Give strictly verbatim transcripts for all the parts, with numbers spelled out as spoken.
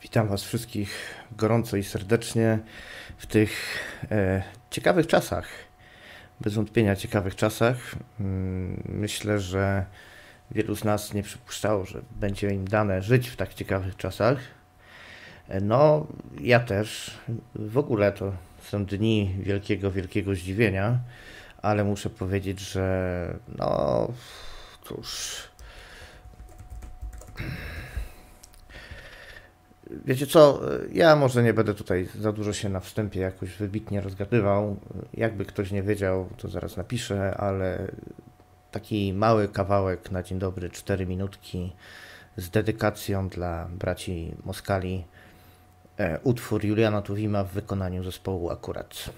Witam Was wszystkich gorąco i serdecznie w tych e, ciekawych czasach. Bez wątpienia ciekawych czasach. Myślę, że wielu z nas nie przypuszczało, że będzie im dane żyć w tak ciekawych czasach. No, ja też. W ogóle to są dni wielkiego, wielkiego zdziwienia, ale muszę powiedzieć, że no cóż... Wiecie co, ja może nie będę tutaj za dużo się na wstępie jakoś wybitnie rozgadywał. Jakby ktoś nie wiedział, to zaraz napiszę, ale taki mały kawałek na dzień dobry, cztery minutki z dedykacją dla braci Moskali. Utwór Juliana Tuwima w wykonaniu zespołu Akurat.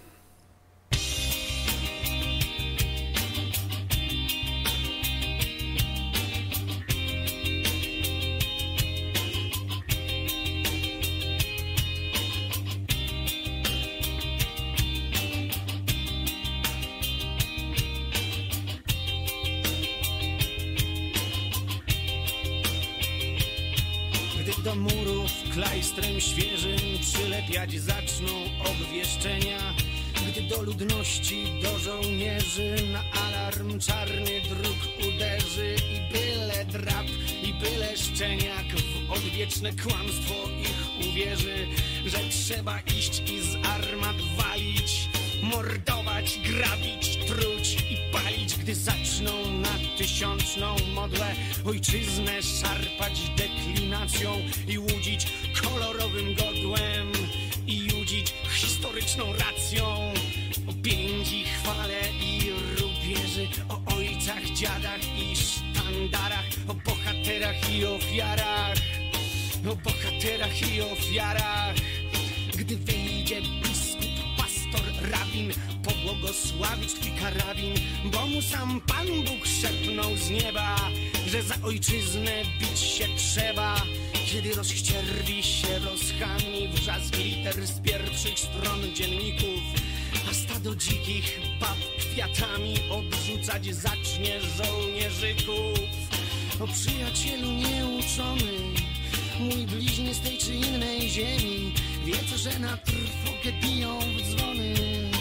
Do murów klajstrem świeżym przylepiać zaczną obwieszczenia, gdy do ludności, do żołnierzy na alarm czarny dróg uderzy i byle drap, i byle szczeniak w odwieczne kłamstwo ich uwierzy, że trzeba iść i z armat walić, mordować, grabić, truć i palić, gdy zaczną na tysiączną modłę ojczyznę szarpać deklinacją i łudzić kolorowym godłem i judzić historyczną racją o piędzi, chwale i rubieży, o ojcach, dziadach i sztandarach, o bohaterach i ofiarach, o bohaterach i ofiarach. Gdy wyjdzie biskup, pastor, rabin, pobłogosławić twój karabin, bo mu sam Pan Bóg szepnął z nieba, że za ojczyznę bić się trzeba. Kiedy rozścierli się rozchami wrzask liter z pierwszych stron dzienników, a stado dzikich bab kwiatami obrzucać zacznie żołnierzyków. O przyjacielu nieuczony, mój bliźnie z tej czy innej ziemi, wiedz, że na trwogę biją w dzwony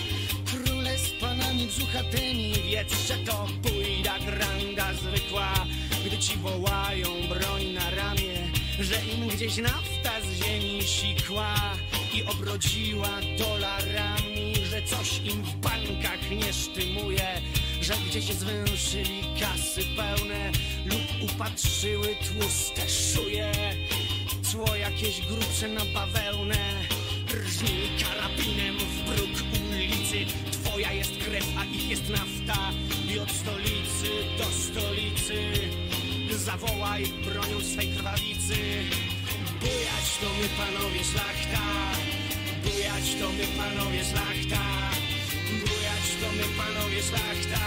króle z panami brzuchatymi. Wiedz, że to pójda granda zwykła, gdy ci wołają broń na ramię, że im gdzieś nafta z ziemi sikła i obrodziła dolarami, że coś im w bankach nie sztymuje, że gdzieś zwęszyli kasy pełne lub upatrzyły tłuste szuje. Cło jakieś grubsze na bawełnę, rżnij karabinem w bruk ulicy. Twoja jest krew, a ich jest nafta i od stolicy do stolicy zawołaj bronią swej krwawicy. Bujać to my panowie szlachta, bujać to my panowie szlachta, bujać to my panowie szlachta,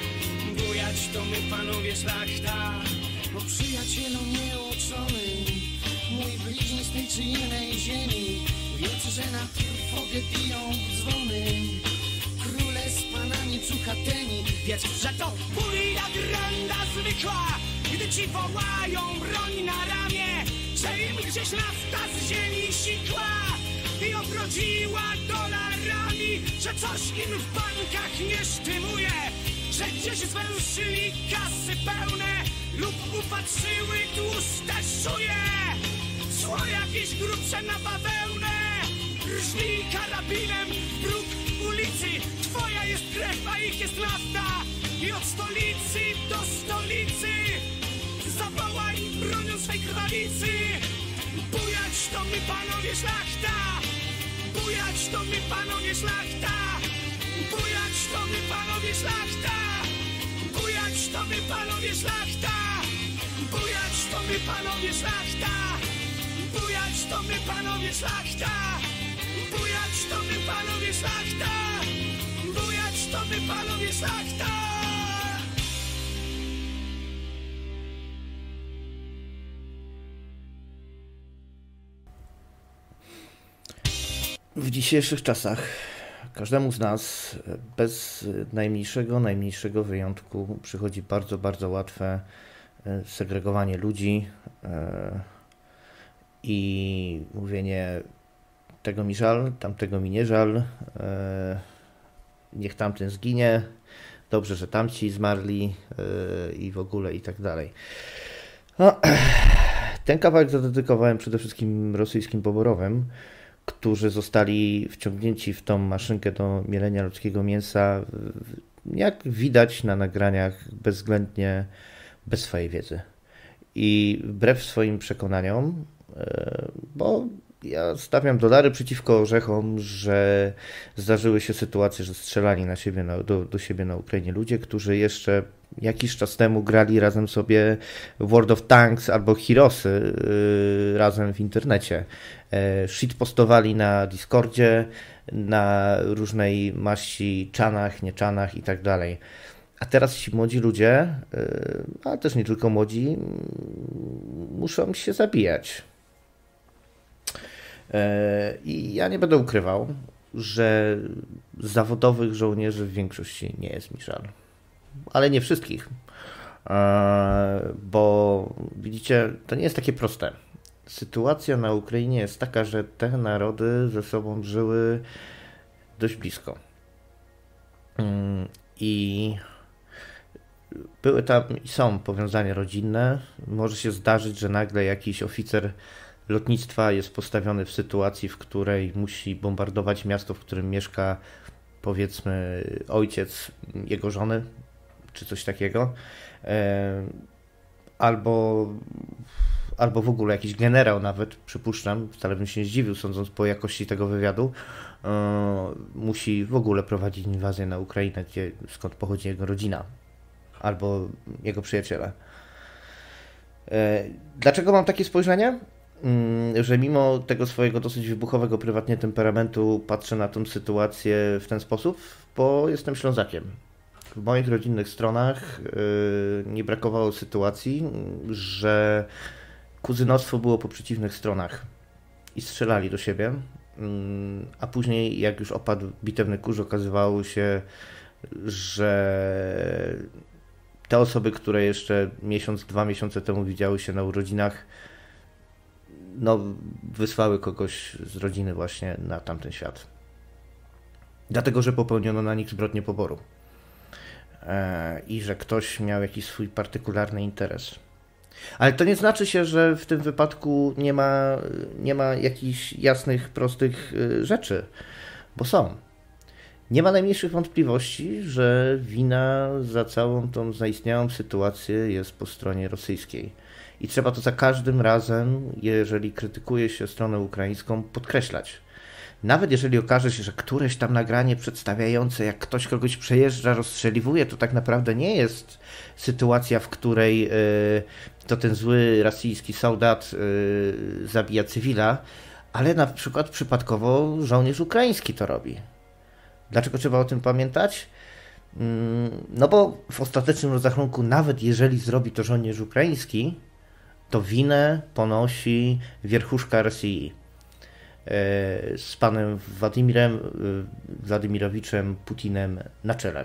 bujać to my panowie szlachta. Bo przyjacielu nieuczony, mój bliźni z tej czy innej ziemi, wiedz, że na trwogę biją w dzwony króle z panami brzuchatymi. Wiedz, że to pójda granda zwykła, gdy ci wołają broń na ramię, że im gdzieś nafta z ziemi sikła i obrodziła dolarami, że coś im w bankach nie sztymuje, że gdzieś zwęszyli kasy pełne lub upatrzyły tłuste szuje. Cło jakieś grubsze na bawełnę, rżnij karabinem w bruk ulicy. Twoja jest krew, a ich jest nafta i od stolicy do stolicy zawołaj bronią swej krwawicy. Bujać to my panowie szlachta, bujać to my panowie szlachta, bujać to my panowie szlachta, bujać to my panowie szlachta, bujać to my panowie szlachta, bujać to my panowie szlachta, bujać to my panowie szlachta, bujać to my panowie szlachta. W dzisiejszych czasach każdemu z nas bez najmniejszego, najmniejszego wyjątku przychodzi bardzo, bardzo łatwe segregowanie ludzi i mówienie tego mi żal, tamtego mi nie żal, niech tamten zginie, dobrze, że tamci zmarli i w ogóle i tak dalej. No, ten kawałek zadedykowałem przede wszystkim rosyjskim poborowym, którzy zostali wciągnięci w tą maszynkę do mielenia ludzkiego mięsa, jak widać na nagraniach, bezwzględnie bez swojej wiedzy. I wbrew swoim przekonaniom, bo ja stawiam dolary przeciwko orzechom, że zdarzyły się sytuacje, że strzelali na siebie, na, do, do siebie na Ukrainie ludzie, którzy jeszcze jakiś czas temu grali razem sobie w World of Tanks albo Heroesy yy, razem w internecie. Yy, shitpostowali na Discordzie, na różnej maści czanach, nie czanach i tak dalej. A teraz ci młodzi ludzie, yy, ale też nie tylko młodzi, yy, muszą się zabijać. I ja nie będę ukrywał, że zawodowych żołnierzy w większości nie jest mi żal. Ale nie wszystkich. Bo widzicie, to nie jest takie proste. Sytuacja na Ukrainie jest taka, że te narody ze sobą żyły dość blisko. I były tam i są powiązania rodzinne. Może się zdarzyć, że nagle jakiś oficer lotnictwa jest postawiony w sytuacji, w której musi bombardować miasto, w którym mieszka, powiedzmy, ojciec jego żony, czy coś takiego. Albo, albo w ogóle jakiś generał nawet, przypuszczam, wcale bym się nie zdziwił, sądząc po jakości tego wywiadu, musi w ogóle prowadzić inwazję na Ukrainę, gdzie, skąd pochodzi jego rodzina, albo jego przyjaciele. Dlaczego mam takie spojrzenie? Że mimo tego swojego dosyć wybuchowego prywatnie temperamentu patrzę na tę sytuację w ten sposób, bo jestem Ślązakiem. W moich rodzinnych stronach nie brakowało sytuacji, że kuzynostwo było po przeciwnych stronach i strzelali do siebie, a później jak już opadł bitewny kurz, okazywało się, że te osoby, które jeszcze miesiąc, dwa miesiące temu widziały się na urodzinach, no, wysłały kogoś z rodziny właśnie na tamten świat. Dlatego, że popełniono na nich zbrodnię poboru. E, I że ktoś miał jakiś swój partykularny interes. Ale to nie znaczy się, że w tym wypadku nie ma, nie ma jakichś jasnych, prostych rzeczy, bo są. Nie ma najmniejszych wątpliwości, że wina za całą tą zaistniałą sytuację jest po stronie rosyjskiej. I trzeba to za każdym razem, jeżeli krytykuje się stronę ukraińską, podkreślać. Nawet jeżeli okaże się, że któreś tam nagranie przedstawiające, jak ktoś kogoś przejeżdża, rozstrzeliwuje, to tak naprawdę nie jest sytuacja, w której y, to ten zły rosyjski soldat y, zabija cywila, ale na przykład przypadkowo żołnierz ukraiński to robi. Dlaczego trzeba o tym pamiętać? No bo w ostatecznym rozrachunku, nawet jeżeli zrobi to żołnierz ukraiński, to winę ponosi wierchuszka Rosji z panem Władimirem Władimirowiczem Putinem na czele.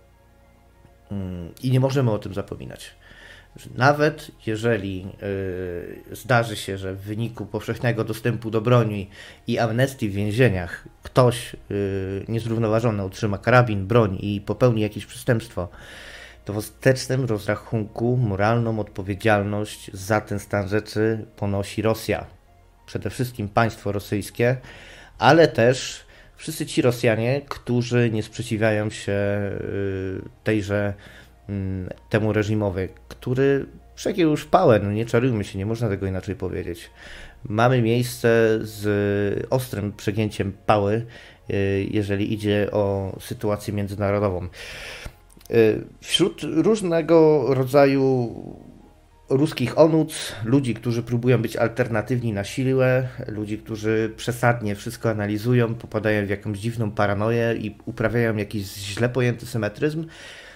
I nie możemy o tym zapominać. Nawet jeżeli y, zdarzy się, że w wyniku powszechnego dostępu do broni i amnestii w więzieniach ktoś y, niezrównoważony otrzyma karabin, broń i popełni jakieś przestępstwo, to w ostatecznym rozrachunku moralną odpowiedzialność za ten stan rzeczy ponosi Rosja. Przede wszystkim państwo rosyjskie, ale też wszyscy ci Rosjanie, którzy nie sprzeciwiają się y, tejże temu reżimowi, który przegiął już pałę, no nie czarujmy się, nie można tego inaczej powiedzieć. Mamy miejsce z ostrym przegięciem pały, jeżeli idzie o sytuację międzynarodową. Wśród różnego rodzaju ruskich onuc, ludzi, którzy próbują być alternatywni na siłę, ludzi, którzy przesadnie wszystko analizują, popadają w jakąś dziwną paranoję i uprawiają jakiś źle pojęty symetryzm,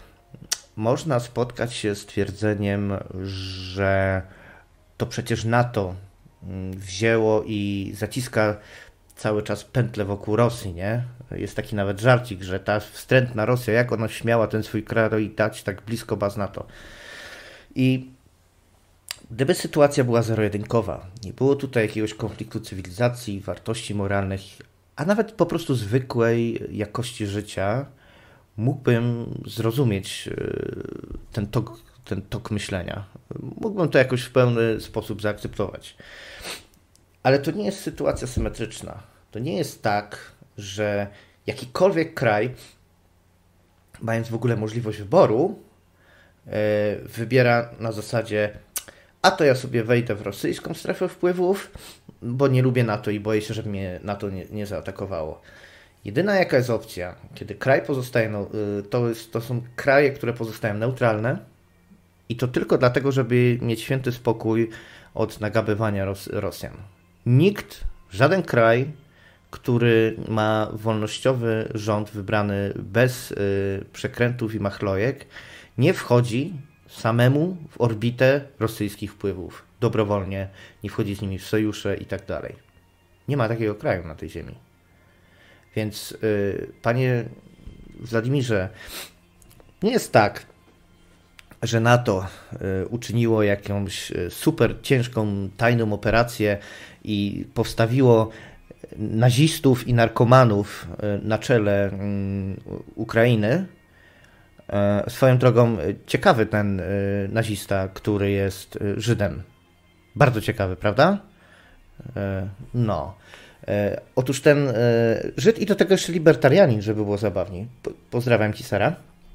można spotkać się z twierdzeniem, że to przecież NATO wzięło i zaciska cały czas pętlę wokół Rosji, nie? Jest taki nawet żarcik, że ta wstrętna Rosja, jak ona śmiała ten swój kraj dać tak blisko baz NATO. I Gdyby sytuacja była zero-jedynkowa, nie było tutaj jakiegoś konfliktu cywilizacji, wartości moralnych, a nawet po prostu zwykłej jakości życia, mógłbym zrozumieć ten tok, ten tok myślenia. Mógłbym to jakoś w pełny sposób zaakceptować. Ale to nie jest sytuacja symetryczna. To nie jest tak, że jakikolwiek kraj, mając w ogóle możliwość wyboru, wybiera na zasadzie: a to ja sobie wejdę w rosyjską strefę wpływów, bo nie lubię NATO i boję się, żeby mnie NATO nie, nie zaatakowało. Jedyna jaka jest opcja, kiedy kraj pozostaje, no, to, jest, to są kraje, które pozostają neutralne i to tylko dlatego, żeby mieć święty spokój od nagabywania Ros Rosjan. Nikt, żaden kraj, który ma wolnościowy rząd wybrany bez y, przekrętów i machlojek, nie wchodzi samemu w orbitę rosyjskich wpływów. Dobrowolnie, nie wchodzi z nimi w sojusze i tak dalej. Nie ma takiego kraju na tej ziemi. Więc yy, panie Władimirze, nie jest tak, że NATO y, uczyniło jakąś super ciężką, tajną operację i powstawiło nazistów i narkomanów y, na czele y, Ukrainy. Y, swoją drogą ciekawy ten y, nazista, który jest y, Żydem. Bardzo ciekawy, prawda? Y, no. Y, otóż ten y, Żyd i do tego jeszcze libertarianin, żeby było zabawniej. Po, pozdrawiam ci, Sara.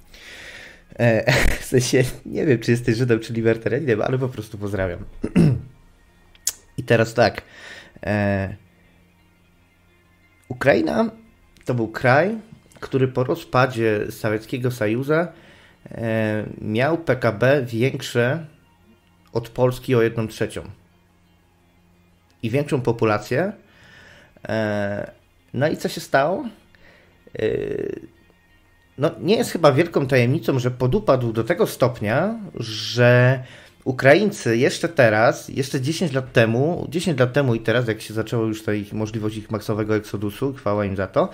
W sensie, nie wiem, czy jesteś Żydem, czy libertarianinem, ale po prostu pozdrawiam. I teraz tak. E, Ukraina to był kraj, który po rozpadzie Sowieckiego Sojuszu e, miał P K B większe od Polski o jedną trzecią. I większą populację. E, no i co się stało? E, No, nie jest chyba wielką tajemnicą, że podupadł do tego stopnia, że Ukraińcy jeszcze teraz, jeszcze dziesięć lat temu, dziesięć lat temu i teraz, jak się zaczęło już ta ich możliwość ich masowego eksodusu, chwała im za to,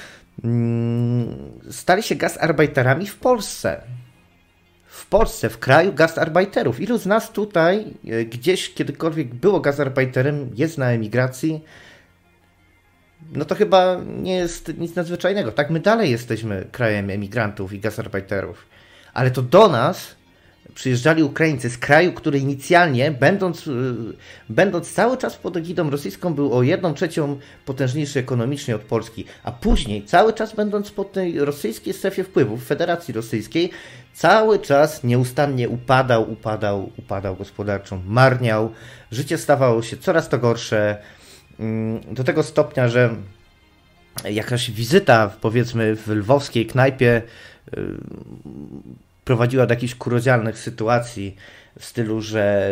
stali się gastarbeiterami w Polsce. W Polsce, w kraju gastarbeiterów. Ilu z nas tutaj gdzieś kiedykolwiek było gastarbeiterem, jest na emigracji? No to chyba nie jest nic nadzwyczajnego. Tak, my dalej jesteśmy krajem emigrantów i gastarbeiterów. Ale to do nas przyjeżdżali Ukraińcy z kraju, który inicjalnie, będąc, będąc cały czas pod egidą rosyjską, był o jedną trzecią potężniejszy ekonomicznie od Polski, a później, cały czas będąc pod tej rosyjskiej strefie wpływów Federacji Rosyjskiej, cały czas nieustannie upadał, upadał, upadał gospodarczo, marniał, życie stawało się coraz to gorsze, do tego stopnia, że jakaś wizyta, powiedzmy, w lwowskiej knajpie prowadziła do jakichś kuriozalnych sytuacji w stylu, że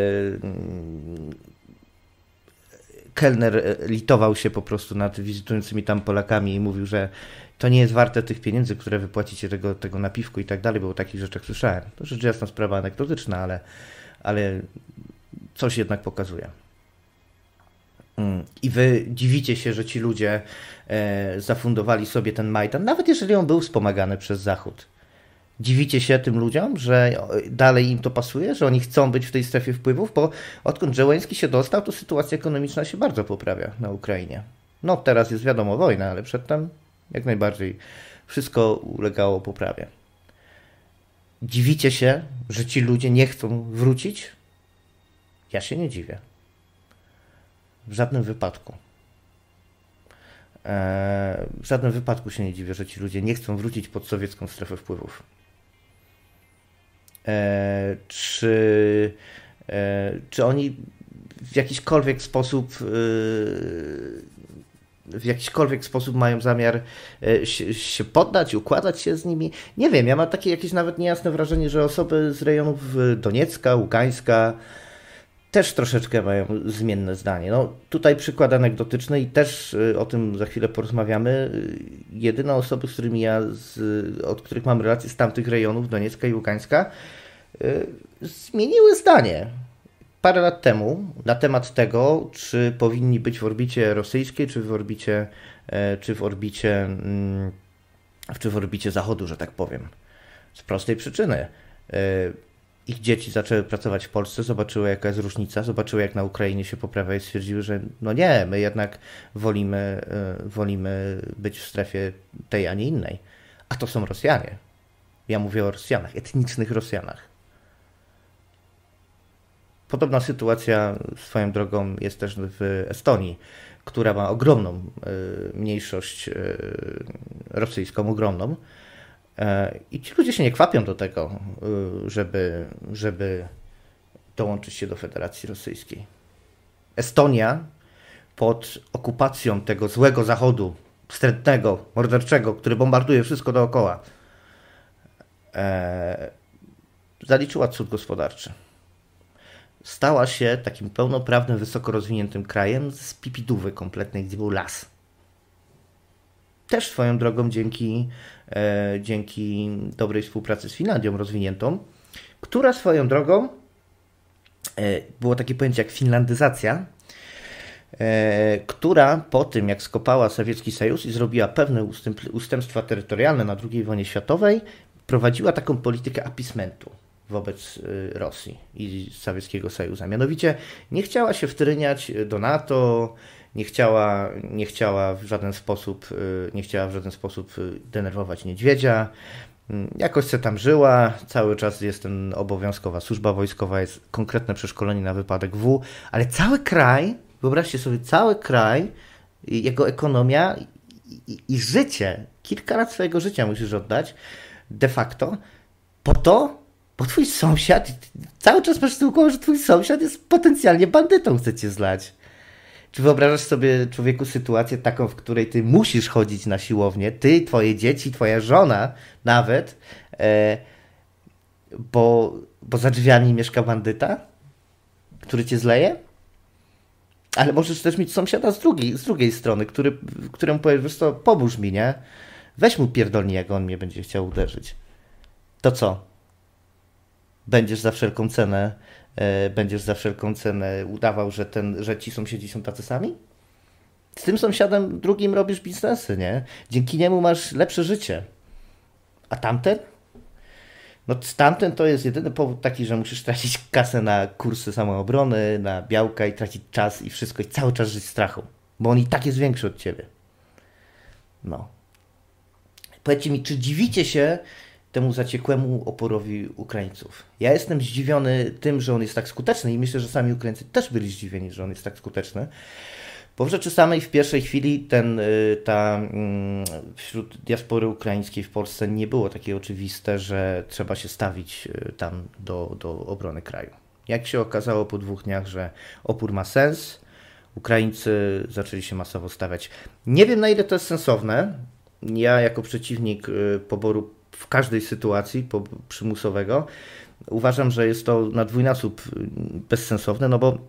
kelner litował się po prostu nad wizytującymi tam Polakami i mówił, że to nie jest warte tych pieniędzy, które wypłacicie tego, tego napiwku i tak dalej, bo o takich rzeczach słyszałem. To rzecz jasna sprawa anegdotyczna, ale, ale coś jednak pokazuje. I wy dziwicie się, że ci ludzie e, zafundowali sobie ten Majdan, nawet jeżeli on był wspomagany przez Zachód. Dziwicie się tym ludziom, że dalej im to pasuje, że oni chcą być w tej strefie wpływów, bo odkąd Zełenski się dostał, to sytuacja ekonomiczna się bardzo poprawia na Ukrainie. No teraz jest wiadomo wojna, ale przedtem jak najbardziej wszystko ulegało poprawie. Dziwicie się, że ci ludzie nie chcą wrócić? Ja się nie dziwię. W żadnym wypadku. Eee, w żadnym wypadku się nie dziwię, że ci ludzie nie chcą wrócić pod sowiecką strefę wpływów. Eee, czy, eee, czy oni w jakiśkolwiek sposób eee, w jakiśkolwiek sposób mają zamiar eee, się, się poddać, układać się z nimi? Nie wiem, ja mam takie jakieś nawet niejasne wrażenie, że osoby z rejonów Doniecka, Ługańska też troszeczkę mają zmienne zdanie. No, tutaj przykład anegdotyczny i też o tym za chwilę porozmawiamy. Jedyne osoby, z którymi ja, z, od których mam relacje z tamtych rejonów, Doniecka i Ługańska, yy, zmieniły zdanie parę lat temu na temat tego, czy powinni być w orbicie rosyjskiej, czy w orbicie, yy, czy w orbicie, yy, czy w orbicie Zachodu, że tak powiem. Z prostej przyczyny. Yy, ich dzieci zaczęły pracować w Polsce, zobaczyły jaka jest różnica, zobaczyły jak na Ukrainie się poprawia i stwierdziły, że no nie, my jednak wolimy, wolimy być w strefie tej, a nie innej. A to są Rosjanie. Ja mówię o Rosjanach, etnicznych Rosjanach. Podobna sytuacja swoją drogą jest też w Estonii, która ma ogromną mniejszość rosyjską, ogromną. I ci ludzie się nie kwapią do tego, żeby, żeby dołączyć się do Federacji Rosyjskiej. Estonia pod okupacją tego złego Zachodu, wstrętnego, morderczego, który bombarduje wszystko dookoła, e, zaliczyła cud gospodarczy. Stała się takim pełnoprawnym, wysoko rozwiniętym krajem z pipidówy kompletnej, gdzie był las. Też swoją drogą dzięki, e, dzięki dobrej współpracy z Finlandią rozwiniętą, która swoją drogą, e, było takie pojęcie jak finlandyzacja, e, która po tym jak skopała Sowiecki Sojus i zrobiła pewne ustęp, ustępstwa terytorialne na drugiej wojnie światowej, prowadziła taką politykę appeasementu wobec Rosji i Sowieckiego Sojuszu. Mianowicie nie chciała się wtryniać do NATO, nie chciała, nie chciała w żaden sposób, nie chciała w żaden sposób denerwować niedźwiedzia. Jakoś se tam żyła, cały czas jest ten obowiązkowa służba wojskowa, jest konkretne przeszkolenie na wypadek W, ale cały kraj, wyobraźcie sobie, cały kraj, jego ekonomia i, i, i życie, kilka lat swojego życia musisz oddać de facto po to, bo twój sąsiad, cały czas masz tył głowy, że twój sąsiad jest potencjalnie bandytą, chce cię zlać. Czy wyobrażasz sobie, człowieku, sytuację taką, w której ty musisz chodzić na siłownię, ty, twoje dzieci, twoja żona nawet, e, bo, bo za drzwiami mieszka bandyta, który cię zleje? Ale możesz też mieć sąsiada z drugiej, z drugiej strony, który, któremu powiesz, wiesz co, pomóż mi, nie? Weź mu pierdolnie, jak on mnie będzie chciał uderzyć. To co? Będziesz za wszelką cenę, e, będziesz za wszelką cenę udawał, że, ten, że ci sąsiedzi są tacy sami? Z tym sąsiadem drugim robisz biznesy, nie? Dzięki niemu masz lepsze życie. A tamten? No tamten to jest jedyny powód taki, że musisz tracić kasę na kursy samoobrony, na białka i tracić czas i wszystko i cały czas żyć w strachu. Bo on i tak jest większy od ciebie. No. Powiedzcie mi, czy dziwicie się temu zaciekłemu oporowi Ukraińców? Ja jestem zdziwiony tym, że on jest tak skuteczny i myślę, że sami Ukraińcy też byli zdziwieni, że on jest tak skuteczny. Bo w rzeczy samej w pierwszej chwili ten, ta, wśród diaspory ukraińskiej w Polsce nie było takie oczywiste, że trzeba się stawić tam do, do obrony kraju. Jak się okazało po dwóch dniach, że opór ma sens, Ukraińcy zaczęli się masowo stawiać. Nie wiem, na ile to jest sensowne. Ja jako przeciwnik poboru w każdej sytuacji przymusowego uważam, że jest to na dwójnasób bezsensowne, no bo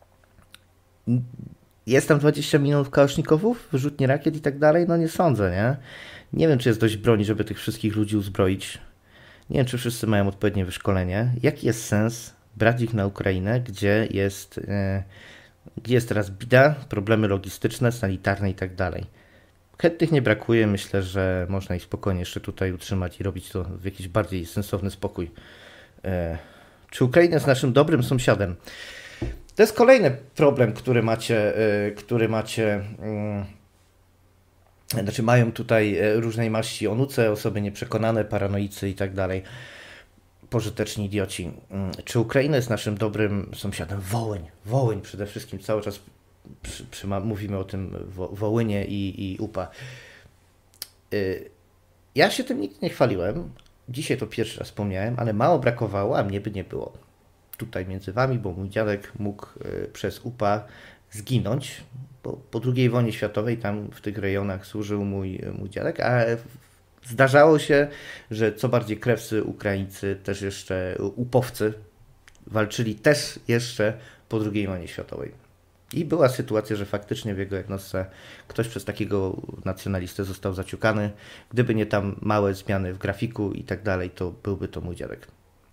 jest tam dwadzieścia milionów kałasznikowów, wyrzutnie rakiet i tak dalej, no nie sądzę, nie? Nie wiem, czy jest dość broni, żeby tych wszystkich ludzi uzbroić. Nie wiem, czy wszyscy mają odpowiednie wyszkolenie. Jaki jest sens brać ich na Ukrainę, gdzie jest, yy, gdzie jest teraz bida, problemy logistyczne, sanitarne i tak dalej. Chętnych nie brakuje, myślę, że można ich spokojnie jeszcze tutaj utrzymać i robić to w jakiś bardziej sensowny spokój. Yy. Czy Ukraina jest naszym dobrym sąsiadem? To jest kolejny problem, który macie, który macie, znaczy mają tutaj różnej maści onuce, osoby nieprzekonane, paranoicy i tak dalej, pożyteczni idioci. Czy Ukraina jest naszym dobrym sąsiadem? Wołyń, Wołyń przede wszystkim, cały czas przy, przy, mówimy o tym Wo, Wołynie i, i U P A. Ja się tym nigdy nie chwaliłem, dzisiaj to pierwszy raz wspomniałem, ale mało brakowało, a mnie by nie było tutaj między wami, bo mój dziadek mógł przez U P A zginąć, bo po drugiej wojnie światowej tam w tych rejonach służył mój, mój dziadek, a zdarzało się, że co bardziej krewcy Ukraińcy, też jeszcze upowcy walczyli też jeszcze po drugiej wojnie światowej. I była sytuacja, że faktycznie w jego jednostce ktoś przez takiego nacjonalistę został zaciukany. Gdyby nie tam małe zmiany w grafiku i tak dalej, to byłby to mój dziadek.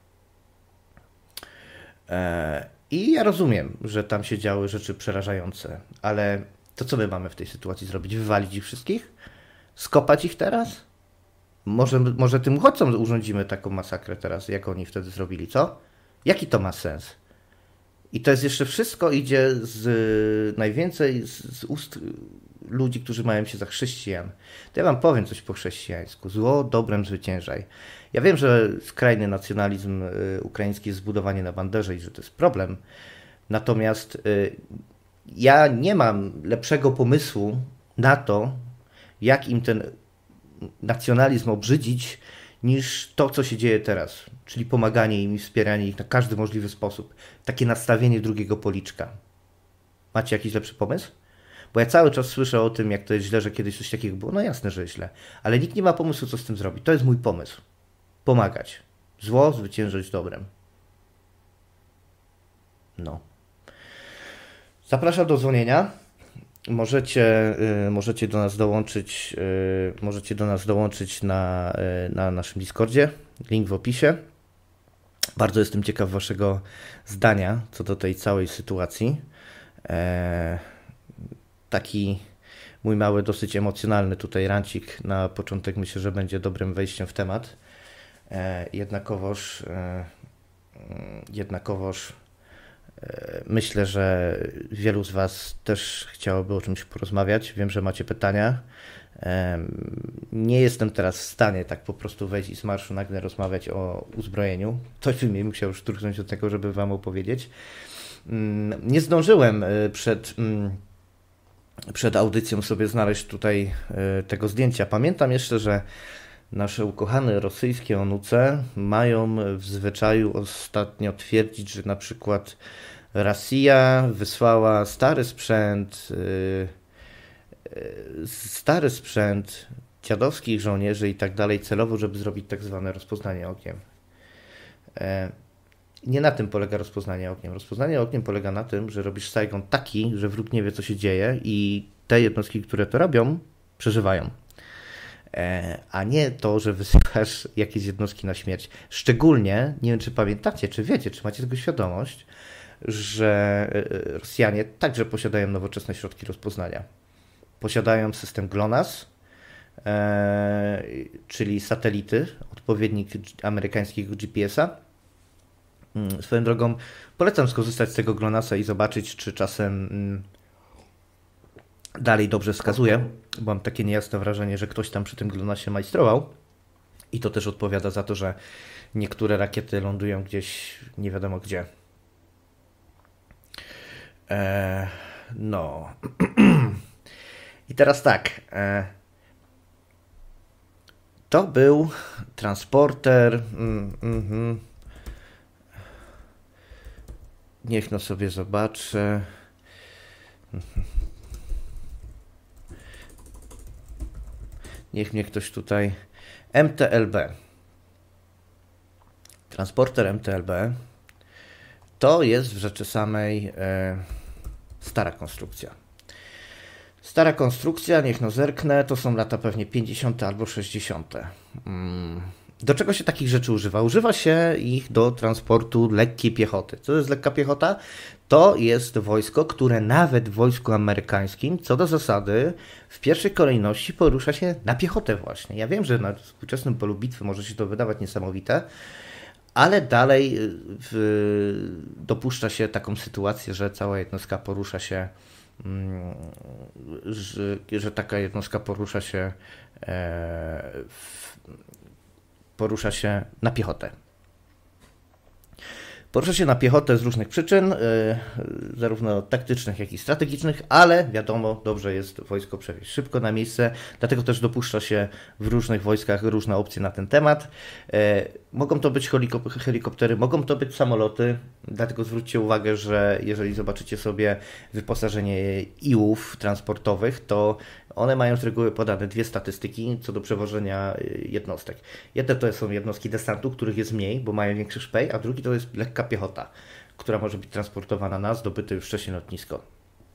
I ja rozumiem, że tam się działy rzeczy przerażające, ale to co my mamy w tej sytuacji zrobić? Wywalić ich wszystkich? Skopać ich teraz? Może, może tym uchodźcom urządzimy taką masakrę teraz, jak oni wtedy zrobili, co? Jaki to ma sens? I to jest jeszcze wszystko idzie z najwięcej z, z ust ludzi, którzy mają się za chrześcijan. To ja wam powiem coś po chrześcijańsku. Zło dobrem zwyciężaj. Ja wiem, że skrajny nacjonalizm ukraiński jest zbudowany na banderze i że to jest problem. Natomiast ja nie mam lepszego pomysłu na to, jak im ten nacjonalizm obrzydzić, niż to, co się dzieje teraz. Czyli pomaganie im i wspieranie ich na każdy możliwy sposób. Takie nastawienie drugiego policzka. Macie jakiś lepszy pomysł? Bo ja cały czas słyszę o tym, jak to jest źle, że kiedyś coś takiego było. No jasne, że źle. Ale nikt nie ma pomysłu, co z tym zrobić. To jest mój pomysł. Pomagać. Zło zwyciężyć dobrem. No. Zapraszam do dzwonienia. Możecie, y, możecie do nas dołączyć, y, możecie do nas dołączyć na, y, na naszym Discordzie. Link w opisie. Bardzo jestem ciekaw waszego zdania co do tej całej sytuacji. E, taki mój mały, dosyć emocjonalny tutaj rancik na początek myślę, że będzie dobrym wejściem w temat. E, jednakowoż, e, jednakowoż myślę, że wielu z was też chciałoby o czymś porozmawiać. Wiem, że macie pytania. Nie jestem teraz w stanie tak po prostu wejść i z marszu nagle rozmawiać o uzbrojeniu. Ktoś by mnie musiał szturchnąć do tego, żeby wam opowiedzieć. Nie zdążyłem przed, przed audycją sobie znaleźć tutaj tego zdjęcia. Pamiętam jeszcze, że nasze ukochane rosyjskie onuce mają w zwyczaju ostatnio twierdzić, że na przykład Rosja wysłała stary sprzęt, yy, stary sprzęt dziadowskich żołnierzy i tak dalej celowo, żeby zrobić tak zwane rozpoznanie ogniem. E, nie na tym polega rozpoznanie ogniem. Rozpoznanie ogniem polega na tym, że robisz Saigon taki, że wróg nie wie, co się dzieje i te jednostki, które to robią, przeżywają. A nie to, że wysyłasz jakieś jednostki na śmierć. Szczególnie, nie wiem czy pamiętacie, czy wiecie, czy macie tego świadomość, że Rosjanie także posiadają nowoczesne środki rozpoznania. Posiadają system GLONASS, e, czyli satelity, odpowiednik amerykańskiego G P S-a. Swoją drogą polecam skorzystać z tego GLONASS-a i zobaczyć, czy czasem mm, dalej dobrze wskazuje, bo mam takie niejasne wrażenie, że ktoś tam przy tym GLONASSie majstrował i to też odpowiada za to, że niektóre rakiety lądują gdzieś nie wiadomo gdzie. E, no. I teraz tak. E, to był transporter. Mm, mm, niech no sobie zobaczę. Niech mnie ktoś tutaj... M T L B. Transporter M T L B to jest w rzeczy samej e, stara konstrukcja. Stara konstrukcja, niech no zerknę, to są lata pewnie pięćdziesiąte albo sześćdziesiąte. Hmm. Do czego się takich rzeczy używa? Używa się ich do transportu lekkiej piechoty. Co to jest lekka piechota? To jest wojsko, które nawet w wojsku amerykańskim, co do zasady, w pierwszej kolejności porusza się na piechotę właśnie. Ja wiem, że na współczesnym polu bitwy może się to wydawać niesamowite, ale dalej w, dopuszcza się taką sytuację, że cała jednostka porusza się, że, że taka jednostka porusza się e, w, porusza się na piechotę. Porusza się na piechotę z różnych przyczyn, yy, zarówno taktycznych, jak i strategicznych, ale wiadomo, dobrze jest wojsko przewieźć szybko na miejsce, dlatego też dopuszcza się w różnych wojskach różne opcje na ten temat. Yy, mogą to być helikoptery, mogą to być samoloty, dlatego zwróćcie uwagę, że jeżeli zobaczycie sobie wyposażenie I U-ów transportowych, to one mają z reguły podane dwie statystyki co do przewożenia jednostek. Jedne to są jednostki desantu, których jest mniej, bo mają większy szpej, a drugi to jest lekka piechota, która może być transportowana na zdobyte już wcześniej lotnisko.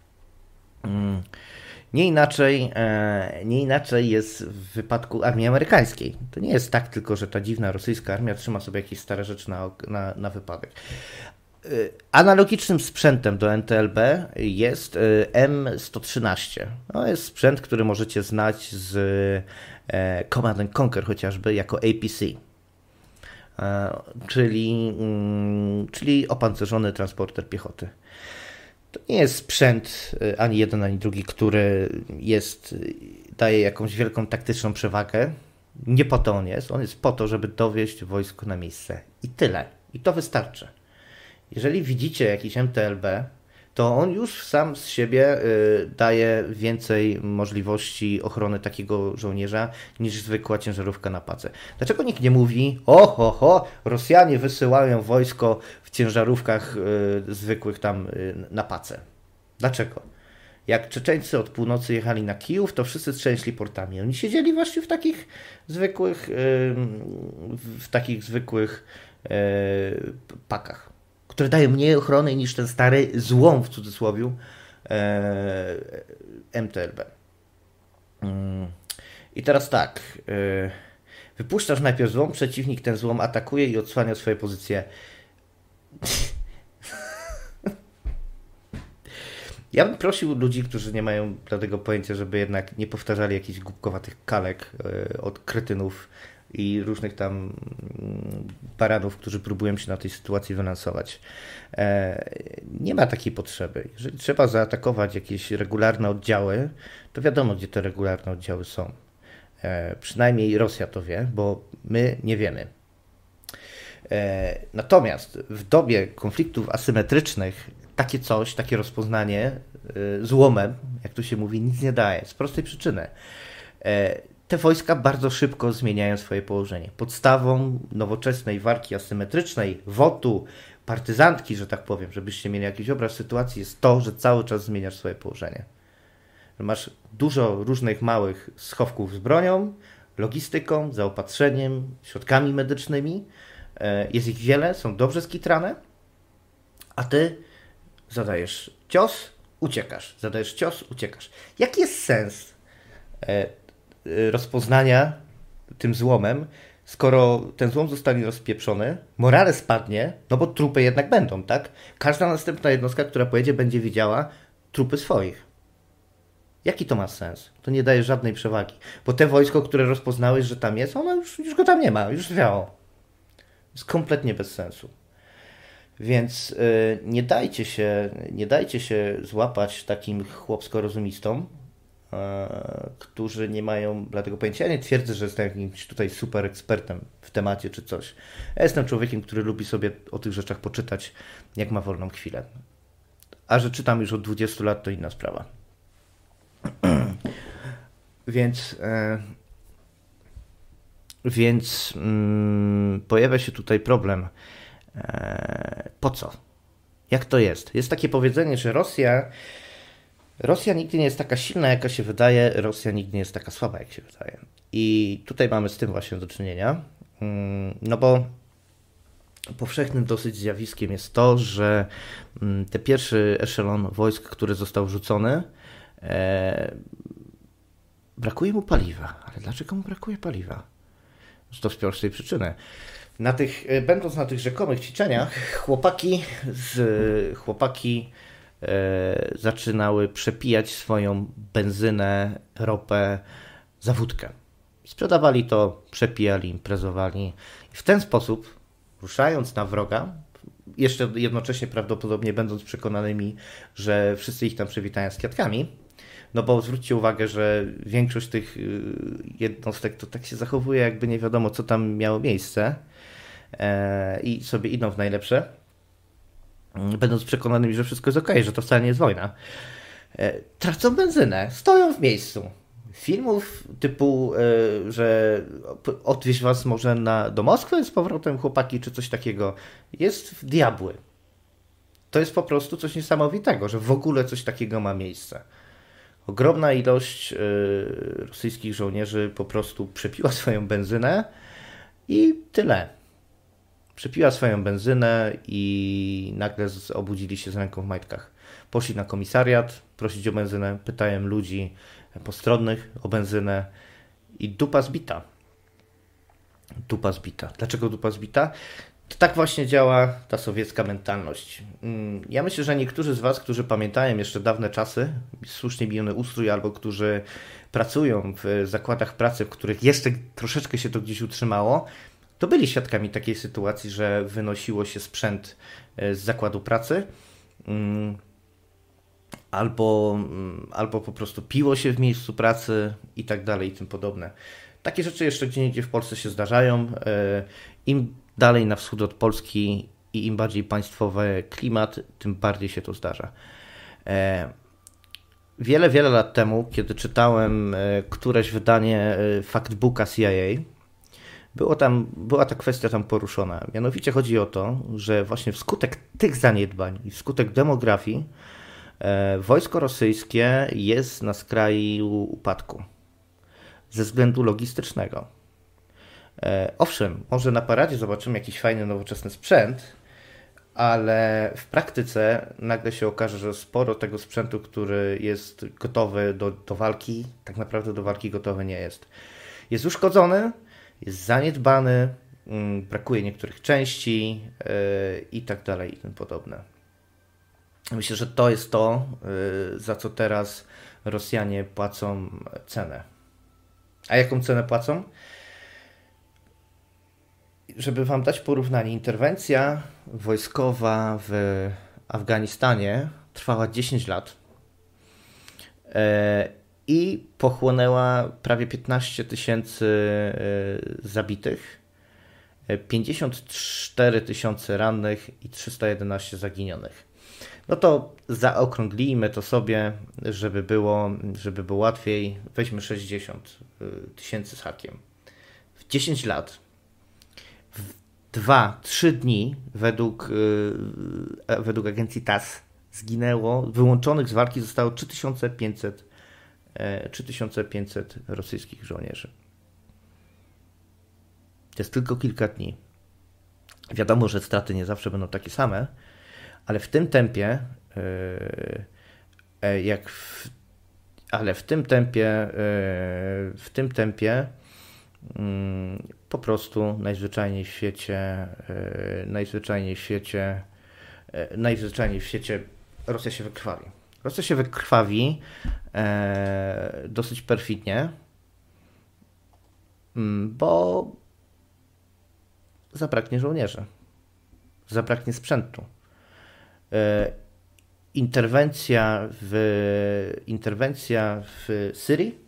Nie inaczej, nie inaczej jest w wypadku armii amerykańskiej. To nie jest tak tylko, że ta dziwna rosyjska armia trzyma sobie jakieś stare rzeczy na, na, na wypadek. Analogicznym sprzętem do N T L B jest M sto trzynaście. To jest sprzęt, który możecie znać z Command and Conquer chociażby jako A P C. czyli, czyli opancerzony transporter piechoty. To nie jest sprzęt ani jeden, ani drugi, który jest, daje jakąś wielką taktyczną przewagę. Nie po to on jest. On jest po to, żeby dowieźć wojsko na miejsce. I tyle. I to wystarczy. Jeżeli widzicie jakiś M T L B, to on już sam z siebie y, daje więcej możliwości ochrony takiego żołnierza niż zwykła ciężarówka na pace. Dlaczego nikt nie mówi, o ho, ho, Rosjanie wysyłają wojsko w ciężarówkach y, zwykłych tam y, na pace? Dlaczego? Jak Czeczeńcy od północy jechali na Kijów, to wszyscy strzęśli portami. Oni siedzieli właśnie w takich zwykłych, y, w takich zwykłych y, pakach, które daje mniej ochrony niż ten stary złom, w cudzysłowie, e, M T L B. I teraz tak, e, wypuszczasz najpierw złom, przeciwnik ten złom atakuje i odsłania swoje pozycje. Ja bym prosił ludzi, którzy nie mają dlatego pojęcia, żeby jednak nie powtarzali jakichś głupkowatych kalek e, od kretynów i różnych tam baranów, którzy próbują się na tej sytuacji wylansować. Nie ma takiej potrzeby. Jeżeli trzeba zaatakować jakieś regularne oddziały, to wiadomo, gdzie te regularne oddziały są. Przynajmniej Rosja to wie, bo my nie wiemy. Natomiast w dobie konfliktów asymetrycznych takie coś, takie rozpoznanie złomem, jak tu się mówi, nic nie daje. Z prostej przyczyny. Te wojska bardzo szybko zmieniają swoje położenie. Podstawą nowoczesnej walki asymetrycznej, wotu, partyzantki, że tak powiem, żebyście mieli jakiś obraz sytuacji, jest to, że cały czas zmieniasz swoje położenie. Masz dużo różnych małych schowków z bronią, logistyką, zaopatrzeniem, środkami medycznymi. Jest ich wiele, są dobrze skitrane, a ty zadajesz cios, uciekasz. Zadajesz cios, uciekasz. Jaki jest sens rozpoznania tym złomem, skoro ten złom zostanie rozpieprzony, morale spadnie, no bo trupy jednak będą, tak? Każda następna jednostka, która pojedzie, będzie widziała trupy swoich. Jaki to ma sens? To nie daje żadnej przewagi, bo te wojsko, które rozpoznałeś, że tam jest, ono już, już go tam nie ma, już wiało. Jest kompletnie bez sensu. Więc yy, nie dajcie się, nie dajcie się złapać takim chłopsko-rozumistom, którzy nie mają dlatego pojęcia. Ja nie twierdzę, że jestem jakimś tutaj super ekspertem w temacie czy coś. Ja jestem człowiekiem, który lubi sobie o tych rzeczach poczytać, jak ma wolną chwilę. A że czytam już od dwudziestu lat, to inna sprawa. Więc e, więc mm, pojawia się tutaj problem. E, po co? Jak to jest? Jest takie powiedzenie, że Rosja Rosja nigdy nie jest taka silna, jaka się wydaje, Rosja nigdy nie jest taka słaba, jak się wydaje. I tutaj mamy z tym właśnie do czynienia, no bo powszechnym dosyć zjawiskiem jest to, że ten pierwszy eszelon wojsk, który został rzucony, e, brakuje mu paliwa. Ale dlaczego mu brakuje paliwa? To z prostej przyczyny. Na tych, będąc na tych rzekomych ćwiczeniach, chłopaki z chłopaki e, zaczynały przepijać swoją benzynę, ropę za wódkę. Sprzedawali to, przepijali, imprezowali. I w ten sposób, ruszając na wroga, jeszcze jednocześnie prawdopodobnie będąc przekonanymi, że wszyscy ich tam przywitają z kwiatkami, no bo zwróćcie uwagę, że większość tych jednostek to tak się zachowuje, jakby nie wiadomo, co tam miało miejsce e, i sobie idą w najlepsze, będąc przekonanymi, że wszystko jest okej, że to wcale nie jest wojna. E, tracą benzynę, stoją w miejscu. Filmów typu, e, że odwieźć was może na, do Moskwy z powrotem chłopaki, czy coś takiego, jest w diabły. To jest po prostu coś niesamowitego, że w ogóle coś takiego ma miejsce. Ogromna ilość y, rosyjskich żołnierzy po prostu przepiła swoją benzynę i tyle. Przepiła swoją benzynę i nagle obudzili się z ręką w majtkach. Poszli na komisariat prosić o benzynę, pytają ludzi postronnych o benzynę i dupa zbita. Dupa zbita. Dlaczego dupa zbita? To tak właśnie działa ta sowiecka mentalność. Ja myślę, że niektórzy z was, którzy pamiętają jeszcze dawne czasy, słusznie miniony ustrój, albo którzy pracują w zakładach pracy, w których jeszcze troszeczkę się to gdzieś utrzymało, to byli świadkami takiej sytuacji, że wynosiło się sprzęt z zakładu pracy, albo, albo po prostu piło się w miejscu pracy i tak dalej i tym podobne. Takie rzeczy jeszcze gdzieniegdzie w Polsce się zdarzają. Im dalej na wschód od Polski i im bardziej państwowy klimat, tym bardziej się to zdarza. Wiele, wiele lat temu, kiedy czytałem któreś wydanie factbooka C I A, było tam, była ta kwestia tam poruszona. Mianowicie chodzi o to, że właśnie wskutek tych zaniedbań i wskutek demografii wojsko rosyjskie jest na skraju upadku ze względu logistycznego. Owszem, może na paradzie zobaczymy jakiś fajny, nowoczesny sprzęt, ale w praktyce nagle się okaże, że sporo tego sprzętu, który jest gotowy do, do walki, tak naprawdę do walki gotowy nie jest. Jest uszkodzony, jest zaniedbany, brakuje niektórych części yy, i tak dalej i tym podobne. Myślę, że to jest to, yy, za co teraz Rosjanie płacą cenę. A jaką cenę płacą? Żeby wam dać porównanie, interwencja wojskowa w Afganistanie trwała dziesięć lat yy, i pochłonęła prawie piętnaście tysięcy zabitych, pięćdziesiąt cztery tysiące rannych i trzysta jedenaście zaginionych. No to zaokrąglijmy to sobie, żeby było, żeby było łatwiej. Weźmy sześćdziesiąt tysięcy z hakiem. W dziesięć lat, w dwa trzy dni według, według agencji T A S S zginęło, wyłączonych z walki zostało trzy tysiące pięćset rosyjskich żołnierzy. To jest tylko kilka dni. Wiadomo, że straty nie zawsze będą takie same, ale w tym tempie, jak w, ale w tym tempie, w tym tempie po prostu najzwyczajniej w świecie, najzwyczajniej w świecie, najzwyczajniej w świecie Rosja się wykrwawi. Rosja się wykrwawi e, dosyć perfidnie, bo zabraknie żołnierzy, zabraknie sprzętu. E, interwencja w interwencja w Syrii,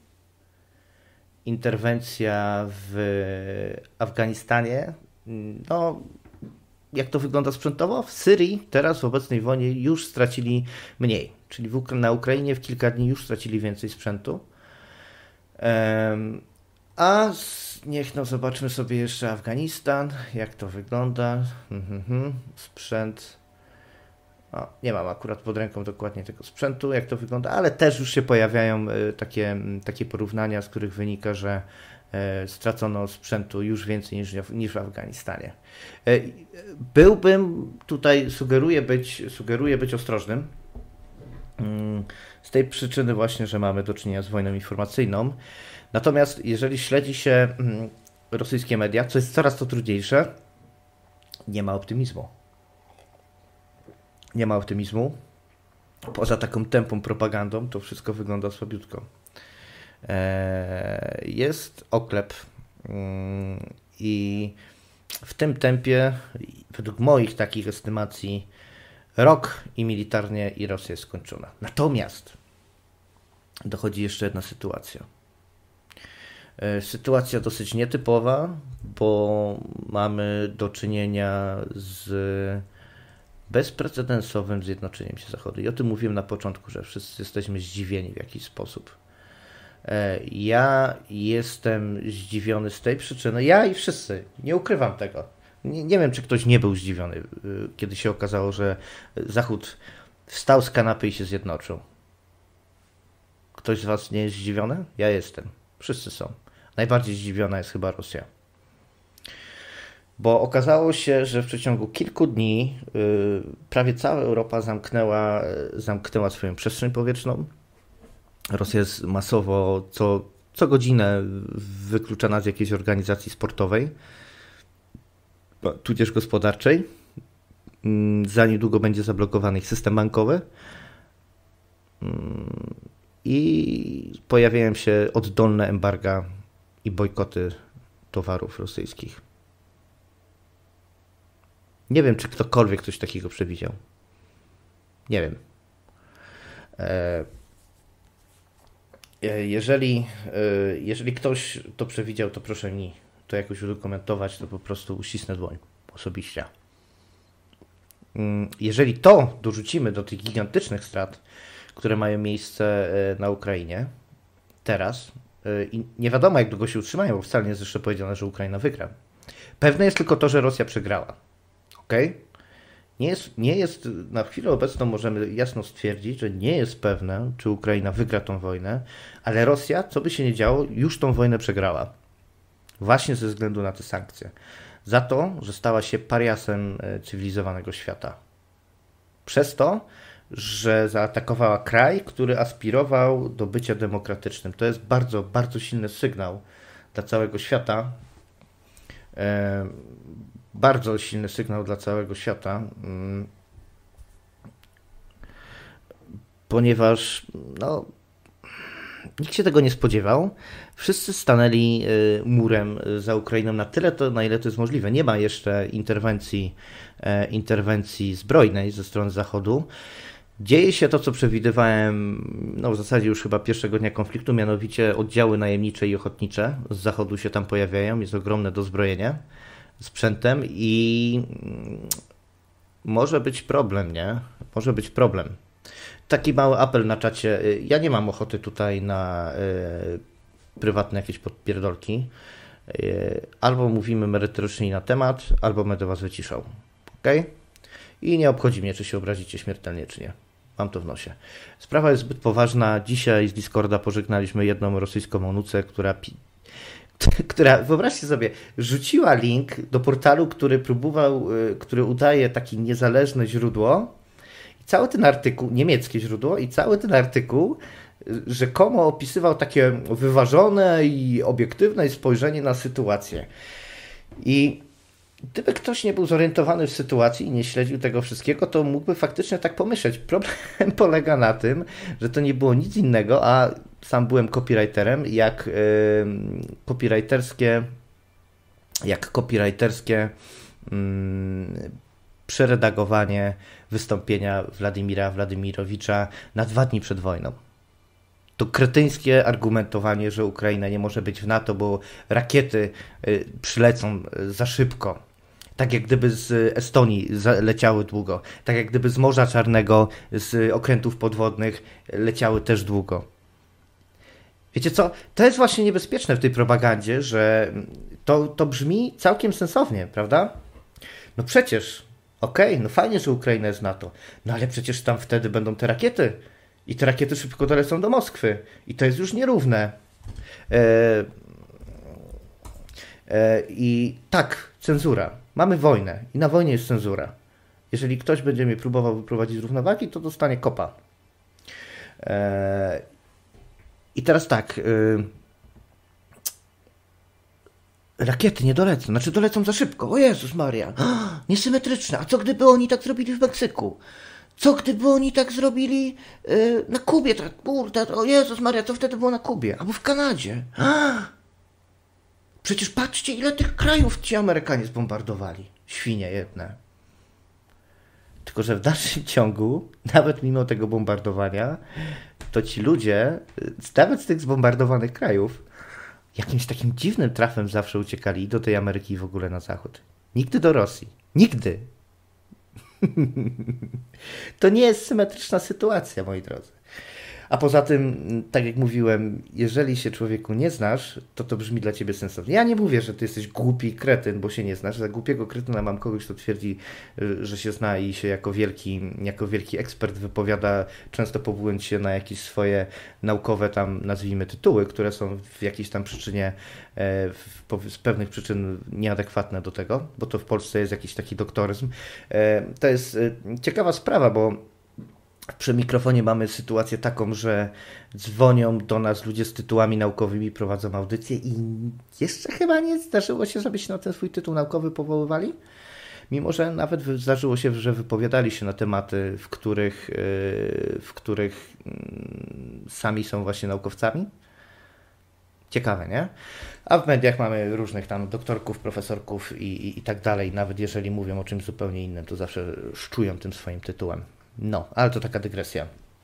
interwencja w Afganistanie, no jak to wygląda sprzętowo? W Syrii teraz w obecnej wojnie już stracili mniej, czyli w, na Ukrainie w kilka dni już stracili więcej sprzętu. Um, a z, niech no zobaczmy sobie jeszcze Afganistan, jak to wygląda. Mhm, sprzęt. O, nie mam akurat pod ręką dokładnie tego sprzętu, jak to wygląda, ale też już się pojawiają y, takie, y, takie porównania, z których wynika, że y, stracono sprzętu już więcej niż, niż w Afganistanie. Y, byłbym tutaj, sugeruję być, sugeruję być ostrożnym, y, z tej przyczyny właśnie, że mamy do czynienia z wojną informacyjną. Natomiast jeżeli śledzi się y, rosyjskie media, co jest coraz to trudniejsze, nie ma optymizmu. Nie ma optymizmu. Poza taką tępą propagandą to wszystko wygląda słabiutko. Jest oklep i w tym tempie, według moich takich estymacji, rok i militarnie i Rosja jest skończona. Natomiast dochodzi jeszcze jedna sytuacja. Sytuacja dosyć nietypowa, bo mamy do czynienia z bezprecedensowym zjednoczeniem się Zachodu. I o tym mówiłem na początku, że wszyscy jesteśmy zdziwieni w jakiś sposób. Ja jestem zdziwiony z tej przyczyny, ja i wszyscy, nie ukrywam tego. Nie, nie wiem, czy ktoś nie był zdziwiony, kiedy się okazało, że Zachód wstał z kanapy i się zjednoczył. Ktoś z was nie jest zdziwiony? Ja jestem. Wszyscy są. Najbardziej zdziwiona jest chyba Rosja. Bo okazało się, że w przeciągu kilku dni yy, prawie cała Europa zamknęła, zamknęła swoją przestrzeń powietrzną. Rosja jest masowo co, co godzinę wykluczana z jakiejś organizacji sportowej, tudzież gospodarczej. Yy, za niedługo będzie zablokowany ich system bankowy. Yy, I pojawiają się oddolne embarga i bojkoty towarów rosyjskich. Nie wiem, czy ktokolwiek coś takiego przewidział. Nie wiem. Jeżeli, jeżeli ktoś to przewidział, to proszę mi to jakoś udokumentować, to po prostu uścisnę dłoń osobiście. Jeżeli to dorzucimy do tych gigantycznych strat, które mają miejsce na Ukrainie teraz, i nie wiadomo, jak długo się utrzymają, bo wcale nie jest jeszcze powiedziane, że Ukraina wygra. Pewne jest tylko to, że Rosja przegrała. Okej? Nie jest, nie jest, na chwilę obecną możemy jasno stwierdzić, że nie jest pewne, czy Ukraina wygra tą wojnę, ale Rosja, co by się nie działo, już tą wojnę przegrała. Właśnie ze względu na te sankcje. Za to, że stała się pariasem cywilizowanego świata. Przez to, że zaatakowała kraj, który aspirował do bycia demokratycznym. To jest bardzo, bardzo silny sygnał dla całego świata. E, bardzo silny sygnał dla całego świata, ponieważ no, nikt się tego nie spodziewał. Wszyscy stanęli murem za Ukrainą na tyle, to, na ile to jest możliwe. Nie ma jeszcze interwencji, interwencji zbrojnej ze strony Zachodu. Dzieje się to, co przewidywałem no w zasadzie już chyba pierwszego dnia konfliktu, mianowicie oddziały najemnicze i ochotnicze z Zachodu się tam pojawiają, jest ogromne dozbrojenie sprzętem i może być problem, nie? Może być problem. Taki mały apel na czacie. Ja nie mam ochoty tutaj na y, prywatne jakieś podpierdolki. Y, albo mówimy merytorycznie na temat, albo będę was wyciszał. Ok? I nie obchodzi mnie, czy się obrazicie śmiertelnie, czy nie. Mam to w nosie. Sprawa jest zbyt poważna. Dzisiaj z Discorda pożegnaliśmy jedną rosyjską onucę, która... Pi- która, wyobraźcie sobie, rzuciła link do portalu, który próbował, który udaje takie niezależne źródło i cały ten artykuł, niemieckie źródło i cały ten artykuł rzekomo opisywał takie wyważone i obiektywne spojrzenie na sytuację. I gdyby ktoś nie był zorientowany w sytuacji i nie śledził tego wszystkiego, to mógłby faktycznie tak pomyśleć. Problem polega na tym, że to nie było nic innego, a sam byłem copywriterem, jak yy, copywriterskie, jak copywriterskie yy, przeredagowanie wystąpienia Władimira Władimirowicza na dwa dni przed wojną. To kretyńskie argumentowanie, że Ukraina nie może być w NATO, bo rakiety yy, przylecą yy, za szybko. Tak jak gdyby z Estonii leciały długo. Tak jak gdyby z Morza Czarnego, z okrętów podwodnych leciały też długo. Wiecie co? To jest właśnie niebezpieczne w tej propagandzie, że to, to brzmi całkiem sensownie, prawda? No przecież, okej, okay, no fajnie, że Ukraina jest w NATO. No ale przecież tam wtedy będą te rakiety. I te rakiety szybko dolecą do Moskwy. I to jest już nierówne. E, e, I tak, cenzura. Mamy wojnę i na wojnie jest cenzura. Jeżeli ktoś będzie mnie próbował wyprowadzić z równowagi, to dostanie kopa. Eee, I teraz tak. Yy, rakiety nie dolecą. Znaczy dolecą za szybko. O Jezus Maria. Niesymetryczne. A co gdyby oni tak zrobili w Meksyku? Co gdyby oni tak zrobili yy, na Kubie? Tak, kurde, o Jezus Maria, co wtedy było na Kubie? Albo w Kanadzie. Przecież patrzcie, ile tych krajów ci Amerykanie zbombardowali. Świnie jedne. Tylko że w dalszym ciągu, nawet mimo tego bombardowania, to ci ludzie, nawet z tych zbombardowanych krajów, jakimś takim dziwnym trafem zawsze uciekali do tej Ameryki i w ogóle na zachód. Nigdy do Rosji. Nigdy. To nie jest symetryczna sytuacja, moi drodzy. A poza tym, tak jak mówiłem, jeżeli się człowieku nie znasz, to to brzmi dla ciebie sensownie. Ja nie mówię, że ty jesteś głupi kretyn, bo się nie znasz. Za głupiego kretyna mam kogoś, kto twierdzi, że się zna i się jako wielki, jako wielki ekspert wypowiada, często powołując się na jakieś swoje naukowe tam, nazwijmy, tytuły, które są w jakiejś tam przyczynie, z pewnych przyczyn nieadekwatne do tego, bo to w Polsce jest jakiś taki doktoryzm. To jest ciekawa sprawa, bo przy mikrofonie mamy sytuację taką, że dzwonią do nas ludzie z tytułami naukowymi, prowadzą audycję i jeszcze chyba nie zdarzyło się, żeby się na ten swój tytuł naukowy powoływali. Mimo że nawet zdarzyło się, że wypowiadali się na tematy, w których, w których sami są właśnie naukowcami. Ciekawe, nie? A w mediach mamy różnych tam doktorków, profesorków i, i, i tak dalej. Nawet jeżeli mówią o czymś zupełnie innym, to zawsze szczują tym swoim tytułem. No, ale to taka dygresja.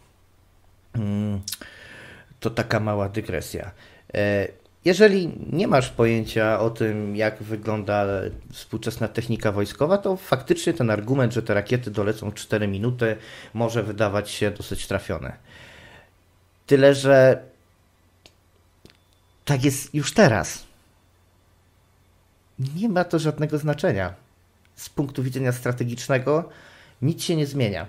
To taka mała dygresja. Jeżeli nie masz pojęcia o tym, jak wygląda współczesna technika wojskowa, to faktycznie ten argument, że te rakiety dolecą cztery minuty, może wydawać się dosyć trafiony. Tyle, że tak jest już teraz. Nie ma to żadnego znaczenia. Z punktu widzenia strategicznego nic się nie zmienia.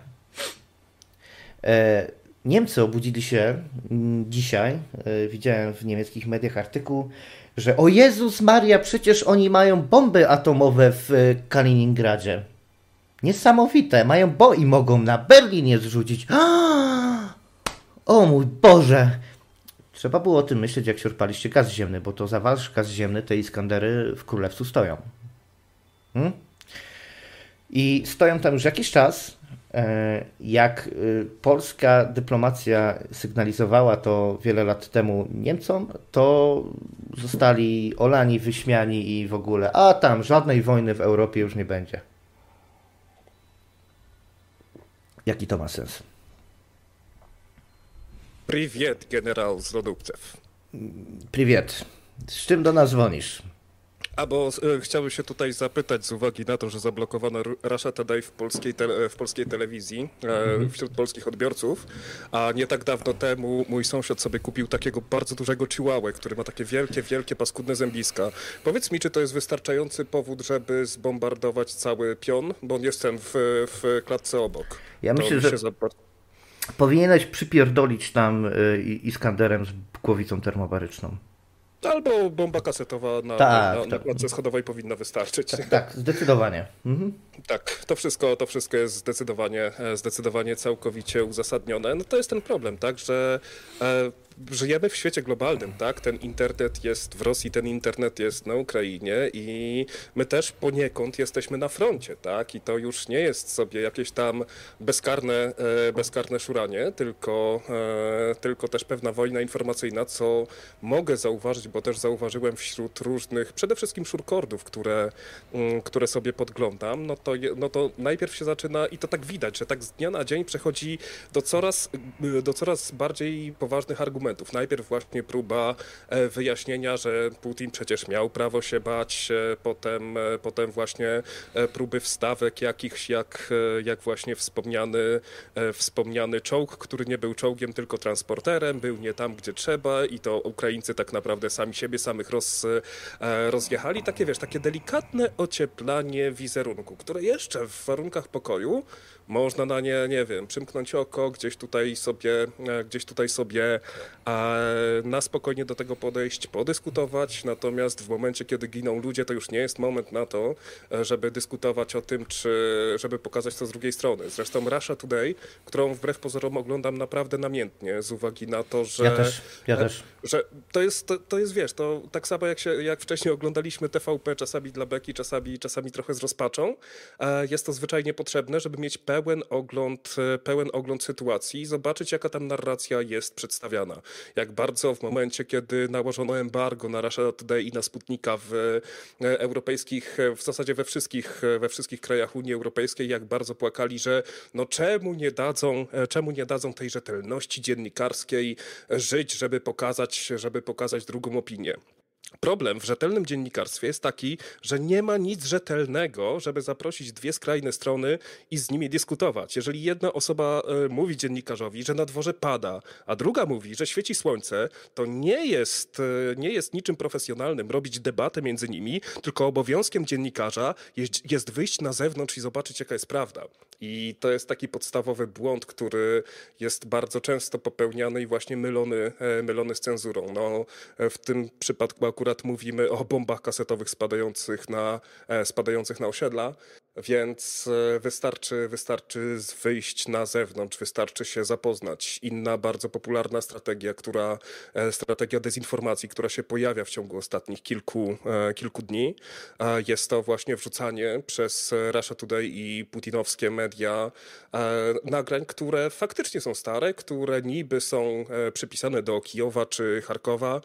Niemcy obudzili się dzisiaj, widziałem w niemieckich mediach artykuł, że o Jezus Maria, przecież oni mają bomby atomowe w Kaliningradzie. Niesamowite, mają bo i mogą na Berlin je zrzucić. O mój Boże! Trzeba było o tym myśleć, jak siorpaliście gaz ziemny, bo to za wasz gaz ziemny te Iskandery w Królewcu stoją. Hmm? I stoją tam już jakiś czas. Jak polska dyplomacja sygnalizowała to wiele lat temu Niemcom, to zostali olani, wyśmiani i w ogóle, a tam żadnej wojny w Europie już nie będzie. Jaki to ma sens? Привет, generał z Rodówcew. Привет. Z czym do nas dzwonisz? A bo e, chciałbym się tutaj zapytać z uwagi na to, że zablokowano Russia Today w polskiej, te, w polskiej telewizji e, wśród polskich odbiorców, a nie tak dawno temu mój sąsiad sobie kupił takiego bardzo dużego chihuahua, który ma takie wielkie, wielkie, paskudne zębiska. Powiedz mi, czy to jest wystarczający powód, żeby zbombardować cały pion, bo on jest ten w, w klatce obok. Ja to myślę, że zapar- powinieneś przypierdolić tam y, Iskanderem z głowicą termobaryczną. Albo bomba kasetowa na, tak, na, na tak. klatce schodowej powinna wystarczyć. Tak, tak, zdecydowanie. Mhm. Tak, to wszystko, to wszystko jest zdecydowanie, zdecydowanie całkowicie uzasadnione. No to jest ten problem, tak, że e, żyjemy w świecie globalnym, tak? Ten internet jest w Rosji, ten internet jest na Ukrainie i my też poniekąd jesteśmy na froncie, tak? I to już nie jest sobie jakieś tam bezkarne, e, bezkarne szuranie, tylko, e, tylko też pewna wojna informacyjna, co mogę zauważyć, bo też zauważyłem wśród różnych, przede wszystkim szurkordów, które, m, które sobie podglądam, no to, je, no to najpierw się zaczyna i to tak widać, że tak z dnia na dzień przechodzi do coraz, do coraz bardziej poważnych argumentów. Najpierw właśnie próba wyjaśnienia, że Putin przecież miał prawo się bać, potem, potem właśnie próby wstawek jakichś, jak, jak właśnie wspomniany, wspomniany czołg, który nie był czołgiem, tylko transporterem, był nie tam, gdzie trzeba i to Ukraińcy tak naprawdę sami siebie samych roz, rozjechali. Takie, wiesz, takie delikatne ocieplanie wizerunku, które jeszcze w warunkach pokoju można na nie, nie wiem, przymknąć oko, gdzieś tutaj sobie, gdzieś tutaj sobie na spokojnie do tego podejść, podyskutować, natomiast w momencie, kiedy giną ludzie, to już nie jest moment na to, żeby dyskutować o tym, czy żeby pokazać to z drugiej strony. Zresztą Russia Today, którą wbrew pozorom oglądam naprawdę namiętnie, z uwagi na to, że... Ja też, ja też. Że to jest, to, to jest, wiesz, to tak samo jak, się, jak wcześniej oglądaliśmy T V P, czasami dla beki, czasami, czasami trochę z rozpaczą, jest to zwyczajnie potrzebne, żeby mieć pełen ogląd, pełen ogląd sytuacji i zobaczyć, jaka tam narracja jest przedstawiana. Jak bardzo w momencie, kiedy nałożono embargo na Russia Today i na Sputnika w europejskich, w zasadzie we wszystkich, we wszystkich krajach Unii Europejskiej, jak bardzo płakali, że no czemu nie dadzą, czemu nie dadzą tej rzetelności dziennikarskiej żyć, żeby pokazać, żeby pokazać drugą opinię. Problem w rzetelnym dziennikarstwie jest taki, że nie ma nic rzetelnego, żeby zaprosić dwie skrajne strony i z nimi dyskutować. Jeżeli jedna osoba y, mówi dziennikarzowi, że na dworze pada, a druga mówi, że świeci słońce, to nie jest, y, nie jest niczym profesjonalnym robić debatę między nimi, tylko obowiązkiem dziennikarza jest, jest wyjść na zewnątrz i zobaczyć, jaka jest prawda. I to jest taki podstawowy błąd, który jest bardzo często popełniany i właśnie mylony, mylony z cenzurą. No, w tym przypadku akurat mówimy o bombach kasetowych spadających na, spadających na osiedla, więc wystarczy, wystarczy wyjść na zewnątrz, wystarczy się zapoznać. Inna bardzo popularna strategia, która, strategia dezinformacji, która się pojawia w ciągu ostatnich kilku, kilku dni, jest to właśnie wrzucanie przez Russia Today i putinowskie media nagrań, które faktycznie są stare, które niby są przypisane do Kijowa czy Charkowa,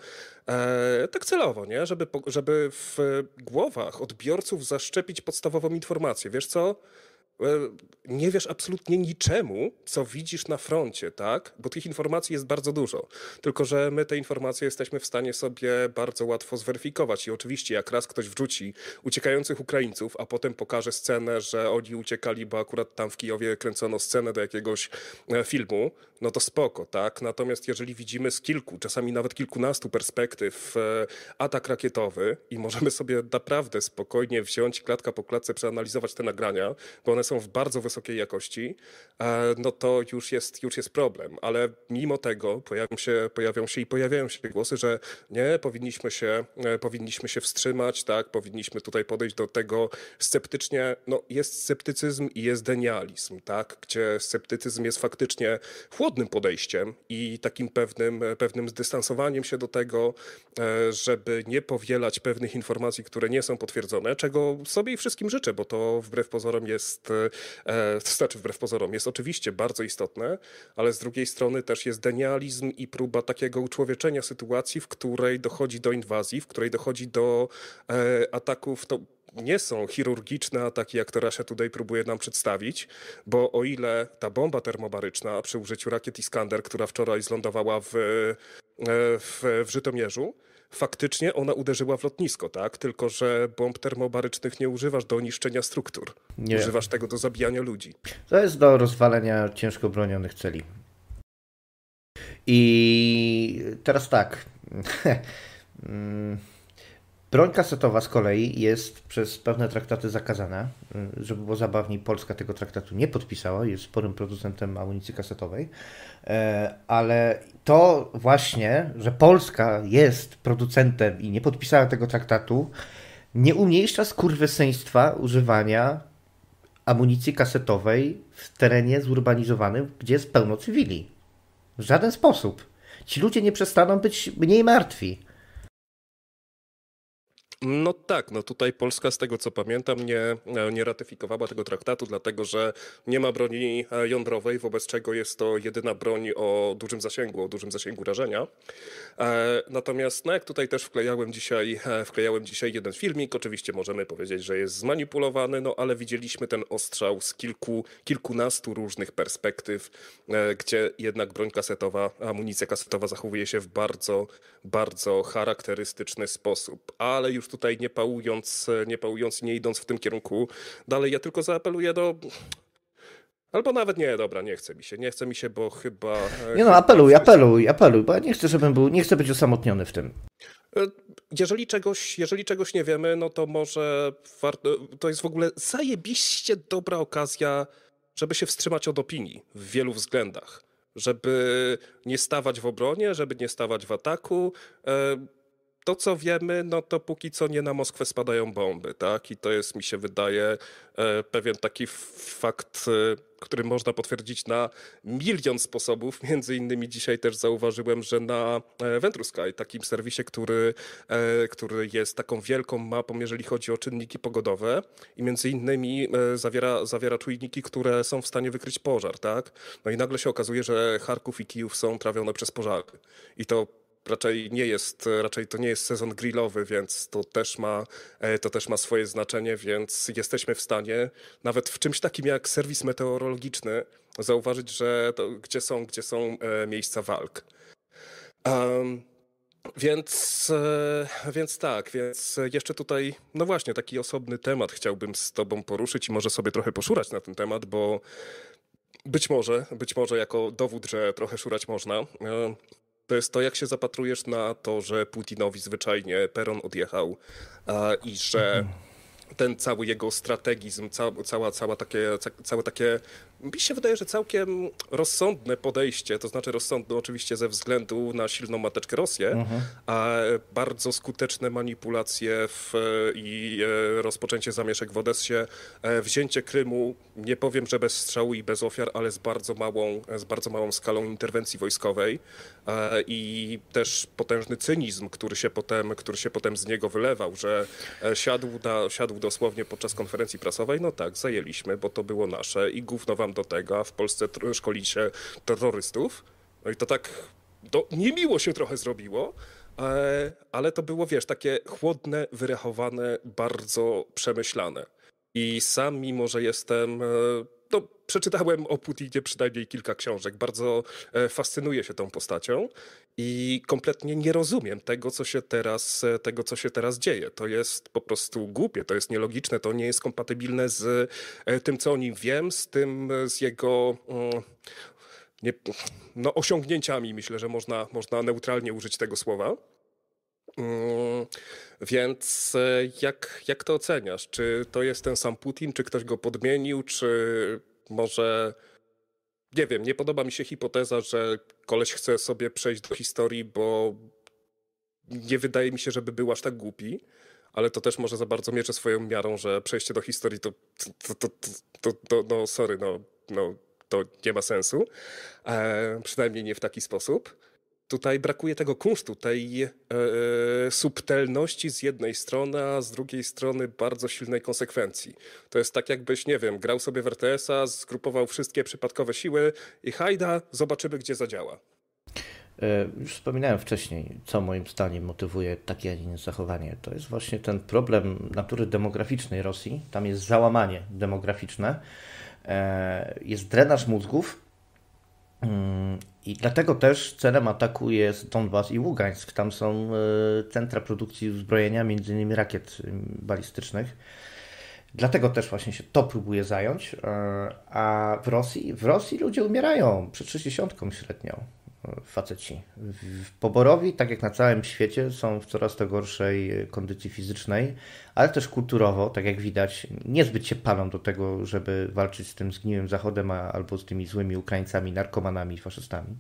E, tak celowo, nie? Żeby, żeby w głowach odbiorców zaszczepić podstawową informację. Wiesz co? Nie wiesz absolutnie niczemu, co widzisz na froncie, tak? Bo tych informacji jest bardzo dużo. Tylko że my te informacje jesteśmy w stanie sobie bardzo łatwo zweryfikować. I oczywiście jak raz ktoś wrzuci uciekających Ukraińców, a potem pokaże scenę, że oni uciekali, bo akurat tam w Kijowie kręcono scenę do jakiegoś filmu, no to spoko, tak? Natomiast jeżeli widzimy z kilku, czasami nawet kilkunastu perspektyw atak rakietowy i możemy sobie naprawdę spokojnie wziąć klatka po klatce, przeanalizować te nagrania, bo one są w bardzo wysokiej jakości, no to już jest, już jest problem. Ale mimo tego pojawią się, pojawią się i pojawiają się głosy, że nie, powinniśmy się, powinniśmy się wstrzymać, tak, powinniśmy tutaj podejść do tego sceptycznie. No jest sceptycyzm i jest denializm, tak, gdzie sceptycyzm jest faktycznie chłodnym podejściem i takim pewnym, pewnym zdystansowaniem się do tego, żeby nie powielać pewnych informacji, które nie są potwierdzone, czego sobie i wszystkim życzę, bo to wbrew pozorom jest, to znaczy wbrew pozorom, jest oczywiście bardzo istotne, ale z drugiej strony też jest denializm i próba takiego uczłowieczenia sytuacji, w której dochodzi do inwazji, w której dochodzi do ataków, to nie są chirurgiczne ataki, jak to Rosja tutaj próbuje nam przedstawić, bo o ile ta bomba termobaryczna przy użyciu rakiet Iskander, która wczoraj zlądowała w, w, w Żytomierzu, faktycznie ona uderzyła w lotnisko, tak? Tylko że bomb termobarycznych nie używasz do niszczenia struktur. Nie. Używasz tego do zabijania ludzi. To jest do rozwalenia ciężko bronionych celi. I teraz tak. Broń kasetowa z kolei jest przez pewne traktaty zakazana. Żeby było zabawniej, Polska tego traktatu nie podpisała, jest sporym producentem amunicji kasetowej, ale to właśnie, że Polska jest producentem i nie podpisała tego traktatu, nie umniejsza skurwysyństwa używania amunicji kasetowej w terenie zurbanizowanym, gdzie jest pełno cywili. W żaden sposób. Ci ludzie nie przestaną być mniej martwi. No tak, no tutaj Polska z tego co pamiętam nie, nie ratyfikowała tego traktatu, dlatego że nie ma broni jądrowej, wobec czego jest to jedyna broń o dużym zasięgu, o dużym zasięgu rażenia. Natomiast no jak tutaj też wklejałem dzisiaj, wklejałem dzisiaj jeden filmik, oczywiście możemy powiedzieć, że jest zmanipulowany, no ale widzieliśmy ten ostrzał z kilku, kilkunastu różnych perspektyw, gdzie jednak broń kasetowa, amunicja kasetowa zachowuje się w bardzo, bardzo charakterystyczny sposób, ale już tutaj nie pałując, nie pałując, nie idąc w tym kierunku dalej, ja tylko zaapeluję do... Albo nawet nie, dobra, nie chce mi się, nie chce mi się, bo chyba... Nie no, apeluj, apeluj, apeluj, bo ja nie chcę, żebym był, nie chcę być osamotniony w tym. Jeżeli czegoś, jeżeli czegoś nie wiemy, no to może warto, to jest w ogóle zajebiście dobra okazja, żeby się wstrzymać od opinii w wielu względach. Żeby nie stawać w obronie, żeby nie stawać w ataku. To, co wiemy, no to póki co nie na Moskwę spadają bomby, tak? I to jest, mi się wydaje, pewien taki fakt, który można potwierdzić na milion sposobów. Między innymi dzisiaj też zauważyłem, że na Ventrusky, takim serwisie, który, który jest taką wielką mapą, jeżeli chodzi o czynniki pogodowe i między innymi zawiera, zawiera czujniki, które są w stanie wykryć pożar, tak? No i nagle się okazuje, że Charków i Kijów są trawione przez pożary. I to Raczej nie jest, raczej to nie jest sezon grillowy, więc to też ma, to też ma swoje znaczenie, więc jesteśmy w stanie nawet w czymś takim jak serwis meteorologiczny zauważyć, że to, gdzie są, gdzie są miejsca walk. Um, więc, więc tak, więc jeszcze tutaj, no właśnie, taki osobny temat chciałbym z tobą poruszyć i może sobie trochę poszurać na ten temat, bo być może, być może jako dowód, że trochę szurać można, to jest to, jak się zapatrujesz na to, że Putinowi zwyczajnie peron odjechał a, i że ten cały jego strategizm, cała, cała, cała takie, ca, całe takie, mi się wydaje, że całkiem rozsądne podejście, to znaczy rozsądne oczywiście ze względu na silną mateczkę Rosję, uh-huh. a bardzo skuteczne manipulacje w, i rozpoczęcie zamieszek w Odessie, wzięcie Krymu, nie powiem, że bez strzału i bez ofiar, ale z bardzo małą, z bardzo małą skalą interwencji wojskowej i też potężny cynizm, który się potem, który się potem z niego wylewał, że siadł, na, siadł dosłownie podczas konferencji prasowej, no tak, zajęliśmy, bo to było nasze i gówno wam do tego, a w Polsce szkolicie terrorystów. No i to tak do, niemiło się trochę zrobiło, E, ale to było, wiesz, takie chłodne, wyrachowane, bardzo przemyślane. I sam, mimo że jestem, e, no, przeczytałem o Putinie przynajmniej kilka książek, bardzo e, fascynuję się tą postacią i kompletnie nie rozumiem tego, co się teraz, e, tego, co się teraz dzieje. To jest po prostu głupie, to jest nielogiczne, to nie jest kompatybilne z e, tym, co o nim wiem, z tym, e, z jego... Mm, nie, no, osiągnięciami, myślę, że można, można neutralnie użyć tego słowa. Mm, więc e, jak, jak to oceniasz? Czy to jest ten sam Putin, czy ktoś go podmienił, czy może... Nie wiem, nie podoba mi się hipoteza, że koleś chce sobie przejść do historii, bo nie wydaje mi się, żeby był aż tak głupi, ale to też może za bardzo mierzy swoją miarą, że przejście do historii to, to, to, to, to, to no sorry, no, no to nie ma sensu, e, przynajmniej nie w taki sposób. Tutaj brakuje tego kunsztu, tej e, subtelności z jednej strony, a z drugiej strony bardzo silnej konsekwencji. To jest tak jakbyś, nie wiem, grał sobie w R T S-a, zgrupował wszystkie przypadkowe siły i hajda, zobaczymy, gdzie zadziała. Już wspominałem wcześniej, co moim zdaniem motywuje takie, a nie inne zachowanie. To jest właśnie ten problem natury demograficznej Rosji. Tam jest załamanie demograficzne, jest drenaż mózgów i dlatego też celem ataku jest Donbas i Ługańsk. Tam są centra produkcji uzbrojenia, między innymi rakiet balistycznych. Dlatego też właśnie się to próbuje zająć. A w Rosji, w Rosji ludzie umierają przed sześćdziesiątką średnią. Faceci. W Poborowi, tak jak na całym świecie, są w coraz to gorszej kondycji fizycznej, ale też kulturowo, tak jak widać, niezbyt się palą do tego, żeby walczyć z tym zgniłym Zachodem albo z tymi złymi Ukraińcami, narkomanami, faszystami.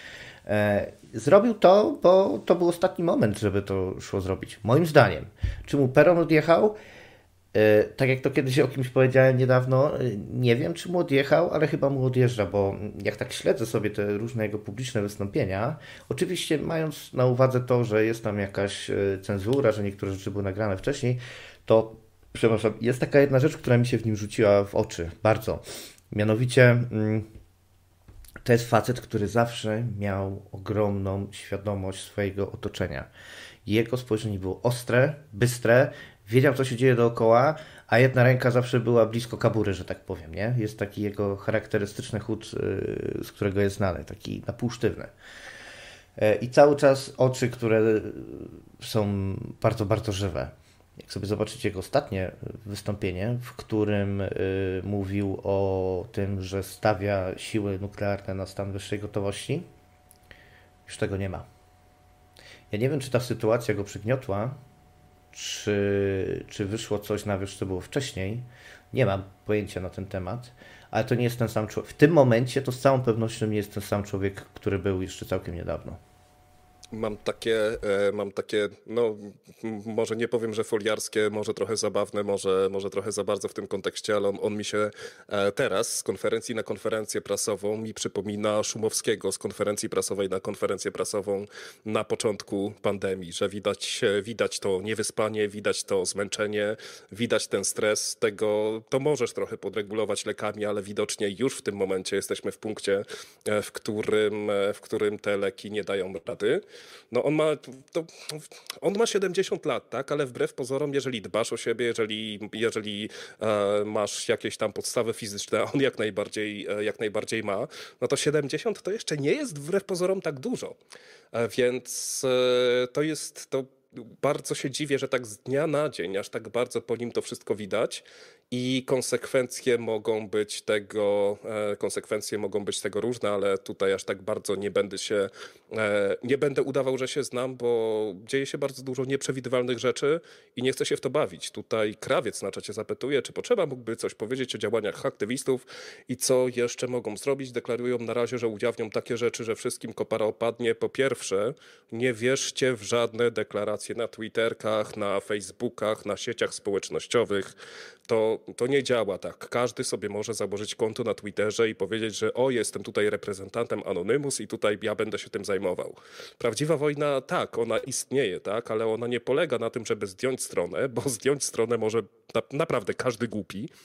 Zrobił to, bo to był ostatni moment, żeby to szło zrobić. Moim zdaniem. Czy mu peron odjechał? Tak jak to kiedyś o kimś powiedziałem niedawno, nie wiem, czy mu odjechał, ale chyba mu odjeżdża, bo jak tak śledzę sobie te różne jego publiczne wystąpienia, oczywiście mając na uwadze to, że jest tam jakaś cenzura, że niektóre rzeczy były nagrane wcześniej, to przepraszam, jest taka jedna rzecz, która mi się w nim rzuciła w oczy, bardzo. Mianowicie to jest facet, który zawsze miał ogromną świadomość swojego otoczenia. Jego spojrzenie było ostre, bystre, wiedział, co się dzieje dookoła, a jedna ręka zawsze była blisko kabury, że tak powiem, nie? Jest taki jego charakterystyczny chód, z którego jest znany, taki na pół sztywny. I cały czas oczy, które są bardzo, bardzo żywe. Jak sobie zobaczycie jego ostatnie wystąpienie, w którym mówił o tym, że stawia siły nuklearne na stan wyższej gotowości, już tego nie ma. Ja nie wiem, czy ta sytuacja go przygniotła, Czy, czy wyszło coś na wierzch, co było wcześniej. Nie mam pojęcia na ten temat, ale to nie jest ten sam człowiek. W tym momencie to z całą pewnością nie jest ten sam człowiek, który był jeszcze całkiem niedawno. Mam takie, mam takie, no może nie powiem, że foliarskie, może trochę zabawne, może, może trochę za bardzo w tym kontekście, ale on, on mi się teraz z konferencji na konferencję prasową mi przypomina Szumowskiego z konferencji prasowej na konferencję prasową na początku pandemii, że widać, widać to niewyspanie, widać to zmęczenie, widać ten stres, tego to możesz trochę podregulować lekami, ale widocznie już w tym momencie jesteśmy w punkcie, w którym, w którym te leki nie dają rady. No on ma, to, on ma siedemdziesiąt lat, tak, ale wbrew pozorom, jeżeli dbasz o siebie, jeżeli, jeżeli e, masz jakieś tam podstawy fizyczne, a on jak najbardziej, e, jak najbardziej ma, no to siedemdziesiąt to jeszcze nie jest wbrew pozorom tak dużo. E, więc e, to jest, to bardzo się dziwię, że tak z dnia na dzień, aż tak bardzo po nim to wszystko widać i konsekwencje mogą być tego, e, konsekwencje mogą być tego różne, ale tutaj aż tak bardzo nie będę się, e, nie będę udawał, że się znam, bo dzieje się bardzo dużo nieprzewidywalnych rzeczy i nie chcę się w to bawić. Tutaj Krawiec na czacie zapytuje, czy Potrzeba mógłby coś powiedzieć o działaniach aktywistów i co jeszcze mogą zrobić. Deklarują na razie, że ujawnią takie rzeczy, że wszystkim kopara opadnie. Po pierwsze, nie wierzcie w żadne deklaracje na Twitterkach, na Facebookach, na sieciach społecznościowych. To, to nie działa tak. Każdy sobie może założyć konto na Twitterze i powiedzieć, że o, jestem tutaj reprezentantem Anonymous i tutaj ja będę się tym zajmował. Prawdziwa wojna, tak, ona istnieje, tak, ale ona nie polega na tym, żeby zdjąć stronę, bo zdjąć stronę może na, naprawdę każdy głupi.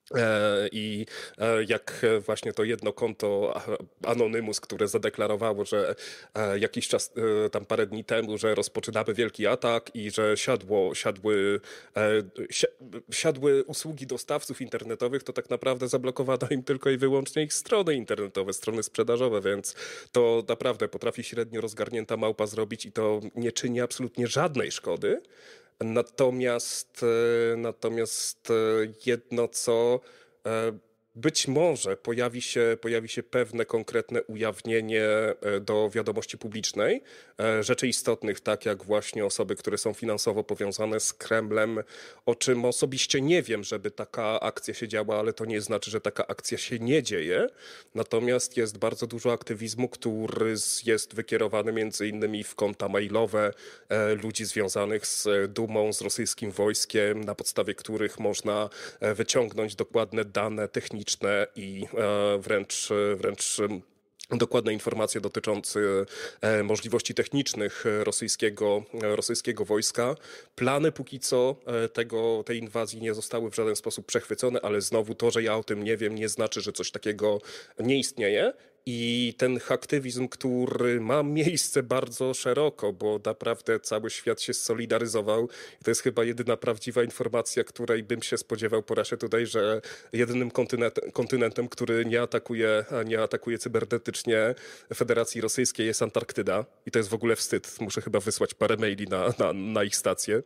I jak właśnie to jedno konto Anonymous, które zadeklarowało, że jakiś czas, tam parę dni temu, że rozpoczynamy wielki atak i że siadło, siadły, siadły usługi dostawców internetowych, to tak naprawdę zablokowano im tylko i wyłącznie ich strony internetowe, strony sprzedażowe, więc to naprawdę potrafi średnio rozgarnięta małpa zrobić i to nie czyni absolutnie żadnej szkody. Natomiast, natomiast jedno co, być może pojawi się, pojawi się pewne konkretne ujawnienie do wiadomości publicznej rzeczy istotnych, tak jak właśnie osoby, które są finansowo powiązane z Kremlem, o czym osobiście nie wiem, żeby taka akcja się działa, ale to nie znaczy, że taka akcja się nie dzieje. Natomiast jest bardzo dużo aktywizmu, który jest wykierowany między innymi w konta mailowe ludzi związanych z Dumą, z rosyjskim wojskiem, na podstawie których można wyciągnąć dokładne dane techniczne i wręcz, wręcz dokładne informacje dotyczące możliwości technicznych rosyjskiego, rosyjskiego wojska. Plany póki co tego, tej inwazji nie zostały w żaden sposób przechwycone, ale znowu to, że ja o tym nie wiem, nie znaczy, że coś takiego nie istnieje. I ten aktywizm, który ma miejsce bardzo szeroko, bo naprawdę cały świat się solidaryzował. I to jest chyba jedyna prawdziwa informacja, której bym się spodziewał po razie tutaj, że jedynym kontynentem, kontynentem, który nie atakuje, nie atakuje cybernetycznie Federacji Rosyjskiej, jest Antarktyda. I to jest w ogóle wstyd. Muszę chyba wysłać parę maili na, na, na ich stację.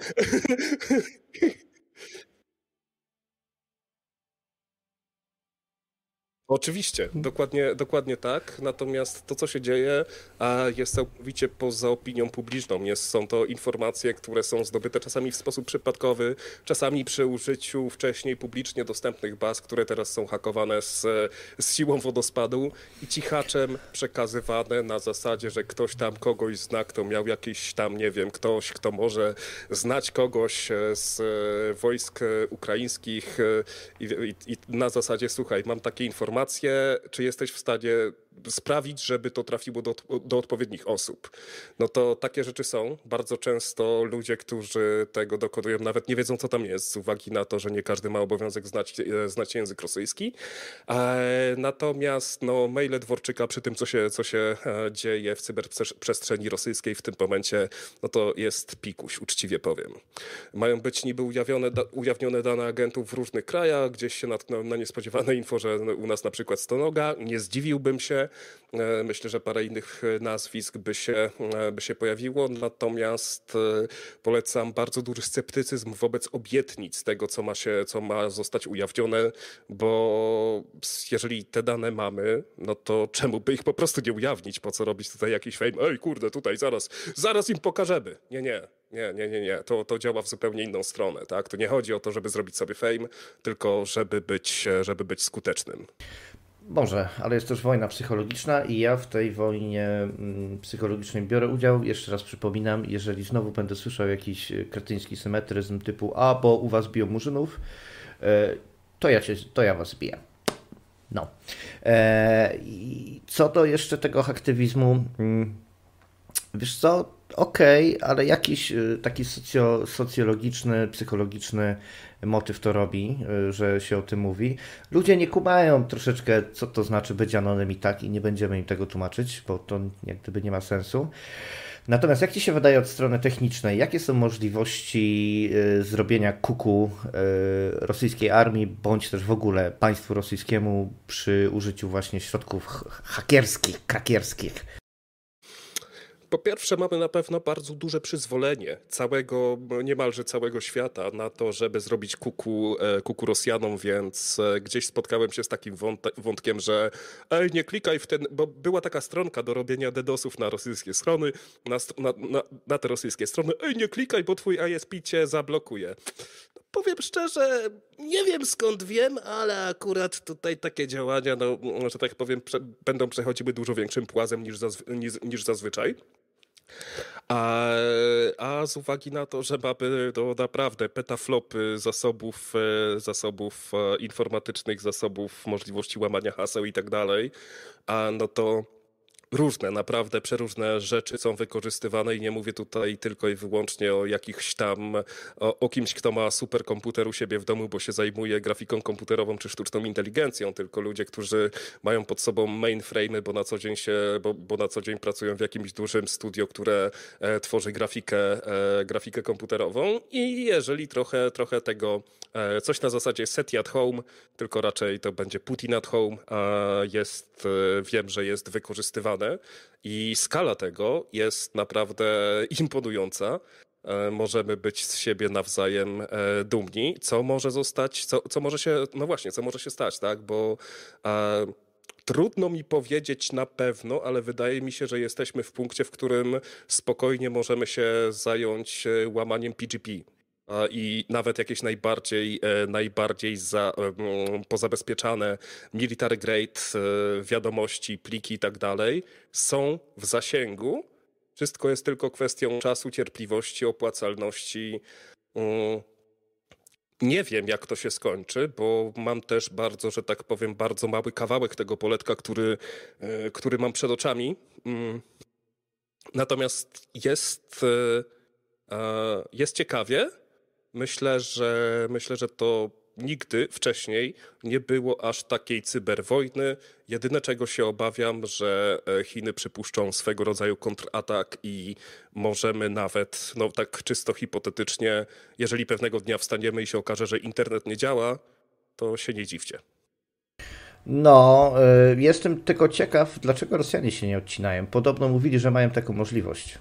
Oczywiście, dokładnie, dokładnie tak. Natomiast to, co się dzieje, jest całkowicie poza opinią publiczną. Jest, są to informacje, które są zdobyte czasami w sposób przypadkowy, czasami przy użyciu wcześniej publicznie dostępnych baz, które teraz są hakowane z, z siłą wodospadu i cichaczem przekazywane na zasadzie, że ktoś tam kogoś zna, kto miał jakiś tam, nie wiem, ktoś, kto może znać kogoś z wojsk ukraińskich i, i, i na zasadzie, słuchaj, mam takie informacje, czy jesteś w stanie sprawić, żeby to trafiło do, do odpowiednich osób. No to takie rzeczy są. Bardzo często ludzie, którzy tego dokonują, nawet nie wiedzą, co tam jest, z uwagi na to, że nie każdy ma obowiązek znać, znać język rosyjski. Natomiast no, maile Dworczyka przy tym, co się, co się dzieje w cyberprzestrzeni rosyjskiej w tym momencie, no to jest pikuś, uczciwie powiem. Mają być niby ujawnione, ujawnione dane agentów w różnych krajach, gdzieś się natknąłem na niespodziewane info, że u nas na przykład Stonoga, nie zdziwiłbym się. Myślę, że parę innych nazwisk by się, by się pojawiło, natomiast polecam bardzo duży sceptycyzm wobec obietnic tego, co ma się, co ma zostać ujawnione, bo jeżeli te dane mamy, no to czemu by ich po prostu nie ujawnić? Po co robić tutaj jakiś fame? Ej, kurde, tutaj zaraz, zaraz im pokażemy. Nie, nie. Nie, nie, nie, nie. To, to działa w zupełnie inną stronę, tak? To nie chodzi o to, żeby zrobić sobie fame, tylko żeby być, żeby być skutecznym. Może, ale jest też wojna psychologiczna i ja w tej wojnie psychologicznej biorę udział. Jeszcze raz przypominam, jeżeli znowu będę słyszał jakiś kretyński symetryzm typu a, bo u was biją murzynów, to ja, cię, to ja was biję. No. I co do jeszcze tego aktywizmu, wiesz co, okej, okay, ale jakiś taki socjo, socjologiczny, psychologiczny motyw to robi, że się o tym mówi. Ludzie nie kumają troszeczkę, co to znaczy być anonym i tak, i nie będziemy im tego tłumaczyć, bo to jak gdyby nie ma sensu. Natomiast jak Ci się wydaje od strony technicznej, jakie są możliwości zrobienia kuku rosyjskiej armii, bądź też w ogóle państwu rosyjskiemu przy użyciu właśnie środków hakerskich, krakierskich? Po pierwsze, mamy na pewno bardzo duże przyzwolenie całego, niemalże całego świata na to, żeby zrobić kuku, kuku Rosjanom, więc gdzieś spotkałem się z takim wątkiem, że ej, nie klikaj w ten, bo była taka stronka do robienia dedosów na rosyjskie strony, na, na, na, na te rosyjskie strony, ej, nie klikaj, bo twój I S P cię zablokuje. Powiem szczerze, nie wiem skąd wiem, ale akurat tutaj takie działania, no, że tak powiem, prze, będą przechodziły dużo większym płazem niż, zazwy, niż, niż zazwyczaj. A, a z uwagi na to, że mamy to naprawdę petaflopy zasobów, zasobów informatycznych, zasobów możliwości łamania haseł i tak dalej, a no to Różne, naprawdę przeróżne rzeczy są wykorzystywane i nie mówię tutaj tylko i wyłącznie o jakichś tam, o, o kimś, kto ma superkomputer u siebie w domu, bo się zajmuje grafiką komputerową czy sztuczną inteligencją, tylko ludzie, którzy mają pod sobą mainframe'y, bo na co dzień się, bo, bo na co dzień pracują w jakimś dużym studio, które e, tworzy grafikę, e, grafikę komputerową i jeżeli trochę, trochę tego, e, coś na zasadzie SETI at home, tylko raczej to będzie Putin at home, a jest, e, wiem, że jest wykorzystywane i skala tego jest naprawdę imponująca. Możemy być z siebie nawzajem dumni, co może zostać, co, co może się, no właśnie, co może się stać, tak, bo e, trudno mi powiedzieć na pewno, ale wydaje mi się, że jesteśmy w punkcie, w którym spokojnie możemy się zająć łamaniem P G P. I nawet jakieś najbardziej, najbardziej za, pozabezpieczane military grade wiadomości, pliki i tak dalej są w zasięgu. Wszystko jest tylko kwestią czasu, cierpliwości, opłacalności. Nie wiem, jak to się skończy, bo mam też bardzo, że tak powiem, bardzo mały kawałek tego poletka, który, który mam przed oczami. Natomiast jest, jest ciekawie. Myślę, że myślę, że to nigdy wcześniej nie było aż takiej cyberwojny. Jedyne, czego się obawiam, że Chiny przypuszczą swego rodzaju kontratak i możemy nawet, no tak czysto hipotetycznie, jeżeli pewnego dnia wstaniemy i się okaże, że internet nie działa, to się nie dziwcie. No, y, jestem tylko ciekaw, dlaczego Rosjanie się nie odcinają. Podobno mówili, że mają taką możliwość.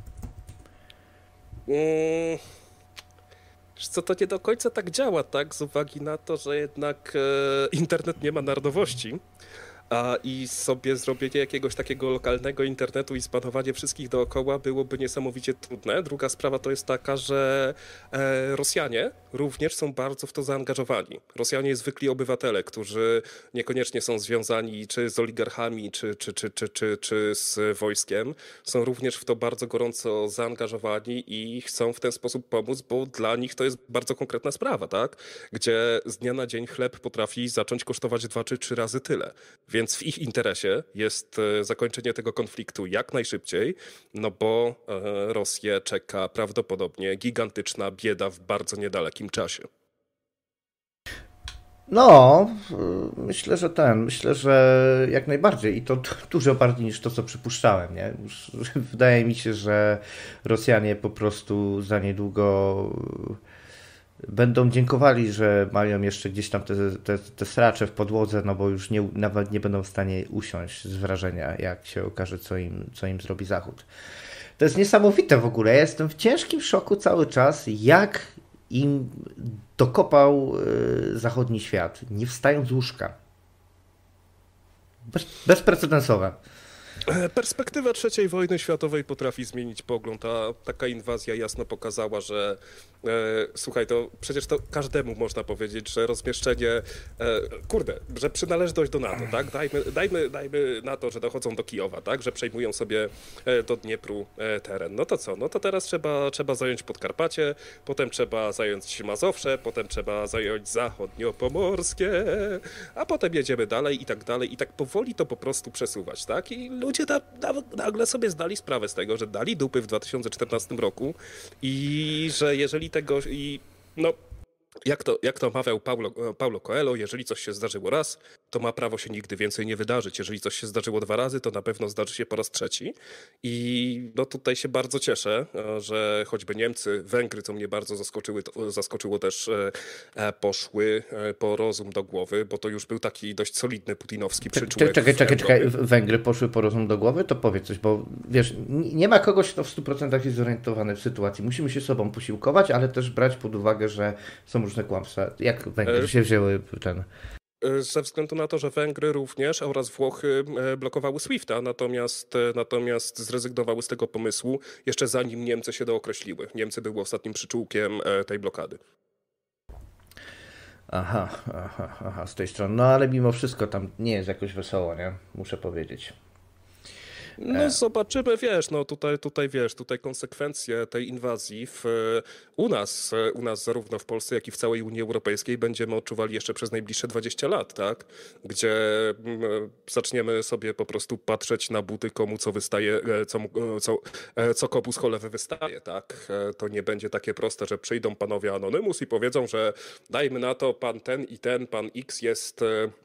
Hmm. Co to nie do końca tak działa, tak? Z uwagi na to, że jednak e, internet nie ma narodowości. A i sobie zrobienie jakiegoś takiego lokalnego internetu i zbanowanie wszystkich dookoła byłoby niesamowicie trudne. Druga sprawa to jest taka, że e, Rosjanie również są bardzo w to zaangażowani. Rosjanie zwykli obywatele, którzy niekoniecznie są związani czy z oligarchami, czy, czy, czy, czy, czy, czy z wojskiem, są również w to bardzo gorąco zaangażowani i chcą w ten sposób pomóc, bo dla nich to jest bardzo konkretna sprawa, tak? Gdzie z dnia na dzień chleb potrafi zacząć kosztować dwa czy trzy razy tyle. Więc w ich interesie jest zakończenie tego konfliktu jak najszybciej, no bo Rosję czeka prawdopodobnie gigantyczna bieda w bardzo niedalekim czasie. No, myślę, że ten, myślę, że jak najbardziej i to dużo bardziej niż to, co przypuszczałem, nie? Wydaje mi się, że Rosjanie po prostu za niedługo będą dziękowali, że mają jeszcze gdzieś tam te, te, te sracze w podłodze, no bo już nie, nawet nie będą w stanie usiąść z wrażenia, jak się okaże, co im, co im zrobi Zachód. To jest niesamowite w ogóle. Ja jestem w ciężkim szoku cały czas, jak im dokopał y, zachodni świat, nie wstając z łóżka. Bez, bezprecedensowe. Perspektywa trzeciej wojny światowej potrafi zmienić pogląd, a taka inwazja jasno pokazała, że e, słuchaj, to przecież to każdemu można powiedzieć, że rozmieszczenie, e, kurde, że przynależność do NATO, tak? Dajmy, dajmy, dajmy na to, że dochodzą do Kijowa, tak? Że przejmują sobie e, do Dniepru e, teren. No to co? No to teraz trzeba, trzeba zająć Podkarpacie, potem trzeba zająć Mazowsze, potem trzeba zająć Zachodniopomorskie, a potem jedziemy dalej i tak dalej i tak powoli to po prostu przesuwać, tak? I ludzie na, na, nagle sobie zdali sprawę z tego, że dali dupy w dwa tysiące czternastym roku i że jeżeli tego i no jak to, jak to mawiał Paulo, Paulo Coelho, jeżeli coś się zdarzyło raz, to ma prawo się nigdy więcej nie wydarzyć. Jeżeli coś się zdarzyło dwa razy, to na pewno zdarzy się po raz trzeci. I no tutaj się bardzo cieszę, że choćby Niemcy, Węgry, co mnie bardzo zaskoczyły, zaskoczyło też, poszły po rozum do głowy, bo to już był taki dość solidny putinowski przyczółek. Czekaj, czekaj, czekaj. Węgry poszły po rozum do głowy? To powiedz coś, bo wiesz, nie ma kogoś, kto w stu procentach jest zorientowany w sytuacji. Musimy się sobą posiłkować, ale też brać pod uwagę, że są różne kłamstwa. Jak Węgry się wzięły ten... Ze względu na to, że Węgry również oraz Włochy blokowały SWIFT-a, natomiast, natomiast zrezygnowały z tego pomysłu jeszcze zanim Niemcy się dookreśliły. Niemcy były ostatnim przyczółkiem tej blokady. Aha, aha, aha, z tej strony. No ale mimo wszystko tam nie jest jakoś wesoło, nie? Muszę powiedzieć. No zobaczymy, wiesz, no tutaj, tutaj wiesz, tutaj konsekwencje tej inwazji w, u nas, u nas zarówno w Polsce, jak i w całej Unii Europejskiej będziemy odczuwali jeszcze przez najbliższe dwadzieścia lat, tak? Gdzie zaczniemy sobie po prostu patrzeć na buty, komu co wystaje, co, co, co komu z cholewy wystaje, tak? To nie będzie takie proste, że przyjdą panowie Anonymous i powiedzą, że dajmy na to pan ten i ten, pan X jest,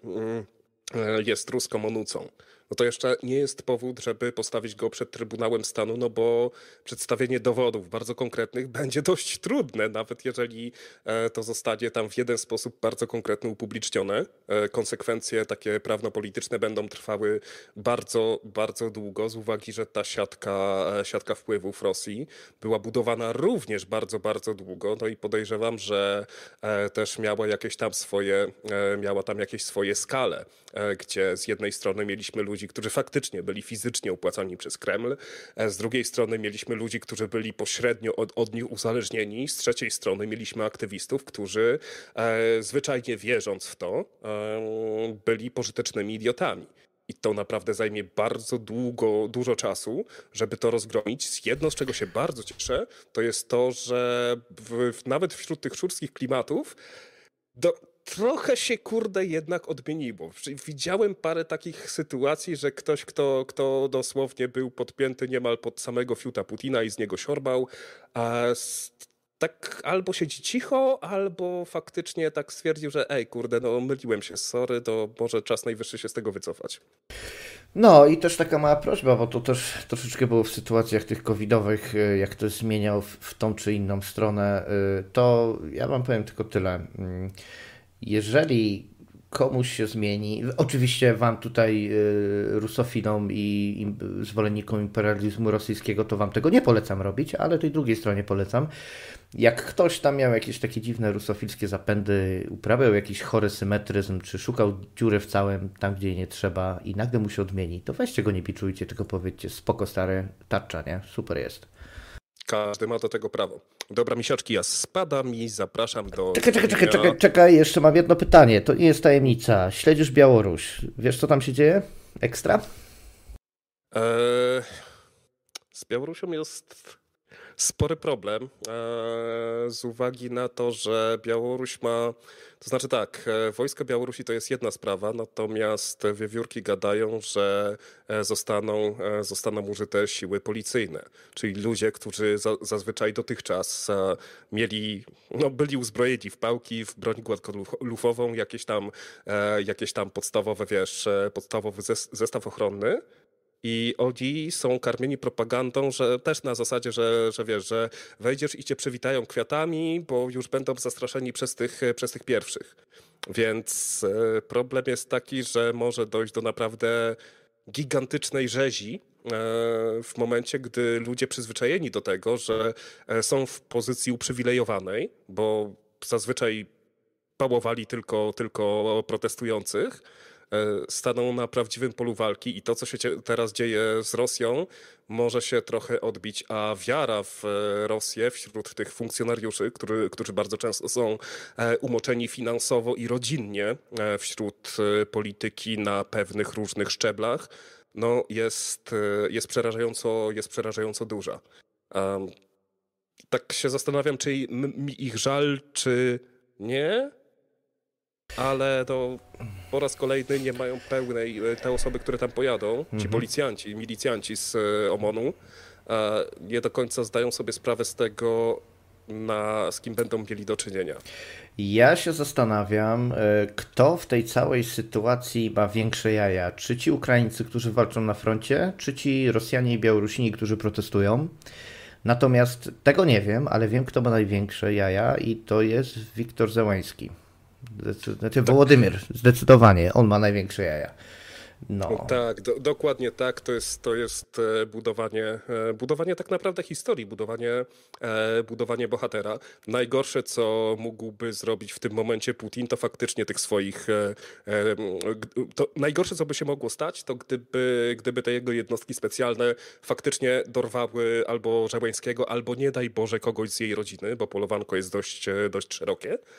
jest ruską onucą. No to jeszcze nie jest powód, żeby postawić go przed Trybunałem Stanu, no bo przedstawienie dowodów bardzo konkretnych będzie dość trudne, nawet jeżeli to zostanie tam w jeden sposób bardzo konkretny upublicznione. Konsekwencje takie prawno-polityczne będą trwały bardzo, bardzo długo, z uwagi, że ta siatka, siatka wpływów Rosji była budowana również bardzo, bardzo długo, no i podejrzewam, że też miała jakieś tam swoje, miała tam jakieś swoje skale, gdzie z jednej strony mieliśmy ludzi, ludzi, którzy faktycznie byli fizycznie opłacani przez Kreml. Z drugiej strony mieliśmy ludzi, którzy byli pośrednio od, od nich uzależnieni. Z trzeciej strony mieliśmy aktywistów, którzy e, zwyczajnie wierząc w to, e, byli pożytecznymi idiotami. I to naprawdę zajmie bardzo długo, dużo czasu, żeby to rozgromić. Jedno, z czego się bardzo cieszę, to jest to, że w, nawet wśród tych szurskich klimatów do, trochę się, kurde, jednak odmieniło. Widziałem parę takich sytuacji, że ktoś, kto, kto dosłownie był podpięty niemal pod samego fiuta Putina i z niego siorbał, a tak albo siedzi cicho, albo faktycznie tak stwierdził, że ej, kurde, no myliłem się, sorry, to może czas najwyższy się z tego wycofać. No i też taka mała prośba, bo to też troszeczkę było w sytuacjach tych covidowych, jak to zmieniał w, w tą czy inną stronę, to ja wam powiem tylko tyle. Jeżeli komuś się zmieni, oczywiście wam tutaj rusofilom i zwolennikom imperializmu rosyjskiego, to wam tego nie polecam robić, ale tej drugiej stronie polecam. Jak ktoś tam miał jakieś takie dziwne rusofilskie zapędy, uprawiał jakiś chory symetryzm, czy szukał dziury w całym, tam gdzie jej nie trzeba i nagle mu się odmieni, to weźcie go, nie biczujcie, tylko powiedzcie, spoko stary, tarcza, nie? Super jest. Każdy ma do tego prawo. Dobra, misiaczki, ja spadam i zapraszam do... Czekaj, czekaj, czekaj, czekaj, czekaj, jeszcze mam jedno pytanie. To nie jest tajemnica. Śledzisz Białoruś. Wiesz, co tam się dzieje? Ekstra? Eee, z Białorusią jest spory problem eee, z uwagi na to, że Białoruś ma... To znaczy tak, wojsko Białorusi to jest jedna sprawa, natomiast wiewiórki gadają, że zostaną, zostaną użyte siły policyjne, czyli ludzie, którzy za, zazwyczaj dotychczas mieli, no, byli uzbrojeni w pałki, w broń gładkolufową, jakieś tam, jakieś tam podstawowe, wiesz, podstawowy zestaw ochronny. I oni są karmieni propagandą, że też na zasadzie, że, że wiesz, że wejdziesz i cię przywitają kwiatami, bo już będą zastraszeni przez tych, przez tych pierwszych. Więc problem jest taki, że może dojść do naprawdę gigantycznej rzezi w momencie, gdy ludzie przyzwyczajeni do tego, że są w pozycji uprzywilejowanej, bo zazwyczaj pałowali tylko, tylko protestujących, staną na prawdziwym polu walki i to, co się teraz dzieje z Rosją, może się trochę odbić, a wiara w Rosję wśród tych funkcjonariuszy, który, którzy bardzo często są umoczeni finansowo i rodzinnie wśród polityki na pewnych różnych szczeblach, no jest, jest, przerażająco, jest przerażająco duża. Um, tak się zastanawiam, czy mi ich żal, czy nie? Ale to po raz kolejny nie mają pełnej, te osoby, które tam pojadą, ci mhm. policjanci, milicjanci z OMON-u, nie do końca zdają sobie sprawę z tego, na, z kim będą mieli do czynienia. Ja się zastanawiam, kto w tej całej sytuacji ma większe jaja. Czy ci Ukraińcy, którzy walczą na froncie, czy ci Rosjanie i Białorusini, którzy protestują. Natomiast tego nie wiem, ale wiem, kto ma największe jaja i to jest Wiktor Zełański. Znaczy Wołodymyr, zdecydowanie, on ma największe jaja. No. Tak, do, dokładnie tak, to jest, to jest budowanie, budowanie tak naprawdę historii, budowanie, budowanie bohatera. Najgorsze, co mógłby zrobić w tym momencie Putin, to faktycznie tych swoich... To najgorsze, co by się mogło stać, to gdyby, gdyby te jego jednostki specjalne faktycznie dorwały albo Żeleńskiego, albo nie daj Boże kogoś z jej rodziny, bo polowanko jest dość, dość szerokie.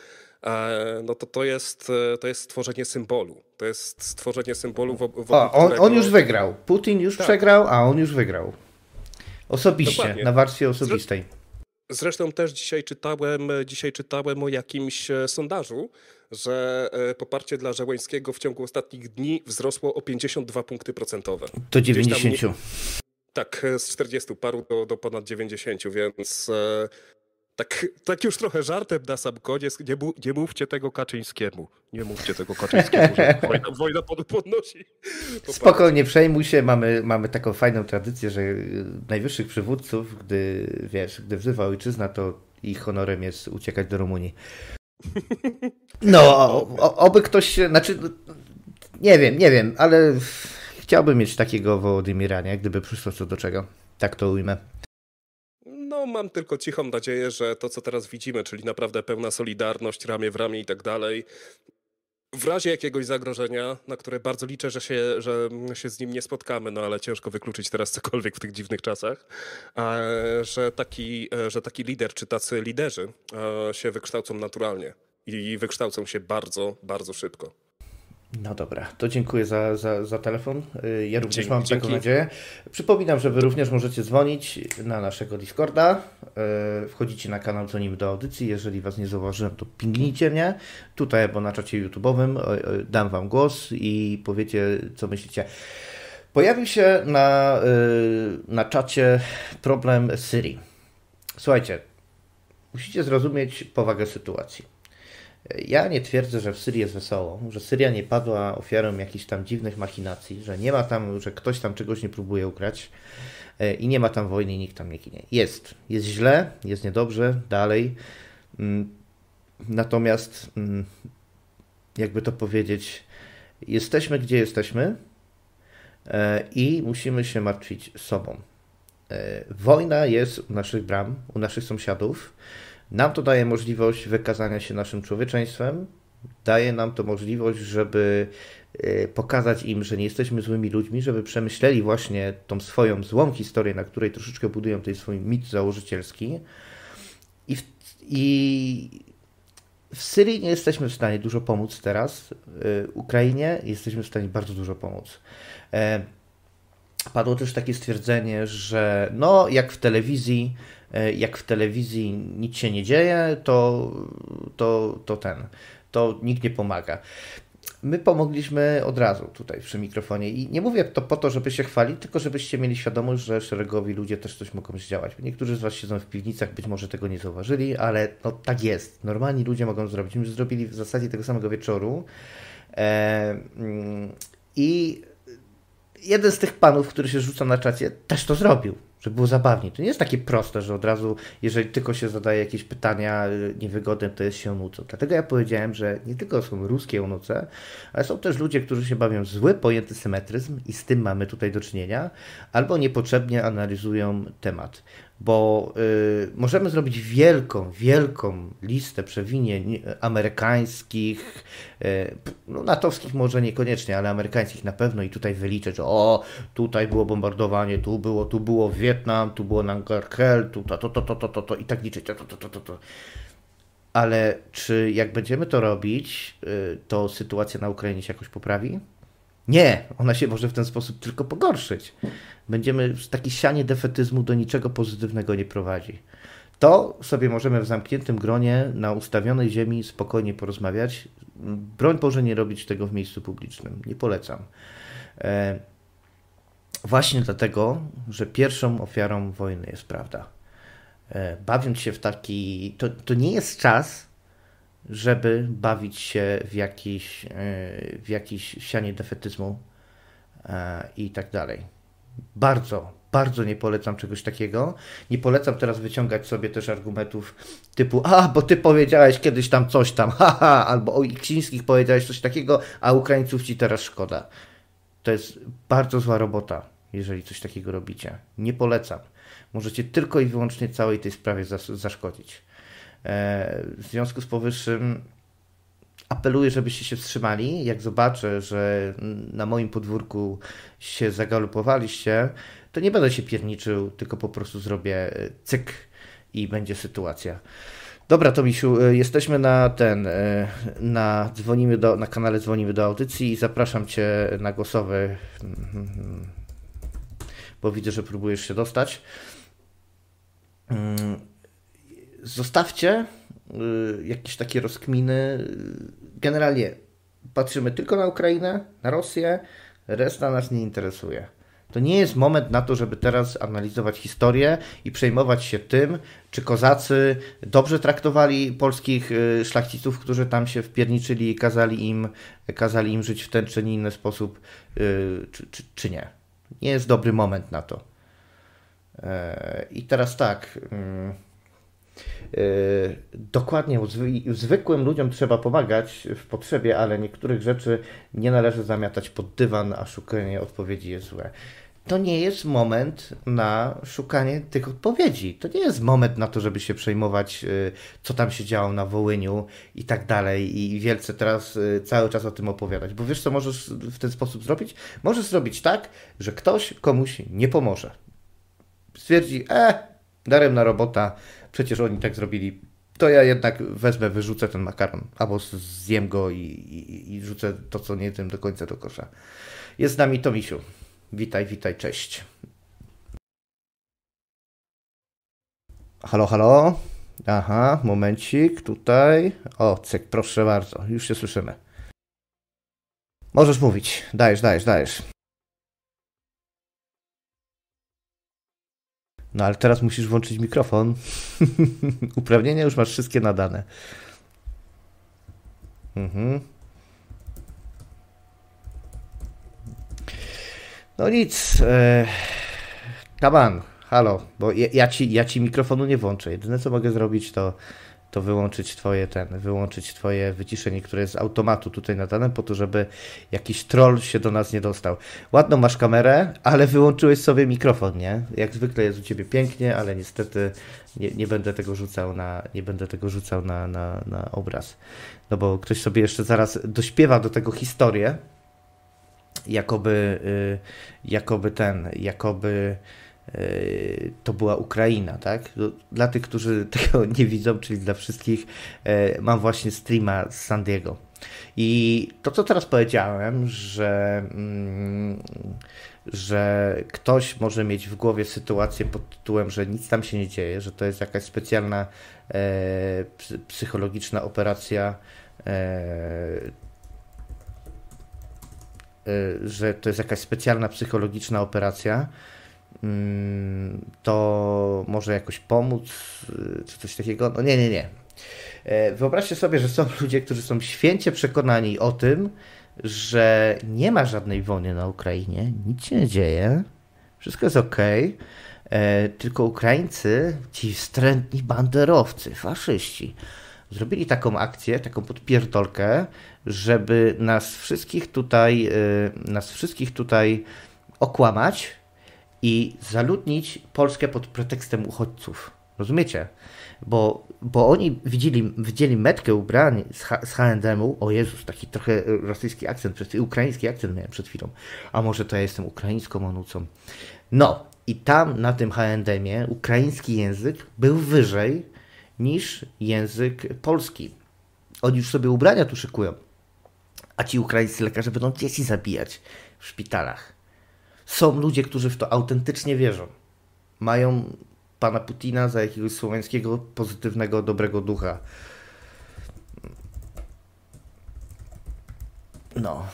no to to jest, to jest stworzenie symbolu. To jest stworzenie symbolu wokół o, on, którego... on już wygrał. Putin już tak. przegrał, a on już wygrał. Osobiście, Dokładnie. Na warstwie osobistej. Zresztą też dzisiaj czytałem, dzisiaj czytałem o jakimś sondażu, że poparcie dla Zełenskiego w ciągu ostatnich dni wzrosło o pięćdziesiąt dwa punkty procentowe. Do dziewięćdziesięciu. Nie, tak, z czterdziestu paru do, do ponad dziewięćdziesięciu, więc e, tak, tak już trochę żartem na sam koniec, nie, mu, nie mówcie tego Kaczyńskiemu. Nie mówcie tego Kaczyńskiemu, że wojna, wojna pod, podnosi. Poparcie. Spokojnie, przejmuj się, mamy, mamy taką fajną tradycję, że najwyższych przywódców, gdy wiesz, gdy wzywa ojczyzna, to ich honorem jest uciekać do Rumunii. No, o, o, oby ktoś się, znaczy, nie wiem, nie wiem, ale chciałbym mieć takiego Wołodymyra, nie? Gdyby przyszło co do czego. Tak to ujmę. No, mam tylko cichą nadzieję, że to, co teraz widzimy, czyli naprawdę pełna solidarność, ramię w ramię i tak dalej, w razie jakiegoś zagrożenia, na które bardzo liczę, że się, że się z nim nie spotkamy, no ale ciężko wykluczyć teraz cokolwiek w tych dziwnych czasach, że taki, że taki lider, czy tacy liderzy się wykształcą naturalnie i wykształcą się bardzo, bardzo szybko. No dobra, to dziękuję za, za, za telefon. Ja również Dzięki, mam dzięki. taką nadzieję. Przypominam, że wy również możecie dzwonić na naszego Discorda. Wchodzicie na kanał Dzwonimy do audycji. Jeżeli was nie zauważyłem, to pingnijcie mnie tutaj albo na czacie YouTube'owym. Dam wam głos i powiecie, co myślicie. Pojawił się na, na czacie problem Syrii. Słuchajcie, musicie zrozumieć powagę sytuacji. Ja nie twierdzę, że w Syrii jest wesoło, że Syria nie padła ofiarą jakichś tam dziwnych machinacji, że nie ma tam, że ktoś tam czegoś nie próbuje ukraść i nie ma tam wojny i nikt tam nie ginie. Jest. Jest źle, jest niedobrze, dalej. Natomiast, jakby to powiedzieć, jesteśmy gdzie jesteśmy i musimy się martwić sobą. Wojna jest u naszych bram, u naszych sąsiadów. Nam to daje możliwość wykazania się naszym człowieczeństwem, daje nam to możliwość, żeby pokazać im, że nie jesteśmy złymi ludźmi, żeby przemyśleli właśnie tą swoją złą historię, na której troszeczkę budują ten swój mit założycielski. I w, i w Syrii nie jesteśmy w stanie dużo pomóc teraz, Ukrainie jesteśmy w stanie bardzo dużo pomóc. Padło też takie stwierdzenie, że no jak w telewizji, jak w telewizji nic się nie dzieje, to, to, to ten, to nikt nie pomaga. My pomogliśmy od razu tutaj przy mikrofonie i nie mówię to po to, żeby się chwalić, tylko żebyście mieli świadomość, że szeregowi ludzie też coś mogą zdziałać. Niektórzy z was siedzą w piwnicach, być może tego nie zauważyli, ale no tak jest. Normalni ludzie mogą zrobić. My zrobili w zasadzie tego samego wieczoru e, i jeden z tych panów, który się rzuca na czacie, też to zrobił, żeby było zabawniej. To nie jest takie proste, że od razu, jeżeli tylko się zadaje jakieś pytania niewygodne, to jest się onucą. Dlatego ja powiedziałem, że nie tylko są ruskie onuce, ale są też ludzie, którzy się bawią w zły, pojęty symetryzm i z tym mamy tutaj do czynienia, albo niepotrzebnie analizują temat. Bo y, możemy zrobić wielką, wielką listę przewinień amerykańskich, y, no natowskich może niekoniecznie, ale amerykańskich na pewno i tutaj wyliczę, że o, tutaj było bombardowanie, tu było, tu było Wietnam, tu było Nangarhel, tu to, to, to, to, to, to, to i tak liczyć, to, to, to, to, to. Ale czy jak będziemy to robić, y, to sytuacja na Ukrainie się jakoś poprawi? Nie, ona się może w ten sposób tylko pogorszyć. Będziemy, takie sianie defetyzmu do niczego pozytywnego nie prowadzi. To sobie możemy w zamkniętym gronie na ustawionej ziemi spokojnie porozmawiać. Broń Boże nie robić tego w miejscu publicznym. Nie polecam. E, właśnie dlatego, że pierwszą ofiarą wojny jest prawda. E, bawiąc się w taki... To, to nie jest czas, żeby bawić się w jakiś, w jakiś sianie defetyzmu i tak dalej. Bardzo, bardzo nie polecam czegoś takiego. Nie polecam teraz wyciągać sobie też argumentów typu a, bo ty powiedziałeś kiedyś tam coś tam, haha, albo o Iksińskich powiedziałeś coś takiego, a Ukraińców ci teraz szkoda. To jest bardzo zła robota, jeżeli coś takiego robicie. Nie polecam. Możecie tylko i wyłącznie całej tej sprawie zaszkodzić. W związku z powyższym apeluję, żebyście się wstrzymali. Jak zobaczę, że na moim podwórku się zagalopowaliście, to nie będę się pierniczył, tylko po prostu zrobię cyk i będzie sytuacja. Dobra, Tomisiu, jesteśmy na ten, na, dzwonimy do, na kanale Dzwonimy do Audycji i zapraszam Cię na głosowe, bo widzę, że próbujesz się dostać. Zostawcie jakieś takie rozkminy. Generalnie patrzymy tylko na Ukrainę, na Rosję, reszta nas nie interesuje. To nie jest moment na to, żeby teraz analizować historię i przejmować się tym, czy kozacy dobrze traktowali polskich szlachciców, którzy tam się wpierniczyli i kazali im, kazali im żyć w ten czy inny sposób, czy, czy, czy nie. Nie jest dobry moment na to. I teraz tak, dokładnie, zwykłym ludziom trzeba pomagać w potrzebie, ale niektórych rzeczy nie należy zamiatać pod dywan, a szukanie odpowiedzi jest złe. To nie jest moment na szukanie tych odpowiedzi. To nie jest moment na to, żeby się przejmować, co tam się działo na Wołyniu i tak dalej. I wielce teraz cały czas o tym opowiadać. Bo wiesz, co możesz w ten sposób zrobić? Możesz zrobić tak, że ktoś komuś nie pomoże. Stwierdzi, e, daremna robota, przecież oni tak zrobili. To ja jednak wezmę, wyrzucę ten makaron, albo zjem go i, i, i rzucę to, co nie tym do końca do kosza. Jest z nami Tomisiu. Witaj, witaj, cześć. Halo, halo. Aha, momencik, tutaj. O, cyk, proszę bardzo, już się słyszymy. Możesz mówić, dajesz, dajesz, dajesz. No ale teraz musisz włączyć mikrofon. Uprawnienia już masz wszystkie nadane. Mhm. No nic. E... Kaban, halo, bo ja, ja, ci, ja ci mikrofonu nie włączę. Jedyne co mogę zrobić to, to wyłączyć twoje ten, wyłączyć twoje wyciszenie, które jest z automatu tutaj nadane, po to, żeby jakiś troll się do nas nie dostał. Ładną masz kamerę, ale wyłączyłeś sobie mikrofon, nie? Jak zwykle jest u ciebie pięknie, ale niestety nie, nie będę tego rzucał na, nie będę tego rzucał na, na, na obraz. No bo ktoś sobie jeszcze zaraz dośpiewa do tego historię, jakoby, yy, jakoby ten, jakoby to była Ukraina, tak? Dla tych, którzy tego nie widzą, czyli dla wszystkich, mam właśnie streama z San Diego. I to, co teraz powiedziałem, że, że ktoś może mieć w głowie sytuację pod tytułem, że nic tam się nie dzieje, że to jest jakaś specjalna psychologiczna operacja, że to jest jakaś specjalna psychologiczna operacja, to może jakoś pomóc, czy coś takiego? No nie, nie, nie. Wyobraźcie sobie, że są ludzie, którzy są święcie przekonani o tym, że nie ma żadnej wojny na Ukrainie, nic się nie dzieje, wszystko jest okej, tylko Ukraińcy, ci wstrętni banderowcy, faszyści, zrobili taką akcję, taką podpierdolkę, żeby nas wszystkich tutaj, nas wszystkich tutaj okłamać i zaludnić Polskę pod pretekstem uchodźców. Rozumiecie? Bo, bo oni widzieli, widzieli metkę ubrań z, H, z H and M-u. O Jezus, taki trochę rosyjski akcent, ukraiński akcent miałem przed chwilą. A może to ja jestem ukraińską onucą. No i tam na tym H and M-ie ukraiński język był wyżej niż język polski. Oni już sobie ubrania tu szykują. A ci ukraińscy lekarze będą dzieci zabijać w szpitalach. Są ludzie, którzy w to autentycznie wierzą. Mają pana Putina za jakiegoś słowiańskiego, pozytywnego, dobrego ducha. No.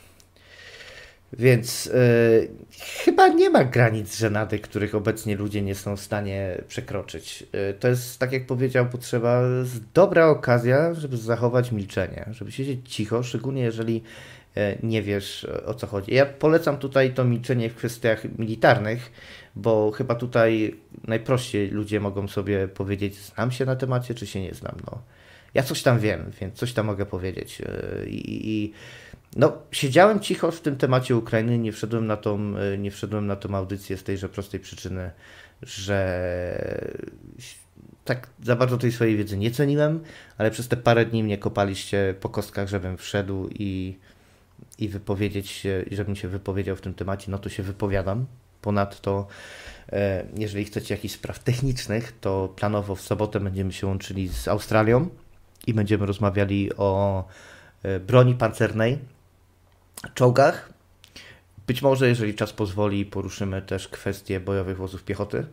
Więc yy, chyba nie ma granic żenady, których obecnie ludzie nie są w stanie przekroczyć. Yy, to jest, tak jak powiedział, potrzeba dobra okazja, żeby zachować milczenie, żeby siedzieć cicho, szczególnie jeżeli nie wiesz, o co chodzi. Ja polecam tutaj to milczenie w kwestiach militarnych, bo chyba tutaj najprościej ludzie mogą sobie powiedzieć, znam się na temacie, czy się nie znam. No. Ja coś tam wiem, więc coś tam mogę powiedzieć. I, i no, siedziałem cicho w tym temacie Ukrainy, nie wszedłem na tą, nie wszedłem na tą audycję z tejże prostej przyczyny, że tak za bardzo tej swojej wiedzy nie ceniłem, ale przez te parę dni mnie kopaliście po kostkach, żebym wszedł i i wypowiedzieć się, żebym się wypowiedział w tym temacie, no to się wypowiadam Ponadto, jeżeli chcecie jakichś spraw technicznych, to planowo w sobotę będziemy się łączyli z Australią i będziemy rozmawiali o broni pancernej, czołgach. Być może, jeżeli czas pozwoli, poruszymy też kwestię bojowych wozów piechoty.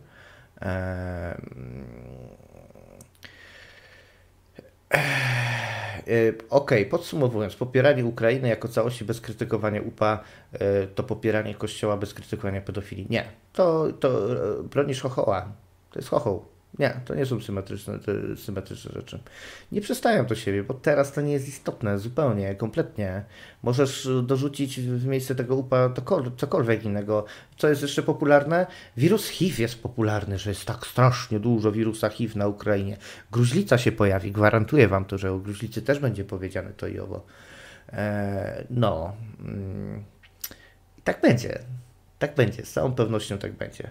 Okej, okay, podsumowując, popieranie Ukrainy jako całości bez krytykowania U P A to popieranie Kościoła bez krytykowania pedofilii. Nie, to, to bronisz chochoła, to jest chochoł. Nie, to nie są symetryczne, symetryczne rzeczy. Nie przystają do siebie, bo teraz to nie jest istotne zupełnie, kompletnie. Możesz dorzucić w miejsce tego U P A cokolwiek innego. Co jest jeszcze popularne? Wirus H I V jest popularny, że jest tak strasznie dużo wirusa H I V na Ukrainie. Gruźlica się pojawi, gwarantuję wam to, że o gruźlicy też będzie powiedziane to i owo. Eee, no, mm, tak będzie. Tak będzie, z całą pewnością tak będzie.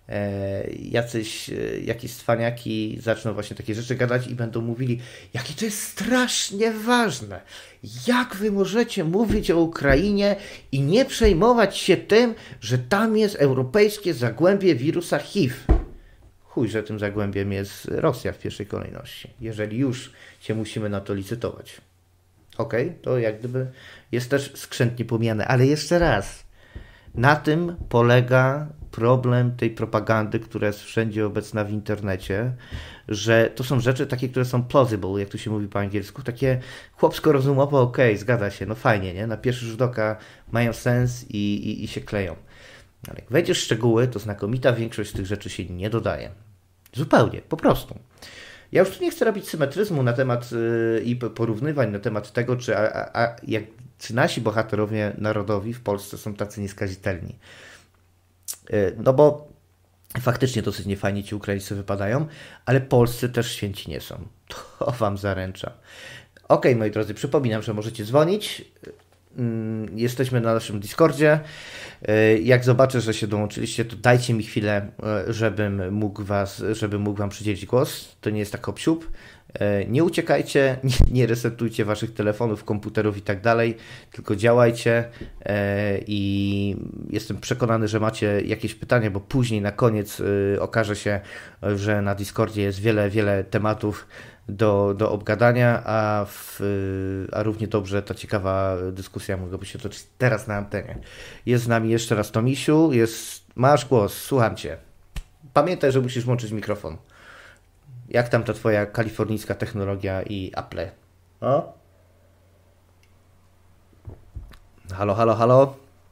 Jacyś, jakieś cwaniaki zaczną właśnie takie rzeczy gadać i będą mówili, jakie to jest strasznie ważne. Jak wy możecie mówić o Ukrainie i nie przejmować się tym, że tam jest europejskie zagłębie wirusa H I V. Chuj, że tym zagłębiem jest Rosja w pierwszej kolejności, jeżeli już się musimy na to licytować. Okej, okay, to jak gdyby jest też skrzętnie pomijane, ale jeszcze raz, na tym polega problem tej propagandy, która jest wszędzie obecna w internecie, że to są rzeczy takie, które są plausible, jak to się mówi po angielsku, takie chłopsko-rozumowo, okej, okay, zgadza się, no fajnie, nie? Na pierwszy rzut oka mają sens i, i, i się kleją. Ale jak wejdziesz w szczegóły, to znakomita większość z tych rzeczy się nie dodaje. Zupełnie, po prostu. Ja już tu nie chcę robić symetryzmu na temat yy, i porównywań na temat tego, czy, a, a, jak, czy nasi bohaterowie narodowi w Polsce są tacy nieskazitelni. No bo faktycznie dosyć niefajnie ci Ukraińcy wypadają, ale polscy też święci nie są. To wam zaręczam. Ok, moi drodzy, przypominam, że możecie dzwonić. Jesteśmy na naszym Discordzie. Jak zobaczę, że się dołączyliście, to dajcie mi chwilę, żebym mógł was, żebym mógł wam przydzielić głos. To nie jest tak obsiub. Nie uciekajcie, nie, nie resetujcie waszych telefonów, komputerów i tak dalej, tylko działajcie i jestem przekonany, że macie jakieś pytania, bo później na koniec okaże się, że na Discordzie jest wiele, wiele tematów do, do obgadania, a, w, a równie dobrze ta ciekawa dyskusja mogłaby się toczyć teraz na antenie. Jest z nami jeszcze raz Tomisiu, jest, masz głos, słucham cię. Pamiętaj, że musisz włączyć mikrofon. Jak tam ta twoja kalifornijska technologia i Apple? O? Halo, halo, halo?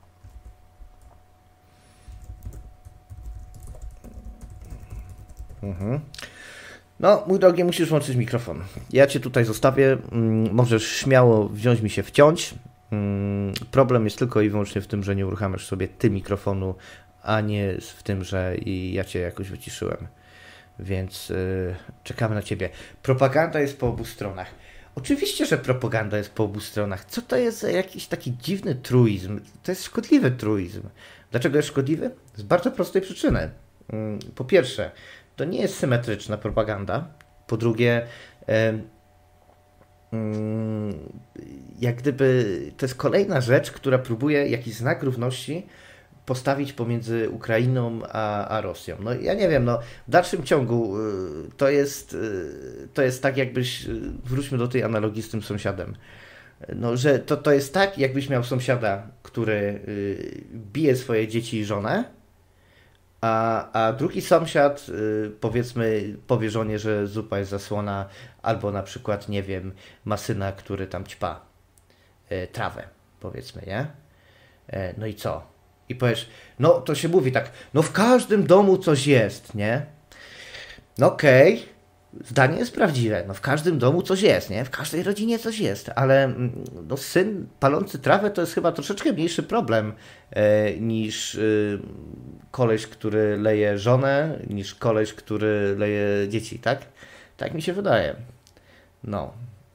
Mhm. No, mój drogi, musisz włączyć mikrofon. Ja cię tutaj zostawię. Możesz śmiało wziąć mi się wciąć. Problem jest tylko i wyłącznie w tym, że nie uruchamiasz sobie ty mikrofonu, a nie w tym, że ja cię jakoś wyciszyłem. Więc yy, czekamy na ciebie. Propaganda jest po obu stronach. Oczywiście, że propaganda jest po obu stronach. Co to jest za jakiś taki dziwny truizm? To jest szkodliwy truizm. Dlaczego jest szkodliwy? Z bardzo prostej przyczyny. Yy, po pierwsze, to nie jest symetryczna propaganda. Po drugie, yy, yy, jak gdyby to jest kolejna rzecz, która próbuje jakiś znak równości postawić pomiędzy Ukrainą a, a Rosją. No ja nie wiem, no w dalszym ciągu y, to jest y, to jest tak, jakbyś, y, wróćmy do tej analogii z tym sąsiadem, no że to, to jest tak, jakbyś miał sąsiada, który y, bije swoje dzieci i żonę, a, a drugi sąsiad, y, powiedzmy, powie żonie, że zupa jest zasłona, albo na przykład, nie wiem, ma syna, który tam ćpa y, trawę, powiedzmy, nie? Y, no i co? I powiesz, no to się mówi tak, no w każdym domu coś jest, nie? No okej, okay. Zdanie jest prawdziwe, no w każdym domu coś jest, nie? W każdej rodzinie coś jest, ale no syn palący trawę to jest chyba troszeczkę mniejszy problem e, niż e, koleś, który leje żonę, niż koleś, który leje dzieci, tak? Tak mi się wydaje. No.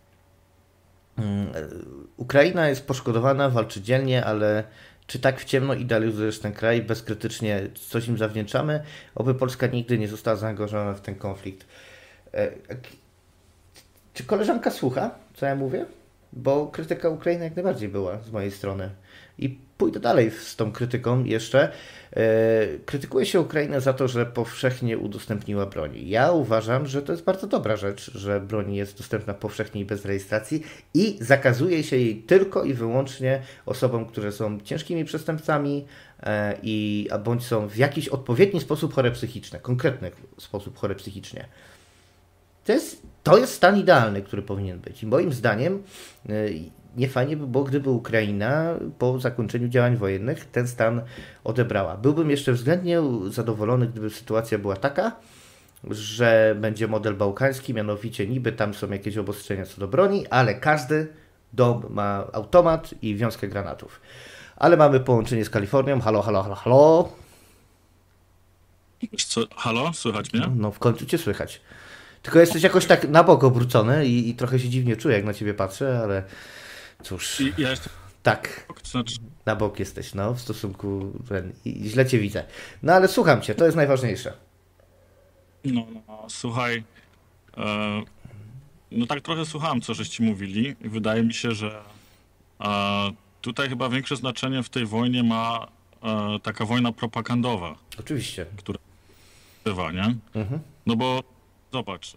Ukraina jest poszkodowana, walczy dzielnie, ale czy tak w ciemno idealizujesz ten kraj, bezkrytycznie coś im zawdzięczamy? Oby Polska nigdy nie została zaangażowana w ten konflikt. Czy koleżanka słucha, co ja mówię? bo krytyka Ukrainy jak najbardziej była z mojej strony. I pójdę dalej z tą krytyką jeszcze. E, krytykuje się Ukrainę za to, że powszechnie udostępniła broń. Ja uważam, że to jest bardzo dobra rzecz, że broń jest dostępna powszechnie i bez rejestracji i zakazuje się jej tylko i wyłącznie osobom, które są ciężkimi przestępcami e, i a bądź są w jakiś odpowiedni sposób chore psychicznie, konkretny sposób chore psychicznie. To jest, to jest stan idealny, który powinien być. I moim zdaniem nie fajnie by było, gdyby Ukraina po zakończeniu działań wojennych ten stan odebrała. Byłbym jeszcze względnie zadowolony, gdyby sytuacja była taka, że będzie model bałkański, mianowicie niby tam są jakieś obostrzenia co do broni, ale każdy dom ma automat i wiązkę granatów. Ale mamy połączenie z Kalifornią. Halo, halo, halo, halo. Co? Halo? Słychać mnie? No w końcu cię słychać. Tylko jesteś jakoś tak na bok obrócony i, i trochę się dziwnie czuję, jak na ciebie patrzę, ale cóż. I, ja jestem... Tak, Znaczy... na bok jesteś, no, w stosunku ten, i źle cię widzę. No ale słucham cię, to jest najważniejsze. No, no słuchaj, e, no tak trochę słuchałem, co żeście mówili i wydaje mi się, że e, tutaj chyba większe znaczenie w tej wojnie ma e, taka wojna propagandowa. Oczywiście. Która bywa, nie? Mhm. No bo zobacz, e,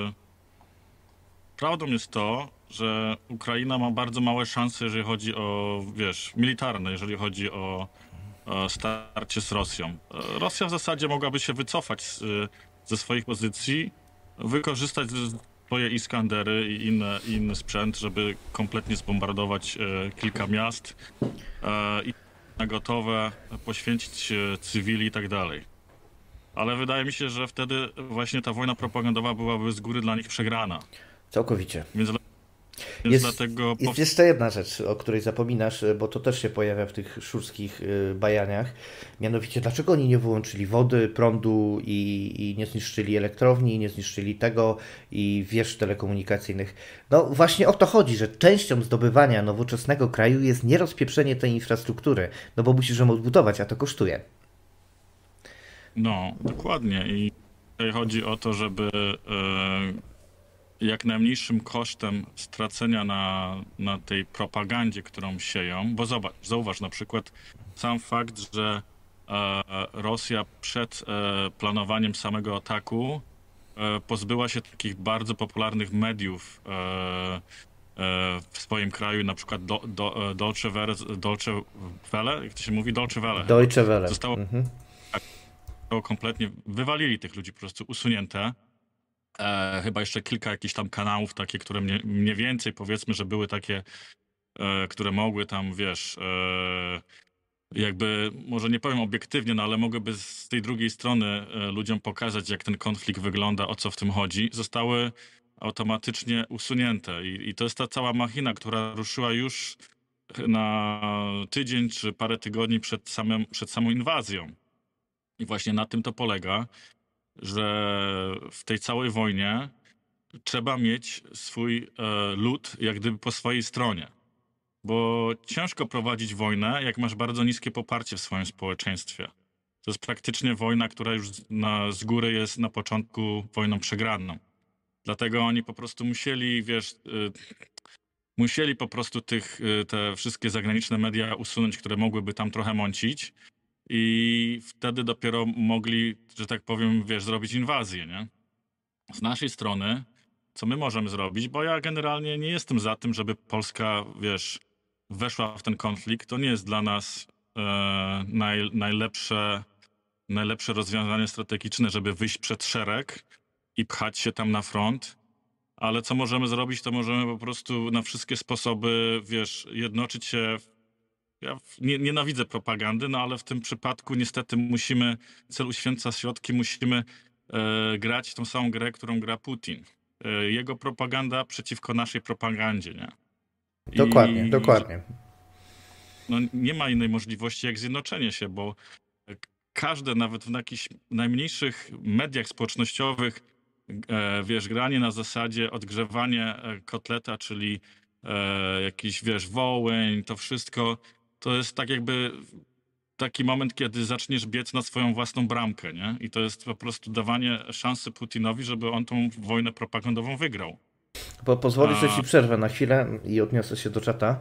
prawdą jest to, że Ukraina ma bardzo małe szanse, jeżeli chodzi o, wiesz, militarne, jeżeli chodzi o, o starcie z Rosją. E, Rosja w zasadzie mogłaby się wycofać z, ze swoich pozycji, wykorzystać swoje Iskandery i inne, inny sprzęt, żeby kompletnie zbombardować e, kilka miast e, i na gotowe poświęcić e, cywili i tak dalej. Ale wydaje mi się, że wtedy właśnie ta wojna propagandowa byłaby z góry dla nich przegrana. Całkowicie. Więc, więc jest, dlatego... Jest jeszcze jedna rzecz, o której zapominasz, bo to też się pojawia w tych szurskich bajaniach. Mianowicie, dlaczego oni nie wyłączyli wody, prądu i, i nie zniszczyli elektrowni, nie zniszczyli tego i wież telekomunikacyjnych. No właśnie o to chodzi, że częścią zdobywania nowoczesnego kraju jest nie rozpieprzenie tej infrastruktury, no bo musisz ją odbudować, a to kosztuje. No, dokładnie. I tutaj chodzi o to, żeby e, jak najmniejszym kosztem stracenia na, na tej propagandzie, którą sieją, bo zobacz, zauważ na przykład sam fakt, że e, Rosja przed e, planowaniem samego ataku e, pozbyła się takich bardzo popularnych mediów e, e, w swoim kraju, na przykład do, do, Deutsche Welle, Deutsche Welle, jak to się mówi? Deutsche Welle. Deutsche Welle. Zostało mhm. kompletnie wywalili tych ludzi, po prostu usunięte. E, chyba jeszcze kilka jakichś tam kanałów takie, które mnie, mniej więcej powiedzmy, że były takie, e, które mogły tam, wiesz, e, jakby, może nie powiem obiektywnie, no ale mogłyby z tej drugiej strony e, ludziom pokazać, jak ten konflikt wygląda, o co w tym chodzi, zostały automatycznie usunięte. I, i to jest ta cała machina, która ruszyła już na tydzień czy parę tygodni przed, samym, przed samą inwazją. I właśnie na tym to polega, że w tej całej wojnie trzeba mieć swój e, lud jak gdyby po swojej stronie. Bo ciężko prowadzić wojnę, jak masz bardzo niskie poparcie w swoim społeczeństwie. To jest praktycznie wojna, która już na, z góry jest na początku wojną przegraną. Dlatego oni po prostu musieli, wiesz, e, musieli po prostu tych, e, te wszystkie zagraniczne media usunąć, które mogłyby tam trochę mącić. I wtedy dopiero mogli, że tak powiem, wiesz, zrobić inwazję, nie? Z naszej strony, co my możemy zrobić, bo ja generalnie nie jestem za tym, żeby Polska, wiesz, weszła w ten konflikt. To nie jest dla nas e, naj, najlepsze, najlepsze rozwiązanie strategiczne, żeby wyjść przed szereg i pchać się tam na front. Ale co możemy zrobić, to możemy po prostu na wszystkie sposoby, wiesz, jednoczyć się. Ja nie, nienawidzę propagandy, no ale w tym przypadku niestety musimy, cel uświęca środki, musimy e, grać tą samą grę, którą gra Putin. E, jego propaganda przeciwko naszej propagandzie, nie? I, dokładnie, dokładnie. No, nie ma innej możliwości jak zjednoczenie się, bo każde, nawet w jakichś najmniejszych mediach społecznościowych, e, wiesz, granie na zasadzie odgrzewanie kotleta, czyli e, jakiś, wiesz, Wołyń, to wszystko. To jest tak jakby taki moment, kiedy zaczniesz biec na swoją własną bramkę, nie? I to jest po prostu dawanie szansy Putinowi, żeby on tą wojnę propagandową wygrał. Po, pozwolisz, że ci przerwę na chwilę i odniosę się do czata.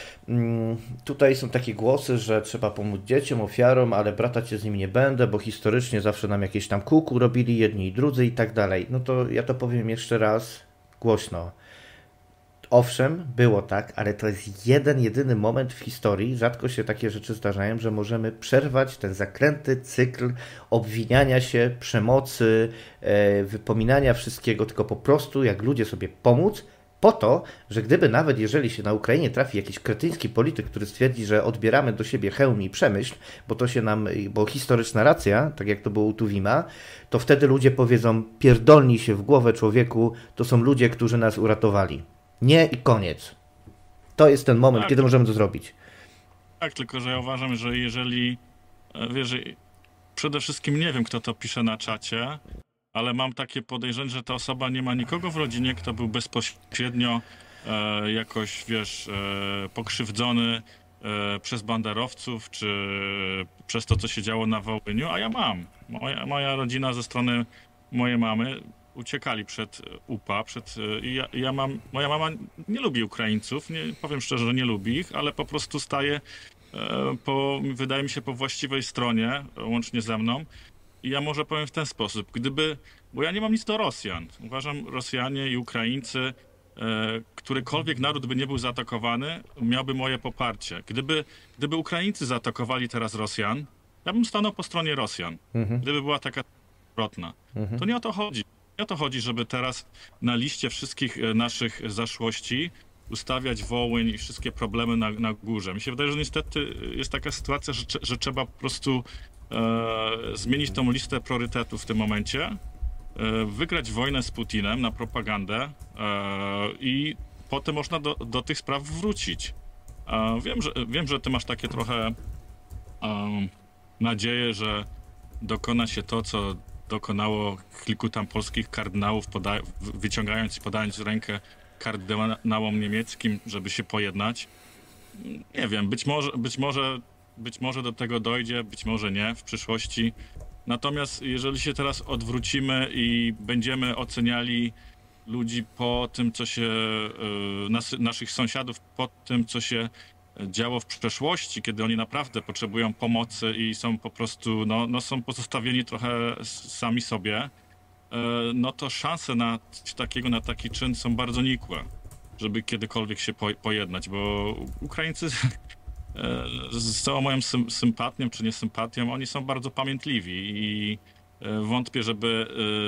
Tutaj są takie głosy, że trzeba pomóc dzieciom, ofiarom, ale bratać się z nim nie będę, bo historycznie zawsze nam jakieś tam kółku robili jedni i drudzy i tak dalej. No to ja to powiem jeszcze raz głośno. Owszem, było tak, ale to jest jeden, jedyny moment w historii, rzadko się takie rzeczy zdarzają, że możemy przerwać ten zaklęty cykl obwiniania się, przemocy, wypominania wszystkiego, tylko po prostu jak ludzie sobie pomóc, po to, że gdyby nawet jeżeli się na Ukrainie trafi jakiś kretyński polityk, który stwierdzi, że odbieramy do siebie hełm i przemyśl, bo to się nam, bo historyczna racja, tak jak to było u Tuwima, to wtedy ludzie powiedzą, pierdolnij się w głowę człowieku, to są ludzie, którzy nas uratowali. Nie i koniec. To jest ten moment, tak, kiedy możemy to zrobić. Tak, tylko że ja uważam, że jeżeli, wiesz, przede wszystkim nie wiem, kto to pisze na czacie, ale mam takie podejrzenie, że ta osoba nie ma nikogo w rodzinie, kto był bezpośrednio e, jakoś, wiesz, e, pokrzywdzony e, przez banderowców, czy przez to, co się działo na Wołyniu, a ja mam. Moja, moja rodzina ze strony mojej mamy uciekali przed U P A, przed, i ja, ja mam, moja mama nie lubi Ukraińców, nie, powiem szczerze, że nie lubi ich, ale po prostu staje, e, po, wydaje mi się, po właściwej stronie, łącznie ze mną. I ja może powiem w ten sposób, gdyby, bo ja nie mam nic do Rosjan. Uważam, Rosjanie i Ukraińcy, e, którykolwiek naród by nie był zaatakowany, miałby moje poparcie. Gdyby, gdyby Ukraińcy zaatakowali teraz Rosjan, ja bym stanął po stronie Rosjan. Mhm. Gdyby była taka zwrotna. Mhm. To nie o to chodzi. Nie o to chodzi, żeby teraz na liście wszystkich naszych zaszłości ustawiać Wołyń i wszystkie problemy na, na górze. Mi się wydaje, że niestety jest taka sytuacja, że, że trzeba po prostu e, zmienić tą listę priorytetów w tym momencie, e, wygrać wojnę z Putinem na propagandę e, i potem można do, do tych spraw wrócić. E, wiem, że, wiem, że ty masz takie trochę e, nadzieję, że dokona się to, co dokonało kilku tam polskich kardynałów, poda- wyciągając i podając rękę kardynałom niemieckim, żeby się pojednać. Nie wiem, być może, być może, być może do tego dojdzie, być może nie w przyszłości. Natomiast jeżeli się teraz odwrócimy i będziemy oceniali ludzi po tym, co się, nas, naszych sąsiadów, po tym, co się działo w przeszłości, kiedy oni naprawdę potrzebują pomocy i są po prostu, no, no są pozostawieni trochę sami sobie, no to szanse na takiego, na taki czyn są bardzo nikłe, żeby kiedykolwiek się pojednać, bo Ukraińcy z całą moją sympatią czy niesympatią, oni są bardzo pamiętliwi i wątpię, żeby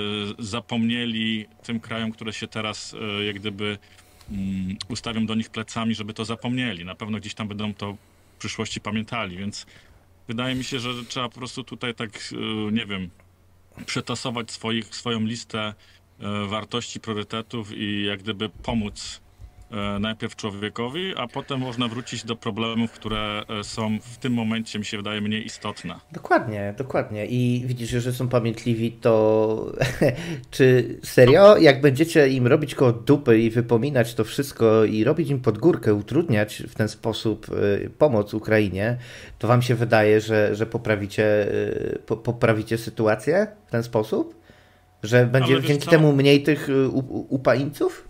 zapomnieli tym krajom, które się teraz jak gdyby ustawiam do nich plecami, żeby to zapomnieli. Na pewno gdzieś tam będą to w przyszłości pamiętali, więc wydaje mi się, że trzeba po prostu tutaj tak, nie wiem, przetasować swoich, swoją listę wartości, priorytetów i jak gdyby pomóc najpierw człowiekowi, a potem można wrócić do problemów, które są w tym momencie, mi się wydaje, mniej istotne. Dokładnie, dokładnie. I widzisz, że są pamiętliwi, to czy serio, jak będziecie im robić koło dupy i wypominać to wszystko i robić im pod górkę, utrudniać w ten sposób pomoc Ukrainie, to wam się wydaje, że, że poprawicie, po, poprawicie sytuację w ten sposób? Że będzie dzięki co? temu mniej tych Ukraińców?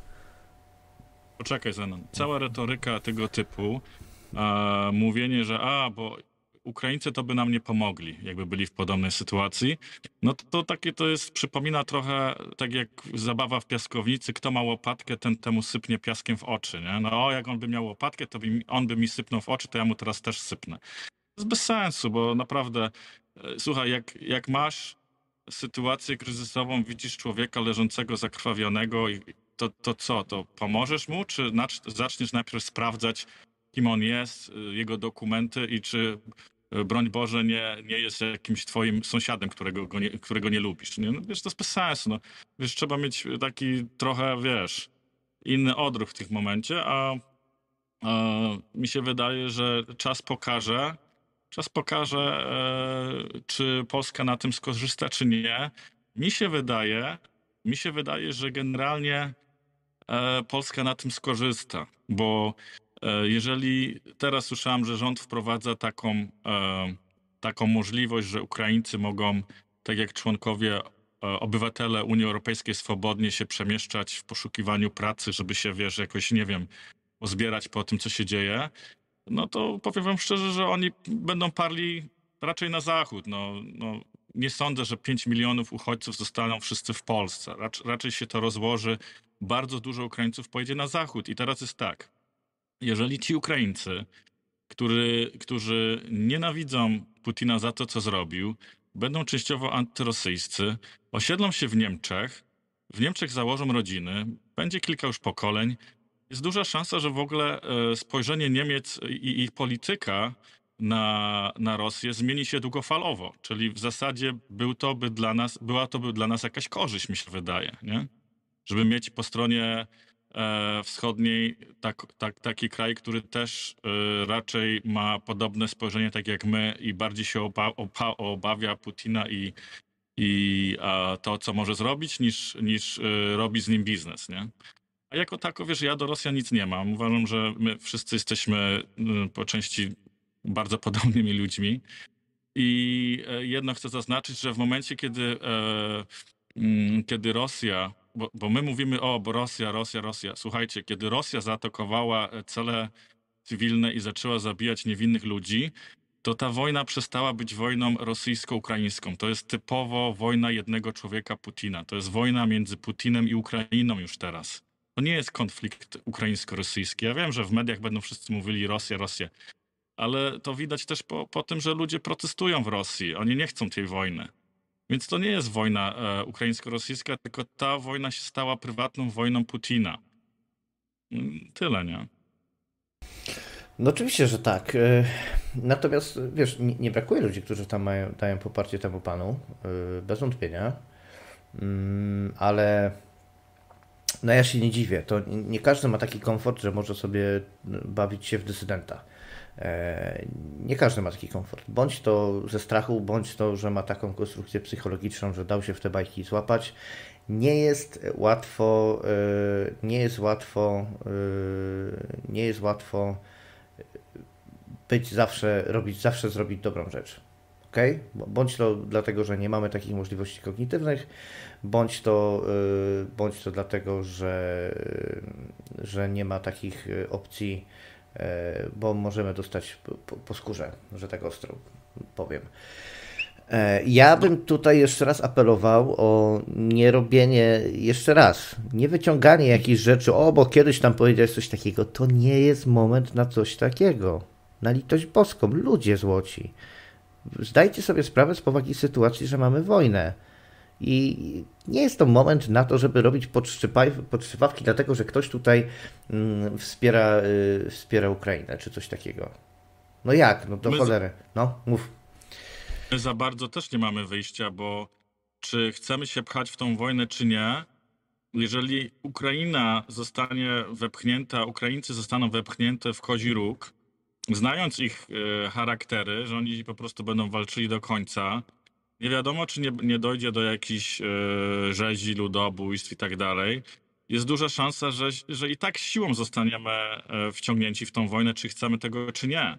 Poczekaj, Zenon. Cała retoryka tego typu, e, mówienie, że a, bo Ukraińcy to by nam nie pomogli, jakby byli w podobnej sytuacji, no to, to takie to jest, przypomina trochę tak jak zabawa w piaskownicy, kto ma łopatkę, ten temu sypnie piaskiem w oczy, nie? No o, jak on by miał łopatkę, to by, on by mi sypnął w oczy, to ja mu teraz też sypnę. To jest bez sensu, bo naprawdę, e, słuchaj, jak, jak masz sytuację kryzysową, widzisz człowieka leżącego zakrwawionego i To, to co, to pomożesz mu, czy zaczniesz najpierw sprawdzać, kim on jest, jego dokumenty i czy, broń Boże, nie, nie jest jakimś twoim sąsiadem, którego, go nie, którego nie lubisz. Nie? No, wiesz, to jest bez sensu. No. Wiesz, trzeba mieć taki trochę, wiesz, inny odruch w tym momencie, a, a mi się wydaje, że czas pokaże, czas pokaże, e, czy Polska na tym skorzysta, czy nie. Mi się wydaje, mi się wydaje, że generalnie Polska na tym skorzysta, bo jeżeli teraz słyszałem, że rząd wprowadza taką, taką możliwość, że Ukraińcy mogą, tak jak członkowie obywatele Unii Europejskiej swobodnie się przemieszczać w poszukiwaniu pracy, żeby się, wiesz, jakoś, nie wiem, pozbierać po tym, co się dzieje, no to powiem wam szczerze, że oni będą parli raczej na zachód. No, no, nie sądzę, że pięć milionów uchodźców zostaną wszyscy w Polsce. Racz, raczej się to rozłoży. Bardzo dużo Ukraińców pojedzie na zachód. I teraz jest tak. Jeżeli ci Ukraińcy, który, którzy nienawidzą Putina za to, co zrobił, będą częściowo antyrosyjscy, osiedlą się w Niemczech, w Niemczech założą rodziny, będzie kilka już pokoleń, jest duża szansa, że w ogóle spojrzenie Niemiec i ich polityka na, na Rosję zmieni się długofalowo. Czyli w zasadzie był to by dla nas, była to by dla nas jakaś korzyść, mi się wydaje, nie? Żeby mieć po stronie e, wschodniej tak, tak, taki kraj, który też e, raczej ma podobne spojrzenie tak jak my i bardziej się oba, oba, obawia Putina i, i a, to, co może zrobić, niż, niż e, robi z nim biznes, nie? A jako tako, wiesz, ja do Rosjan nic nie mam. Uważam, że my wszyscy jesteśmy y, po części bardzo podobnymi ludźmi. I e, jedno chcę zaznaczyć, że w momencie, kiedy, e, mm, kiedy Rosja, bo, bo my mówimy, o, bo Rosja, Rosja, Rosja. Słuchajcie, kiedy Rosja zaatakowała cele cywilne i zaczęła zabijać niewinnych ludzi, to ta wojna przestała być wojną rosyjsko-ukraińską. To jest typowo wojna jednego człowieka, Putina. To jest wojna między Putinem i Ukrainą już teraz. To nie jest konflikt ukraińsko-rosyjski. Ja wiem, że w mediach będą wszyscy mówili Rosja, Rosja. Ale to widać też po, po tym, że ludzie protestują w Rosji. Oni nie chcą tej wojny. Więc to nie jest wojna e, ukraińsko-rosyjska, tylko ta wojna się stała prywatną wojną Putina. Tyle, nie? No oczywiście, że tak. Natomiast, wiesz, nie, nie brakuje ludzi, którzy tam mają, dają poparcie temu panu, bez wątpienia. Ale no ja się nie dziwię. To nie każdy ma taki komfort, że może sobie bawić się w dysydenta. Nie każdy ma taki komfort. Bądź to ze strachu, bądź to, że ma taką konstrukcję psychologiczną, że dał się w te bajki złapać. Nie jest łatwo, nie jest łatwo, nie jest łatwo być zawsze, robić, zawsze zrobić dobrą rzecz. Okay? Bądź to dlatego, że nie mamy takich możliwości kognitywnych, bądź to, bądź to dlatego, że, że nie ma takich opcji, bo możemy dostać po, po skórze, że tak ostro powiem. Ja bym tutaj jeszcze raz apelował o nie robienie, jeszcze raz, nie wyciąganie jakichś rzeczy, o, bo kiedyś tam powiedziałeś coś takiego. To nie jest moment na coś takiego. Na litość boską, ludzie złoci. Zdajcie sobie sprawę z powagi sytuacji, że mamy wojnę. I nie jest to moment na to, żeby robić podszczypawki, dlatego że ktoś tutaj mm, wspiera, y, wspiera Ukrainę, czy coś takiego. No jak? No do cholery. No, mów. My za bardzo też nie mamy wyjścia, bo czy chcemy się pchać w tą wojnę, czy nie, jeżeli Ukraina zostanie wepchnięta, Ukraińcy zostaną wepchnięte w kozi róg, znając ich e, charaktery, że oni po prostu będą walczyli do końca, nie wiadomo, czy nie, nie dojdzie do jakichś e, rzezi, ludobójstw i tak dalej, jest duża szansa, że, że i tak siłą zostaniemy e, wciągnięci w tą wojnę, czy chcemy tego, czy nie.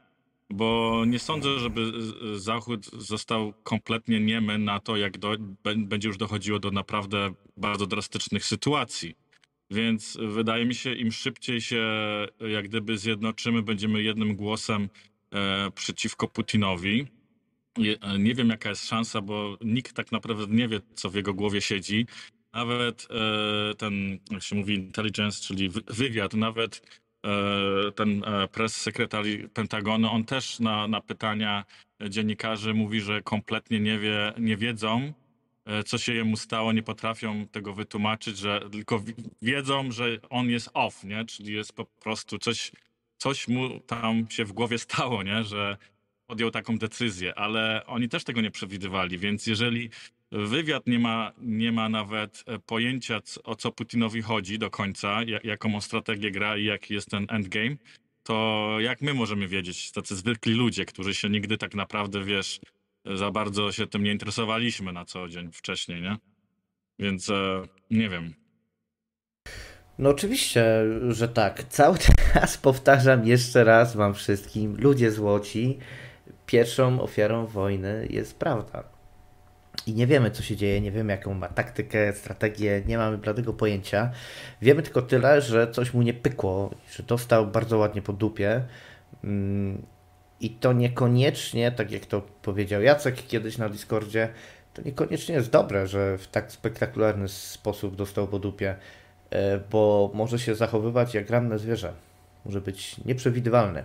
Bo nie sądzę, żeby Zachód został kompletnie niemy na to, jak do, będzie już dochodziło do naprawdę bardzo drastycznych sytuacji. Więc wydaje mi się, im szybciej się jak gdyby zjednoczymy, będziemy jednym głosem e, przeciwko Putinowi. Je, nie wiem, jaka jest szansa, bo nikt tak naprawdę nie wie, co w jego głowie siedzi. Nawet e, ten, jak się mówi, intelligence, czyli wywiad, nawet ten press secretary Pentagonu, on też na, na pytania dziennikarzy mówi, że kompletnie nie wie, nie wiedzą, co się jemu stało, nie potrafią tego wytłumaczyć, że tylko wiedzą, że on jest off, nie? Czyli jest po prostu coś, coś mu tam się w głowie stało, nie? Że podjął taką decyzję, ale oni też tego nie przewidywali, więc jeżeli wywiad nie ma, nie ma nawet pojęcia, o co Putinowi chodzi do końca, jaką on strategię gra i jaki jest ten endgame, to jak my możemy wiedzieć, tacy zwykli ludzie, którzy się nigdy tak naprawdę, wiesz, za bardzo się tym nie interesowaliśmy na co dzień wcześniej, nie? Więc e, nie wiem. No oczywiście, że tak. Cały czas powtarzam jeszcze raz wam wszystkim, ludzie złoci, pierwszą ofiarą wojny jest prawda. I nie wiemy, co się dzieje, nie wiemy, jaką ma taktykę, strategię, nie mamy bladego pojęcia. Wiemy tylko tyle, że coś mu nie pykło, że dostał bardzo ładnie po dupie. I to niekoniecznie, tak jak to powiedział Jacek kiedyś na Discordzie, to niekoniecznie jest dobre, że w tak spektakularny sposób dostał po dupie, bo może się zachowywać jak ranne zwierzę. Może być nieprzewidywalny.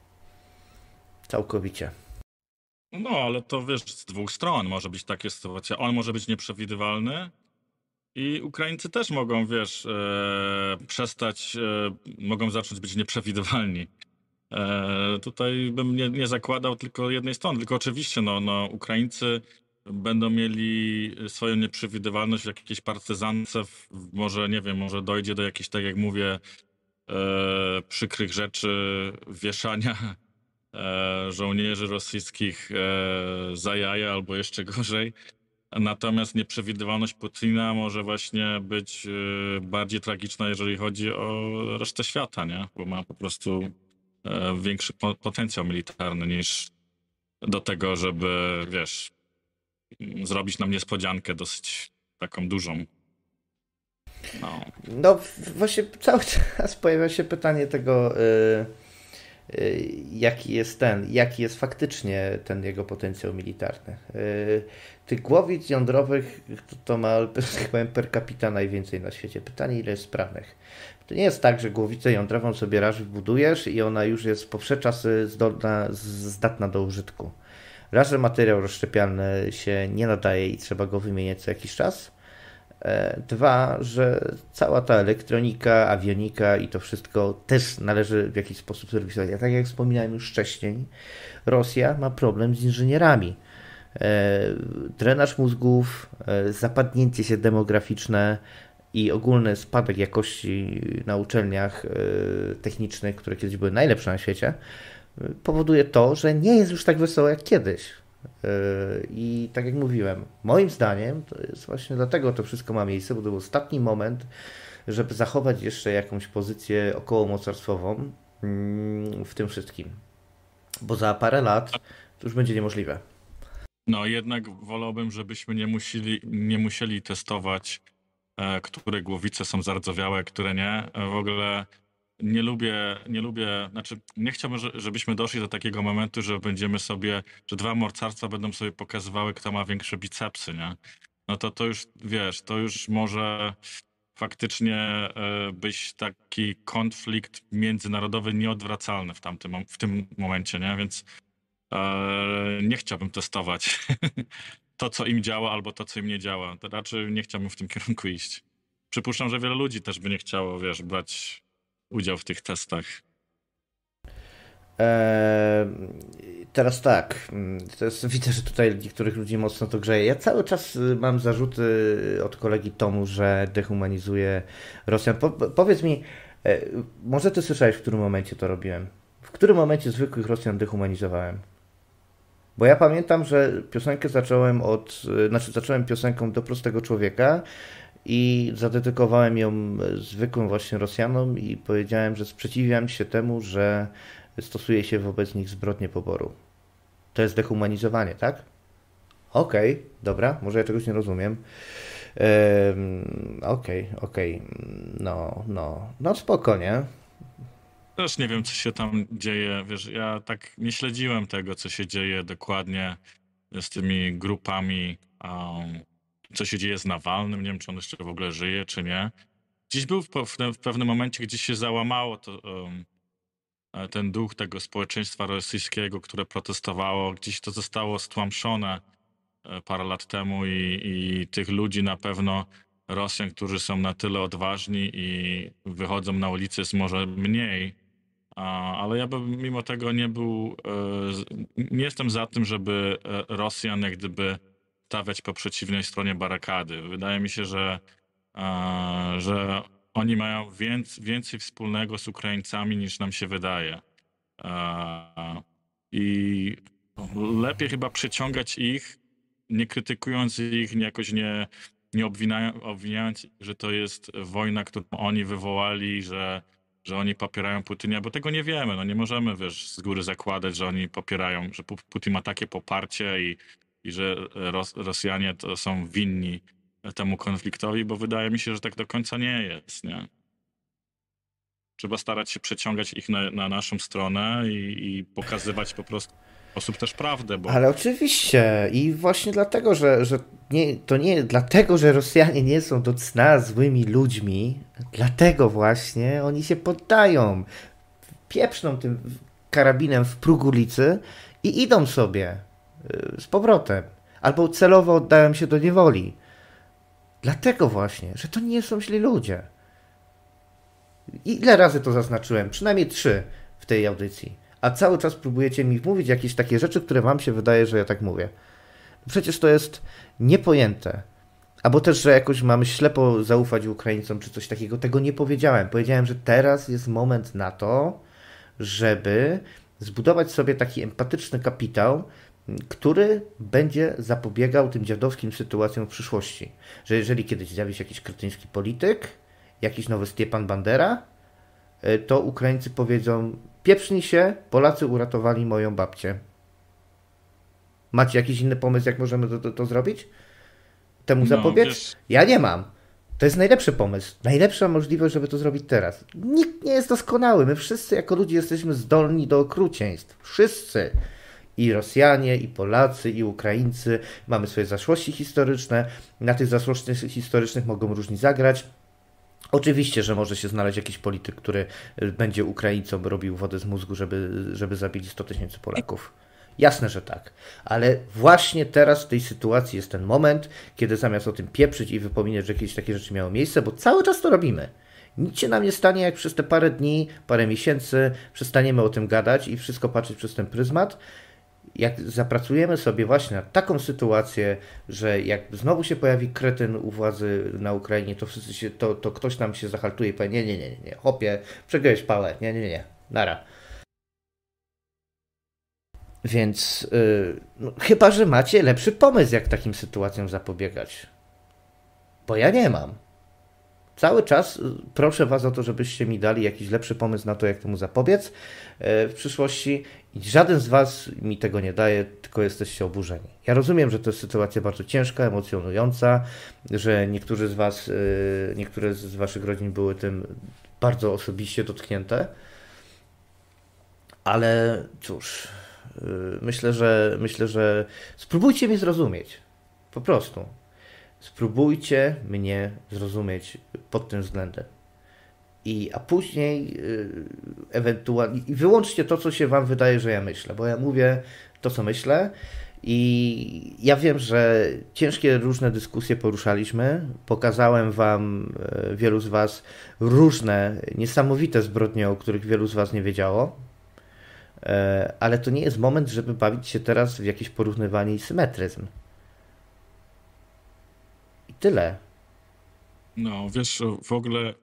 Całkowicie. No, ale to wiesz, z dwóch stron może być takie sytuacja. On może być nieprzewidywalny i Ukraińcy też mogą, wiesz, e, przestać, e, mogą zacząć być nieprzewidywalni. E, tutaj bym nie, nie zakładał tylko jednej strony, tylko oczywiście no, no, Ukraińcy będą mieli swoją nieprzewidywalność w jakiejś partyzance, w, może nie wiem, może dojdzie do jakichś, tak jak mówię, e, przykrych rzeczy, wieszania e, żołnierzy rosyjskich e, za jaja albo jeszcze gorzej. Natomiast nieprzewidywalność Putina może właśnie być e, bardziej tragiczna, jeżeli chodzi o resztę świata, nie? Bo ma po prostu e, większy po, potencjał militarny niż do tego, żeby, wiesz, zrobić nam niespodziankę dosyć taką dużą. No, No właśnie cały czas pojawia się pytanie tego, yy, yy, jaki jest ten, jaki jest faktycznie ten jego potencjał militarny. Yy, tych głowic jądrowych to, to ma, tak powiem, per capita najwięcej na świecie. Pytanie, ile jest sprawnych. To nie jest tak, że głowicę jądrową sobie raz wybudujesz i ona już jest po wsze czasy zdolna, zdatna do użytku. Raz, że materiał rozszczepialny się nie nadaje i trzeba go wymieniać co jakiś czas. Dwa, że cała ta elektronika, awionika i to wszystko też należy w jakiś sposób serwisować. A tak jak wspominałem już wcześniej, Rosja ma problem z inżynierami. Drenaż mózgów, zapadnięcie się demograficzne i ogólny spadek jakości na uczelniach technicznych, które kiedyś były najlepsze na świecie, powoduje to, że nie jest już tak wesoło jak kiedyś. I tak jak mówiłem, moim zdaniem to jest właśnie dlatego to wszystko ma miejsce, bo to był ostatni moment, żeby zachować jeszcze jakąś pozycję okołomocarstwową w tym wszystkim. Bo za parę lat to już będzie niemożliwe. No jednak wolałbym, żebyśmy nie musieli, nie musieli testować, e, które głowice są zardzewiałe, które nie. W ogóle nie lubię, nie lubię, znaczy nie chciałbym, żebyśmy doszli do takiego momentu, że będziemy sobie, że dwa mocarstwa będą sobie pokazywały, kto ma większe bicepsy, nie? No to to już, wiesz, to już może faktycznie e, być taki konflikt międzynarodowy nieodwracalny w tamtym, w tym momencie, nie? Więc e, nie chciałbym testować to, co im działa, albo to, co im nie działa. To raczej nie chciałbym w tym kierunku iść. Przypuszczam, że wiele ludzi też by nie chciało, wiesz, brać udział w tych testach. Eee, teraz tak, to jest, widzę, że tutaj niektórych ludzi mocno to grzeje. Ja cały czas mam zarzuty od kolegi Tomu, że dehumanizuje Rosjan. Po, powiedz mi, e, może ty słyszałeś, w którym momencie to robiłem? W którym momencie zwykłych Rosjan dehumanizowałem? Bo ja pamiętam, że piosenkę zacząłem od, znaczy zacząłem piosenką Do prostego człowieka i zadedykowałem ją zwykłym właśnie Rosjanom i powiedziałem, że sprzeciwiam się temu, że stosuje się wobec nich zbrodnie poboru. To jest dehumanizowanie, tak? Okej, okay, dobra, może ja czegoś nie rozumiem. Okej, okej, okay. no, no, no spoko, nie? Też nie wiem, co się tam dzieje. Wiesz, ja tak nie śledziłem tego, co się dzieje dokładnie z tymi grupami, um, co się dzieje z Nawalnym. Nie wiem, czy on jeszcze w ogóle żyje, czy nie. Gdzieś był w, w, w pewnym momencie, gdzieś się załamało to, um, ten duch tego społeczeństwa rosyjskiego, które protestowało. Gdzieś to zostało stłamszone parę lat temu i, i tych ludzi na pewno, Rosjan, którzy są na tyle odważni i wychodzą na ulicę, jest może mniej. Ale ja bym mimo tego nie był, nie jestem za tym, żeby Rosjan jak gdyby stawiać po przeciwnej stronie barykady. Wydaje mi się, że, że oni mają więcej, więcej wspólnego z Ukraińcami niż nam się wydaje. I lepiej chyba przyciągać ich, nie krytykując ich, jakoś nie, nie obwiniając, że to jest wojna, którą oni wywołali, że że oni popierają Putina, bo tego nie wiemy. No nie możemy, wiesz, z góry zakładać, że oni popierają, że Putin ma takie poparcie i i że Ros Rosjanie to są winni temu konfliktowi, bo wydaje mi się, że tak do końca nie jest, nie? Trzeba starać się przeciągać ich na, na naszą stronę i, i pokazywać po prostu w sposób też prawdę, bo... Ale oczywiście i właśnie dlatego, że, że nie, to nie dlatego, że Rosjanie nie są do cna złymi ludźmi, dlatego właśnie oni się poddają, pieprzną tym karabinem w próg ulicy i idą sobie z powrotem, albo celowo oddają się do niewoli. Dlatego właśnie, że to nie są źli ludzie. I ile razy to zaznaczyłem? Przynajmniej trzy w tej audycji. A cały czas próbujecie mi mówić jakieś takie rzeczy, które wam się wydaje, że ja tak mówię. Przecież to jest niepojęte. Albo też, że jakoś mamy ślepo zaufać Ukraińcom, czy coś takiego. Tego nie powiedziałem. Powiedziałem, że teraz jest moment na to, żeby zbudować sobie taki empatyczny kapitał, który będzie zapobiegał tym dziadowskim sytuacjom w przyszłości. Że jeżeli kiedyś zjawi się jakiś kretyński polityk, jakiś nowy Stjepan Bandera, to Ukraińcy powiedzą: pieprznij się, Polacy uratowali moją babcię. Macie jakiś inny pomysł, jak możemy to, to, to zrobić? Temu No, zapobiec? wiesz... Ja nie mam. To jest najlepszy pomysł. Najlepsza możliwość, żeby to zrobić teraz. Nikt nie jest doskonały. My wszyscy jako ludzie jesteśmy zdolni do okrucieństw. Wszyscy. I Rosjanie, i Polacy, i Ukraińcy. Mamy swoje zaszłości historyczne. Na tych zaszłościach historycznych mogą różni zagrać. Oczywiście, że może się znaleźć jakiś polityk, który będzie Ukraińcom robił wodę z mózgu, żeby, żeby zabili sto tysięcy Polaków. Jasne, że tak. Ale właśnie teraz w tej sytuacji jest ten moment, kiedy zamiast o tym pieprzyć i wypominać, że jakieś takie rzeczy miało miejsce, bo cały czas to robimy. Nic się nam nie stanie, jak przez te parę dni, parę miesięcy przestaniemy o tym gadać i wszystko patrzeć przez ten pryzmat. Jak zapracujemy sobie właśnie na taką sytuację, że jak znowu się pojawi kretyn u władzy na Ukrainie, to wszyscy się, to, to ktoś nam się zahaltuje i powie: nie, nie, nie, nie, nie, chłopie, przegryłeś pałę, nie, nie, nie, nara. Więc yy, no, chyba, że macie lepszy pomysł, jak takim sytuacjom zapobiegać. Bo ja nie mam. Cały czas proszę was o to, żebyście mi dali jakiś lepszy pomysł na to, jak temu zapobiec yy, w przyszłości. I żaden z was mi tego nie daje, tylko jesteście oburzeni. Ja rozumiem, że to jest sytuacja bardzo ciężka, emocjonująca, że niektórzy z was, yy, niektóre z waszych rodzin były tym bardzo osobiście dotknięte. Ale cóż... Myślę, że myślę, że spróbujcie mnie zrozumieć. Po prostu. Spróbujcie mnie zrozumieć pod tym względem. I, a później yy, ewentualnie i wyłączcie to, co się wam wydaje, że ja myślę, bo ja mówię to, co myślę i ja wiem, że ciężkie różne dyskusje poruszaliśmy. Pokazałem wam, yy, wielu z was, różne niesamowite zbrodnie, o których wielu z was nie wiedziało. Ale to nie jest moment, żeby bawić się teraz w jakieś porównywanie i symetryzm. I tyle. No, wiesz, w ogóle e,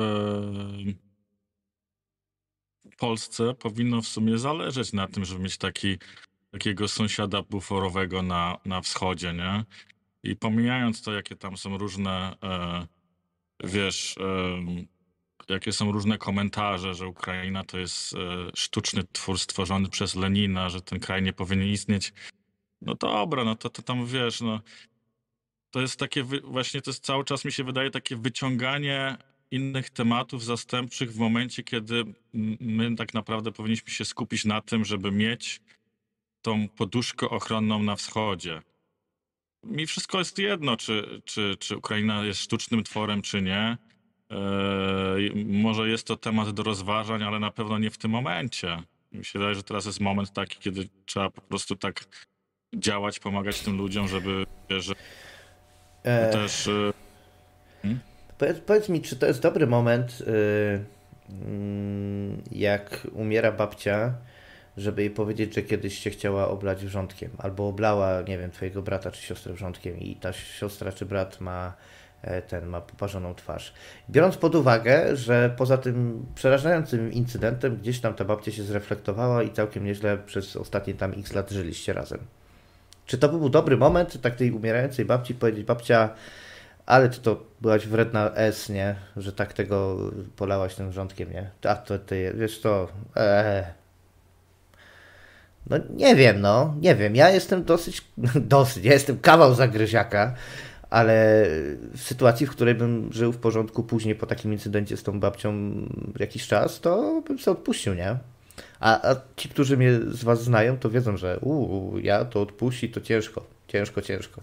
w Polsce powinno w sumie zależeć na tym, żeby mieć taki, takiego sąsiada buforowego na, na wschodzie, nie? I pomijając to, jakie tam są różne, e, wiesz... E, jakie są różne komentarze, że Ukraina to jest e, sztuczny twór stworzony przez Lenina, że ten kraj nie powinien istnieć. No dobra, no to, to tam wiesz, no to jest takie, wy, właśnie to jest cały czas mi się wydaje takie wyciąganie innych tematów zastępczych w momencie, kiedy my tak naprawdę powinniśmy się skupić na tym, żeby mieć tą poduszkę ochronną na wschodzie. Mi wszystko jest jedno, czy, czy, czy Ukraina jest sztucznym tworem, czy nie. Eee, może jest to temat do rozważań, ale na pewno nie w tym momencie. Mi się wydaje, że teraz jest moment taki, kiedy trzeba po prostu tak działać, pomagać tym ludziom, żeby że eee. też... Hmm? Powiedz, powiedz mi, czy to jest dobry moment, yy, yy, jak umiera babcia, żeby jej powiedzieć, że kiedyś cię chciała oblać wrzątkiem, albo oblała, nie wiem, twojego brata czy siostrę wrzątkiem i ta siostra czy brat ma ten ma poparzoną twarz. Biorąc pod uwagę, że poza tym przerażającym incydentem gdzieś tam ta babcia się zreflektowała i całkiem nieźle przez ostatnie tam x lat żyliście razem. Czy to był dobry moment tak tej umierającej babci powiedzieć: babcia, ale ty to byłaś wredna S, nie? Że tak tego polałaś tym wrzątkiem, nie? A to ty, wiesz to, eee. No nie wiem, no, nie wiem. Ja jestem dosyć, dosyć, ja jestem kawał zagryziaka, ale w sytuacji, w której bym żył w porządku później po takim incydencie z tą babcią jakiś czas, to bym sobie odpuścił, nie? A, a ci, którzy mnie z was znają, to wiedzą, że uu, ja to odpuści, to ciężko, ciężko, ciężko.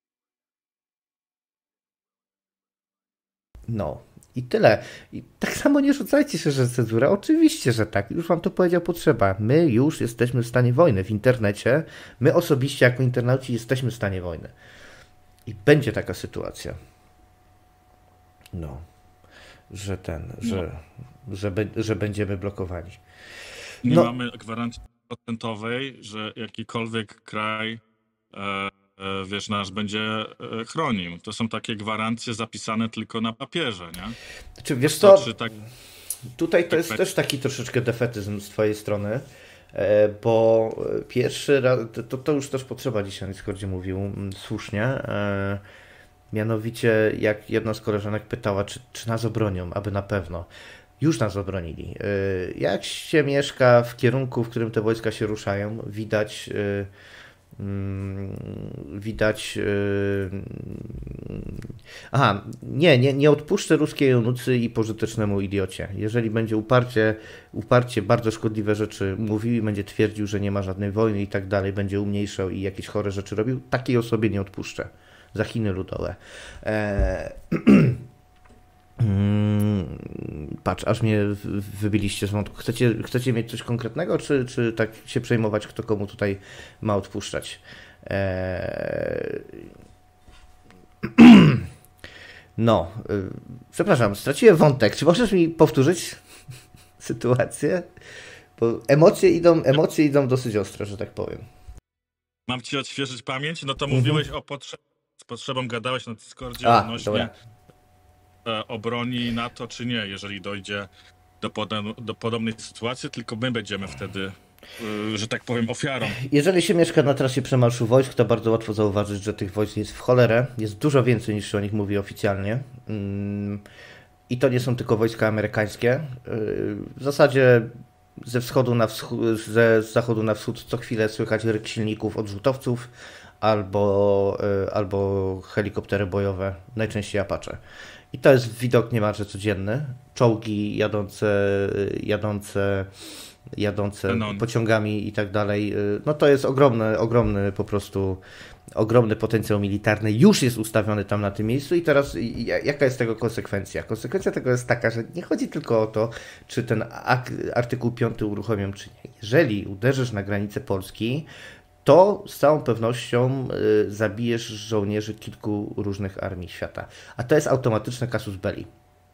No. I tyle. I tak samo nie rzucajcie się, że cenzura. Oczywiście, że tak. Już wam to powiedział Potrzeba. My już jesteśmy w stanie wojny w internecie. My osobiście jako internauci jesteśmy w stanie wojny. I będzie taka sytuacja. No. Że ten, że, no. że, be, że będziemy blokowani. Nie no. mamy gwarancji procentowej, że jakikolwiek kraj e, wiesz, nasz będzie chronił. To są takie gwarancje zapisane tylko na papierze, nie? Znaczy, wiesz co, to, tak, tutaj to tak jest też taki troszeczkę defetyzm z twojej strony, bo pierwszy raz, to, to już też Potrzeba dzisiaj na Discordzie mówił słusznie, mianowicie jak jedna z koleżanek pytała, czy, czy nas obronią, aby na pewno. Już nas obronili. Jak się mieszka w kierunku, w którym te wojska się ruszają, widać widać aha, nie, nie, nie odpuszczę ruskiej onucy i pożytecznemu idiocie. Jeżeli będzie uparcie, uparcie bardzo szkodliwe rzeczy mówił i będzie twierdził, że nie ma żadnej wojny i tak dalej, będzie umniejszał i jakieś chore rzeczy robił, takiej osobie nie odpuszczę. Za Chiny ludowe. Eee... Patrz, aż mnie wybiliście z wątku. Chcecie, chcecie mieć coś konkretnego, czy, czy tak się przejmować, kto komu tutaj ma odpuszczać? Eee... No, przepraszam, straciłem wątek. Czy możesz mi powtórzyć sytuację? Bo emocje idą, emocje idą dosyć ostro, że tak powiem. Mam ci odświeżyć pamięć? No to mówiłeś mm-hmm. o potrze- z Potrzebą, gadałeś na Discordzie A, odnośnie dobra. obroni NATO, czy nie, jeżeli dojdzie do, pod- do podobnej sytuacji, tylko my będziemy wtedy, yy, że tak powiem, ofiarą. Jeżeli się mieszka na trasie przemarszu wojsk, to bardzo łatwo zauważyć, że tych wojsk jest w cholerę. Jest dużo więcej niż się o nich mówi oficjalnie. I to nie są tylko wojska amerykańskie. W zasadzie ze wschodu na wschód, ze zachodu na wschód co chwilę słychać ryk silników odrzutowców albo, albo helikoptery bojowe, najczęściej Apache. I to jest widok niemalże codzienny. Czołgi jadące, jadące, jadące Kanon. pociągami i tak dalej. No to jest ogromny, ogromny po prostu, ogromny potencjał militarny. Już jest ustawiony tam na tym miejscu i teraz jaka jest tego konsekwencja? Konsekwencja tego jest taka, że nie chodzi tylko o to, czy ten artykuł piąty uruchomią, czy nie. Jeżeli uderzysz na granicę Polski, to z całą pewnością y, zabijesz żołnierzy kilku różnych armii świata. A to jest automatyczne casus belli.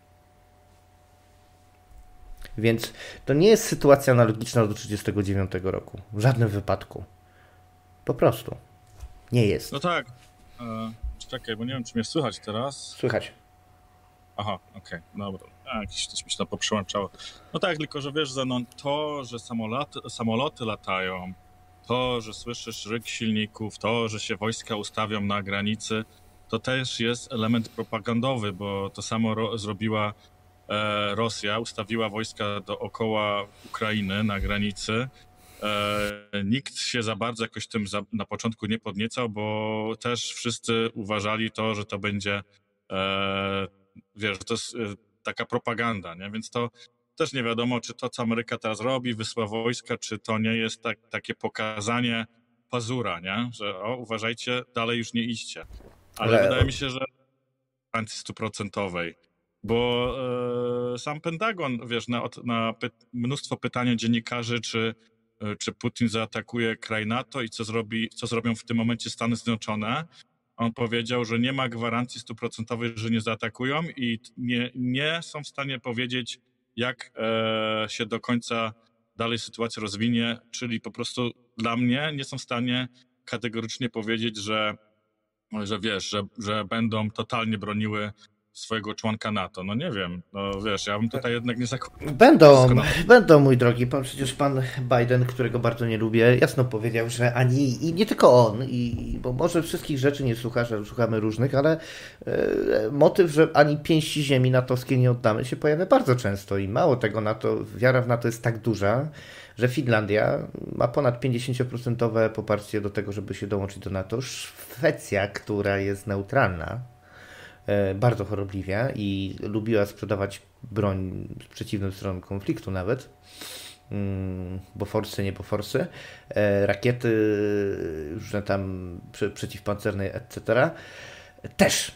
Więc to nie jest sytuacja analogiczna do trzydziestego dziewiątego roku. W żadnym wypadku. Po prostu. Nie jest. No tak. E, czekaj, bo nie wiem, czy mnie słychać teraz. Słychać. Aha, okej, okay, dobra. A, jakieś coś mi się to poprzełączało. No tak, tylko że wiesz, Zenon, to, że samoloty, samoloty latają, to, że słyszysz ryk silników, to, że się wojska ustawią na granicy, to też jest element propagandowy, bo to samo ro- zrobiła e, Rosja, ustawiła wojska dookoła Ukrainy na granicy. E, nikt się za bardzo jakoś tym za, na początku nie podniecał, bo też wszyscy uważali to, że to będzie, e, wiesz, to jest e, taka propaganda, nie? Więc to też nie wiadomo, czy to, co Ameryka teraz robi, wysła wojska, czy to nie jest tak, takie pokazanie pazura, nie? Że o, uważajcie, dalej już nie idźcie. Ale, Ale... wydaje mi się, że gwarancji stuprocentowej, bo e, sam Pentagon, wiesz, na, na py, mnóstwo pytania dziennikarzy, czy, czy Putin zaatakuje kraj NATO i co, zrobi, co zrobią w tym momencie Stany Zjednoczone. On powiedział, że nie ma gwarancji stuprocentowej, że nie zaatakują i nie, nie są w stanie powiedzieć, jak e, się do końca dalej sytuacja rozwinie, czyli po prostu dla mnie nie są w stanie kategorycznie powiedzieć, że, że wiesz, że, że będą totalnie broniły swojego członka NATO. No nie wiem, no wiesz, ja bym tutaj jednak nie zakładał. Będą, będą, mój drogi, pan, przecież pan Biden, którego bardzo nie lubię, jasno powiedział, że ani, i nie tylko on, i, bo może wszystkich rzeczy nie słucha, że słuchamy różnych, ale e, motyw, że ani pięści ziemi natowskiej nie oddamy, się pojawia bardzo często i mało tego, NATO, wiara w NATO jest tak duża, że Finlandia ma ponad pięćdziesiąt procent poparcie do tego, żeby się dołączyć do NATO. Szwecja, która jest neutralna, bardzo chorobliwie i lubiła sprzedawać broń z przeciwnym stronom konfliktu nawet, bo forsy, nie po forsy, rakiety różne tam przeciwpancerne, et cetera, też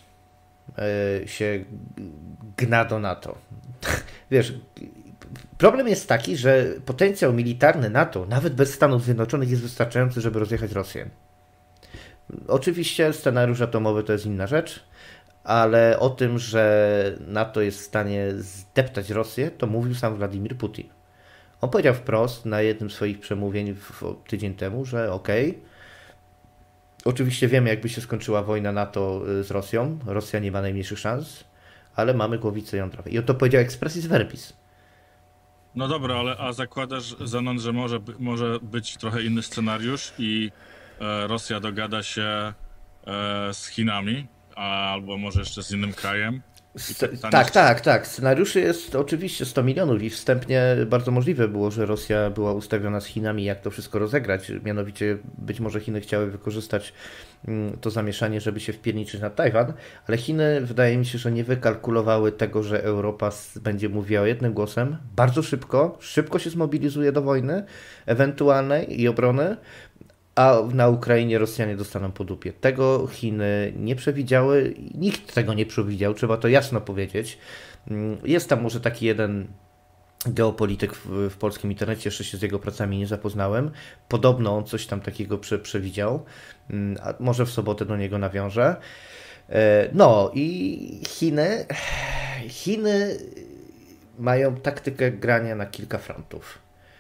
się gna do NATO. Wiesz, problem jest taki, że potencjał militarny NATO, nawet bez Stanów Zjednoczonych, jest wystarczający, żeby rozjechać Rosję. Oczywiście scenariusz atomowy to jest inna rzecz, ale o tym, że NATO jest w stanie zdeptać Rosję, to mówił sam Władimir Putin. On powiedział wprost na jednym z swoich przemówień w, w, tydzień temu, że okej, okay, oczywiście wiemy, jakby się skończyła wojna NATO z Rosją, Rosja nie ma najmniejszych szans, ale mamy głowicę jądrowe. I to powiedział expressis verbis. No dobra, ale a zakładasz, Zenon, że może, może być trochę inny scenariusz i e, Rosja dogada się e, z Chinami, albo może jeszcze z innym krajem? St- tak, tak, tak. Scenariuszy jest oczywiście sto milionów i wstępnie bardzo możliwe było, że Rosja była ustawiona z Chinami, jak to wszystko rozegrać. Mianowicie być może Chiny chciały wykorzystać to zamieszanie, żeby się wpierniczyć na Tajwan, ale Chiny, wydaje mi się, że nie wykalkulowały tego, że Europa będzie mówiła jednym głosem, bardzo szybko, szybko się zmobilizuje do wojny ewentualnej i obrony, a na Ukrainie Rosjanie dostaną po dupie. Tego Chiny nie przewidziały, nikt tego nie przewidział, trzeba to jasno powiedzieć. Jest tam może taki jeden geopolityk w, w polskim internecie, jeszcze się z jego pracami nie zapoznałem. Podobno on coś tam takiego prze, przewidział, a może w sobotę do niego nawiążę. No i Chiny, Chiny mają taktykę grania na kilka frontów.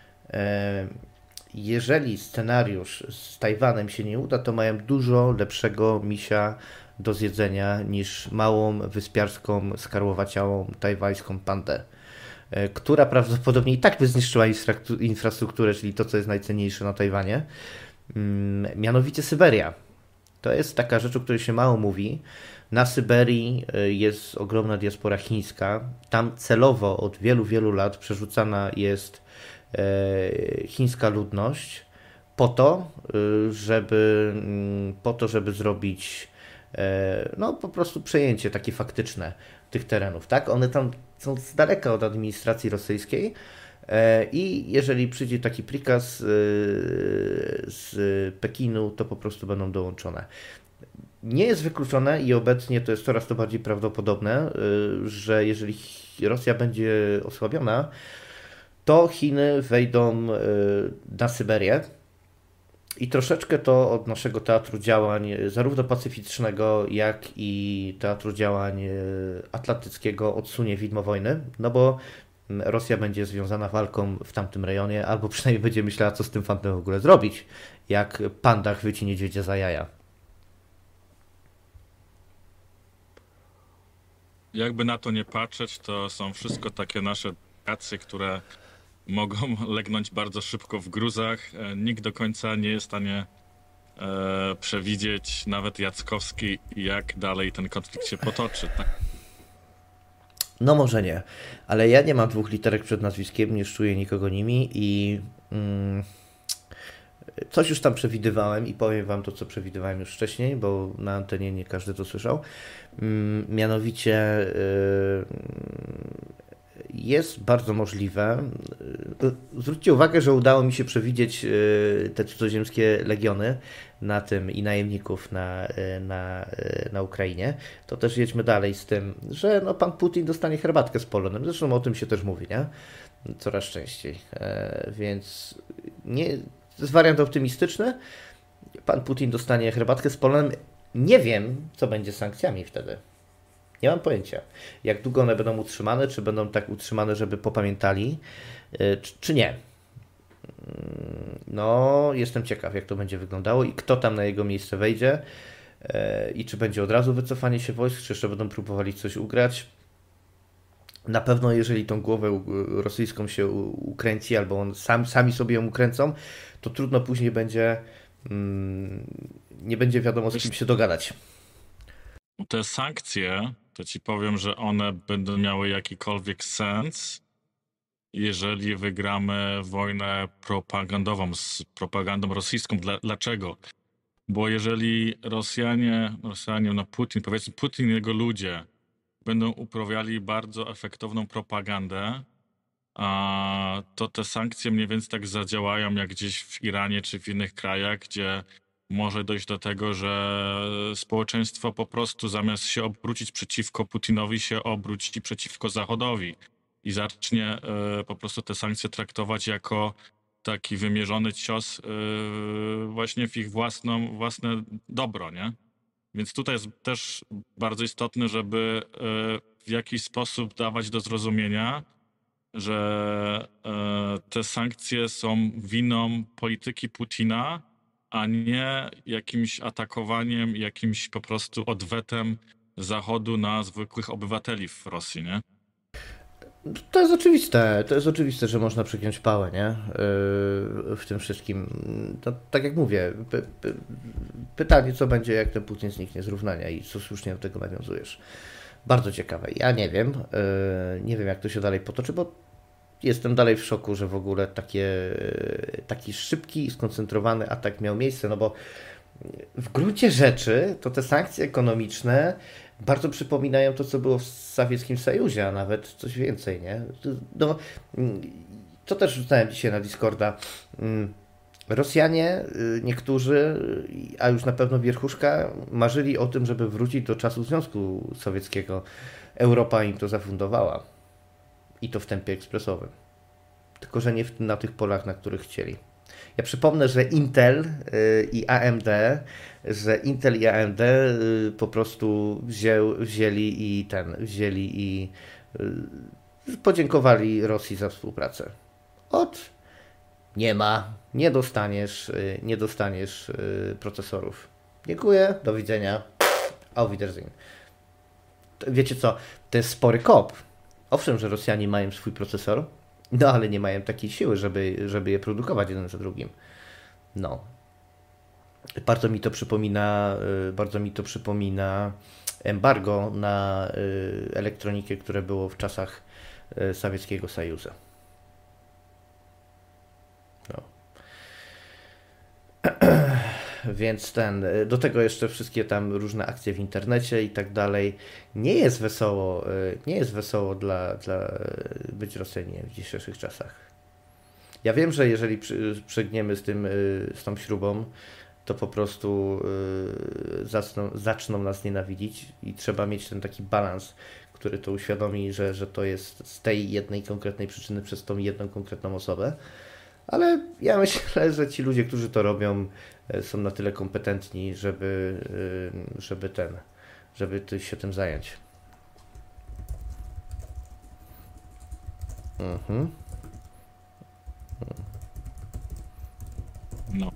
Jeżeli scenariusz z Tajwanem się nie uda, to mają dużo lepszego misia do zjedzenia niż małą, wyspiarską, skarłowaciałą tajwańską pandę, która prawdopodobnie i tak by zniszczyła infrastrukturę, czyli to, co jest najcenniejsze na Tajwanie, mianowicie Syberia. To jest taka rzecz, o której się mało mówi. Na Syberii jest ogromna diaspora chińska. Tam celowo od wielu, wielu lat przerzucana jest chińska ludność po to, żeby po to, żeby zrobić no po prostu przejęcie takie faktyczne tych terenów, tak? One tam są z daleka od administracji rosyjskiej i jeżeli przyjdzie taki prikaz z Pekinu, to po prostu będą dołączone. Nie jest wykluczone i obecnie to jest coraz to bardziej prawdopodobne, że jeżeli Rosja będzie osłabiona, to Chiny wejdą na Syberię i troszeczkę to od naszego teatru działań, zarówno pacyficznego, jak i teatru działań atlantyckiego odsunie widmo wojny, no bo Rosja będzie związana walką w tamtym rejonie, albo przynajmniej będzie myślała, co z tym fantem w ogóle zrobić, jak panda chwyci niedźwiedzia za jaja. Jakby na to nie patrzeć, to są wszystko takie nasze racje, które mogą legnąć bardzo szybko w gruzach. Nikt do końca nie jest w stanie e, przewidzieć, nawet Jackowski, jak dalej ten konflikt się potoczy. Tak? No może nie, ale ja nie mam dwóch literek przed nazwiskiem, nie szczuję nikogo nimi i mm, coś już tam przewidywałem i powiem wam to, co przewidywałem już wcześniej, bo na antenie nie każdy to słyszał. Mm, mianowicie yy, jest bardzo możliwe, zwróćcie uwagę, że udało mi się przewidzieć te cudzoziemskie legiony na tym i najemników na, na, na Ukrainie, to też jedźmy dalej z tym, że no, pan Putin dostanie herbatkę z Polonem, zresztą o tym się też mówi, nie? Coraz częściej, więc nie, to jest wariant optymistyczny, pan Putin dostanie herbatkę z Polonem, nie wiem, co będzie z sankcjami wtedy. Nie mam pojęcia, jak długo one będą utrzymane, czy będą tak utrzymane, żeby popamiętali, czy, czy nie. No, jestem ciekaw, jak to będzie wyglądało i kto tam na jego miejsce wejdzie. i czy będzie od razu wycofanie się wojsk, czy jeszcze będą próbowali coś ugrać. Na pewno jeżeli tą głowę rosyjską się ukręci, albo on sam, sami sobie ją ukręcą, to trudno później będzie, mm, nie będzie wiadomo z kim się dogadać. Te sankcje, to ci powiem, że one będą miały jakikolwiek sens, jeżeli wygramy wojnę propagandową z propagandą rosyjską. Dla, dlaczego? Bo jeżeli Rosjanie, Rosjanie, no Putin, powiedzmy Putin i jego ludzie będą uprawiali bardzo efektowną propagandę, a to te sankcje mniej więcej tak zadziałają jak gdzieś w Iranie czy w innych krajach, gdzie może dojść do tego, że społeczeństwo po prostu zamiast się obrócić przeciwko Putinowi, się obróci przeciwko Zachodowi i zacznie y, po prostu te sankcje traktować jako taki wymierzony cios y, właśnie w ich własną, własne dobro, nie? Więc tutaj jest też bardzo istotne, żeby y, w jakiś sposób dawać do zrozumienia, że y, te sankcje są winą polityki Putina, a nie jakimś atakowaniem, jakimś po prostu odwetem Zachodu na zwykłych obywateli w Rosji, nie? To jest oczywiste, to jest oczywiste, że można przygiąć pałę, nie? W tym wszystkim. To, tak jak mówię, py, py, pytanie, co będzie, jak ten Putin zniknie z równania i co słusznie do tego nawiązujesz. Bardzo ciekawe. Ja nie wiem, nie wiem jak to się dalej potoczy, bo jestem dalej w szoku, że w ogóle takie, taki szybki i skoncentrowany atak miał miejsce, no bo w gruncie rzeczy to te sankcje ekonomiczne bardzo przypominają to, co było w Sowieckim Sojuzie, a nawet coś więcej, nie? No, to też rzucałem dzisiaj na Discorda. Rosjanie, niektórzy, a już na pewno wierchuszka, marzyli o tym, żeby wrócić do czasów Związku Sowieckiego. Europa im to zafundowała. I to w tempie ekspresowym. Tylko że nie w, na tych polach, na których chcieli. Ja przypomnę, że Intel i A M D, że Intel i A M D po prostu wzięł, wzięli i ten, wzięli i podziękowali Rosji za współpracę. Ot, nie ma, nie dostaniesz, nie dostaniesz procesorów. Dziękuję, do widzenia, auf Wiedersehen. Wiecie co, to jest spory kop. Owszem, że Rosjanie mają swój procesor, no ale nie mają takiej siły, żeby, żeby je produkować jeden za drugim. No. Bardzo mi to przypomina, bardzo mi to przypomina embargo na elektronikę, które było w czasach Sowieckiego Sojuzu. No. Więc ten, do tego jeszcze wszystkie tam różne akcje w internecie i tak dalej. Nie jest wesoło, nie jest wesoło dla, dla być Rosjaninem w dzisiejszych czasach. Ja wiem, że jeżeli przegniemy z tym, z tą śrubą, to po prostu zaczną, zaczną nas nienawidzić i trzeba mieć ten taki balans, który to uświadomi, że, że to jest z tej jednej konkretnej przyczyny przez tą jedną konkretną osobę. Ale ja myślę, że ci ludzie, którzy to robią, są na tyle kompetentni, żeby, żeby ten, żeby się tym zająć. Mhm. No.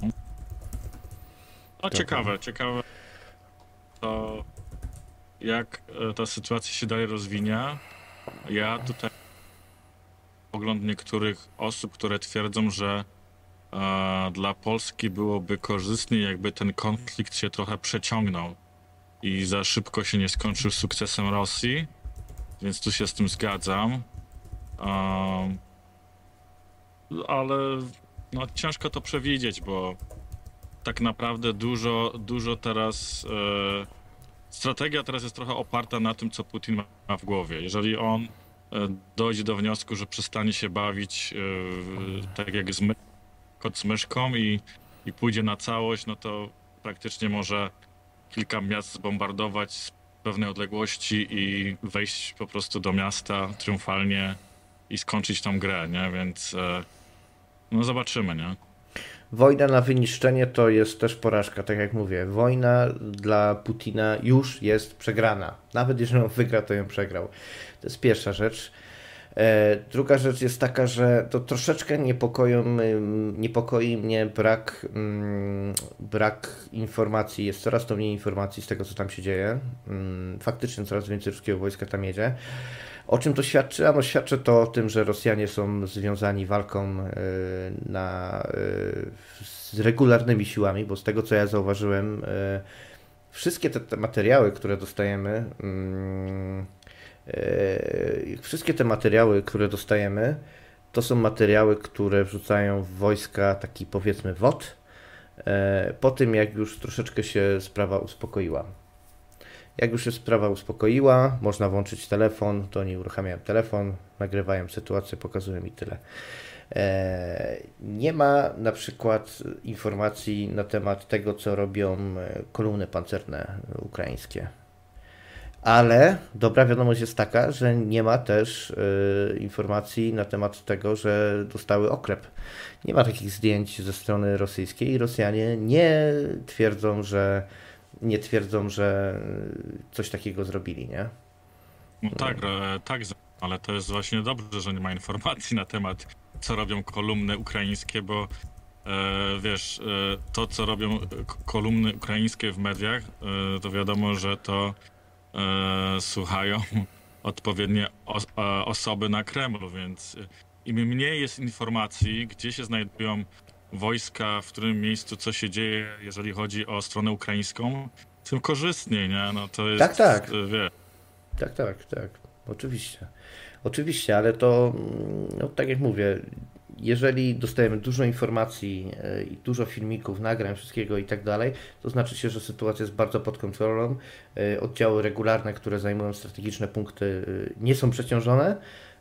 No ciekawe, ciekawe to jak ta sytuacja się dalej rozwinie. Ja tutaj pogląd niektórych osób, które twierdzą, że e, dla Polski byłoby korzystnie, jakby ten konflikt się trochę przeciągnął i za szybko się nie skończył sukcesem Rosji, więc tu się z tym zgadzam. E, ale no, ciężko to przewidzieć, bo tak naprawdę dużo, dużo teraz... E, strategia teraz jest trochę oparta na tym, co Putin ma w głowie. Jeżeli on dojdzie do wniosku, że przestanie się bawić yy, tak jak z my, kot z myszką i, i pójdzie na całość, no to praktycznie może kilka miast zbombardować z pewnej odległości i wejść po prostu do miasta triumfalnie i skończyć tą grę, nie? Więc yy, no zobaczymy, nie? Wojna na wyniszczenie to jest też porażka, tak jak mówię. Wojna dla Putina już jest przegrana. Nawet jeżeli on wygra, to ją przegrał. To jest pierwsza rzecz. Druga rzecz jest taka, że to troszeczkę niepokoją, niepokoi mnie brak, brak informacji, jest coraz to mniej informacji z tego, co tam się dzieje. Faktycznie coraz więcej ruskiego wojska tam jedzie. O czym to świadczy? Ano świadczy to o tym, że Rosjanie są związani walką na, z regularnymi siłami, bo z tego, co ja zauważyłem, wszystkie te, te materiały, które dostajemy, Wszystkie te materiały, które dostajemy, to są materiały, które wrzucają w wojska taki, powiedzmy, W O D, po tym jak już troszeczkę się sprawa uspokoiła. Jak już się sprawa uspokoiła, można włączyć telefon, to oni uruchamiają telefon, nagrywają sytuację, pokazują i tyle. Nie ma na przykład informacji na temat tego, co robią kolumny pancerne ukraińskie. Ale dobra wiadomość jest taka, że nie ma też y, informacji na temat tego, że dostały oklep. Nie ma takich zdjęć ze strony rosyjskiej i Rosjanie nie twierdzą, że nie twierdzą, że coś takiego zrobili, nie? No tak, e, tak, ale to jest właśnie dobrze, że nie ma informacji na temat, co robią kolumny ukraińskie, bo e, wiesz, e, to co robią kolumny ukraińskie w mediach, e, to wiadomo, że to E, słuchają odpowiednie os e, osoby na Kremlu, więc im mniej jest informacji, gdzie się znajdują wojska, w którym miejscu, co się dzieje, jeżeli chodzi o stronę ukraińską, tym korzystniej, nie? No to jest... Tak, tak. E, wie. Tak, tak, tak. Oczywiście. Oczywiście, ale to, no, tak jak mówię, jeżeli dostajemy dużo informacji i dużo filmików, nagrań, wszystkiego i tak dalej, to znaczy się, że sytuacja jest bardzo pod kontrolą. Oddziały regularne, które zajmują strategiczne punkty, nie są przeciążone,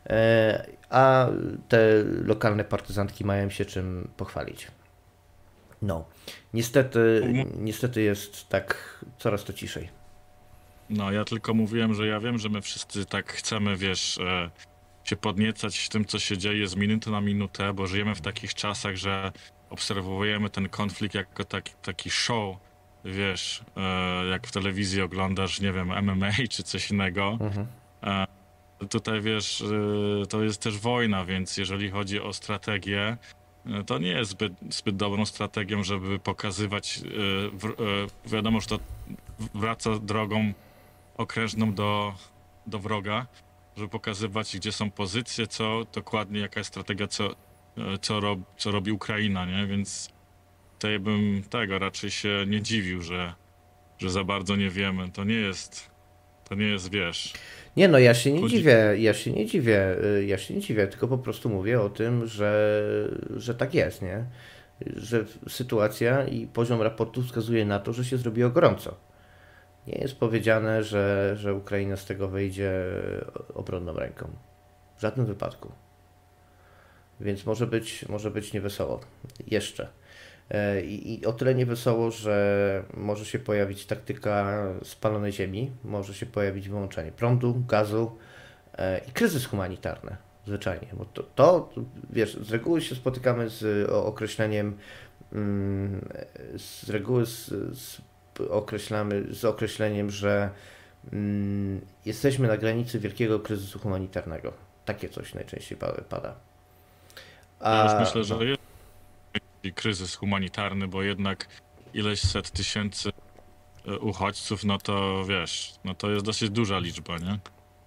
a te lokalne partyzantki mają się czym pochwalić. No, niestety, niestety jest tak coraz to ciszej. No, ja tylko mówiłem, że ja wiem, że my wszyscy tak chcemy, wiesz, się podniecać tym, co się dzieje z minuty na minutę, bo żyjemy w takich czasach, że obserwujemy ten konflikt jako taki, taki show, wiesz, jak w telewizji oglądasz, nie wiem, M M A czy coś innego. Mhm. Tutaj, wiesz, to jest też wojna, więc jeżeli chodzi o strategię, to nie jest zbyt, zbyt dobrą strategią, żeby pokazywać, wiadomo, że to wraca drogą okrężną do, do wroga, żeby pokazywać, gdzie są pozycje, co dokładnie, jaka jest strategia, co, co, rob, co robi Ukraina, nie? Więc tutaj bym tego raczej się nie dziwił, że, że za bardzo nie wiemy. To nie jest, to nie jest, wiesz... Nie, no ja się nie chodzi... dziwię, ja się nie dziwię, ja się nie dziwię, tylko po prostu mówię o tym, że, że tak jest, nie? Że sytuacja i poziom raportu wskazuje na to, że się zrobiło gorąco. Nie jest powiedziane, że, że Ukraina z tego wyjdzie obronną ręką. W żadnym wypadku. Więc może być, może być niewesoło. Jeszcze. I, I o tyle niewesoło, że może się pojawić taktyka spalonej ziemi, może się pojawić wyłączenie prądu, gazu i kryzys humanitarny. Zwyczajnie. Bo to, to wiesz, z reguły się spotykamy z określeniem, z reguły z, z określamy z określeniem, że mm, jesteśmy na granicy wielkiego kryzysu humanitarnego. Takie coś najczęściej pada. A, ja już myślę, że jest kryzys humanitarny, bo jednak ileś set tysięcy uchodźców, no to wiesz, no to jest dosyć duża liczba, nie?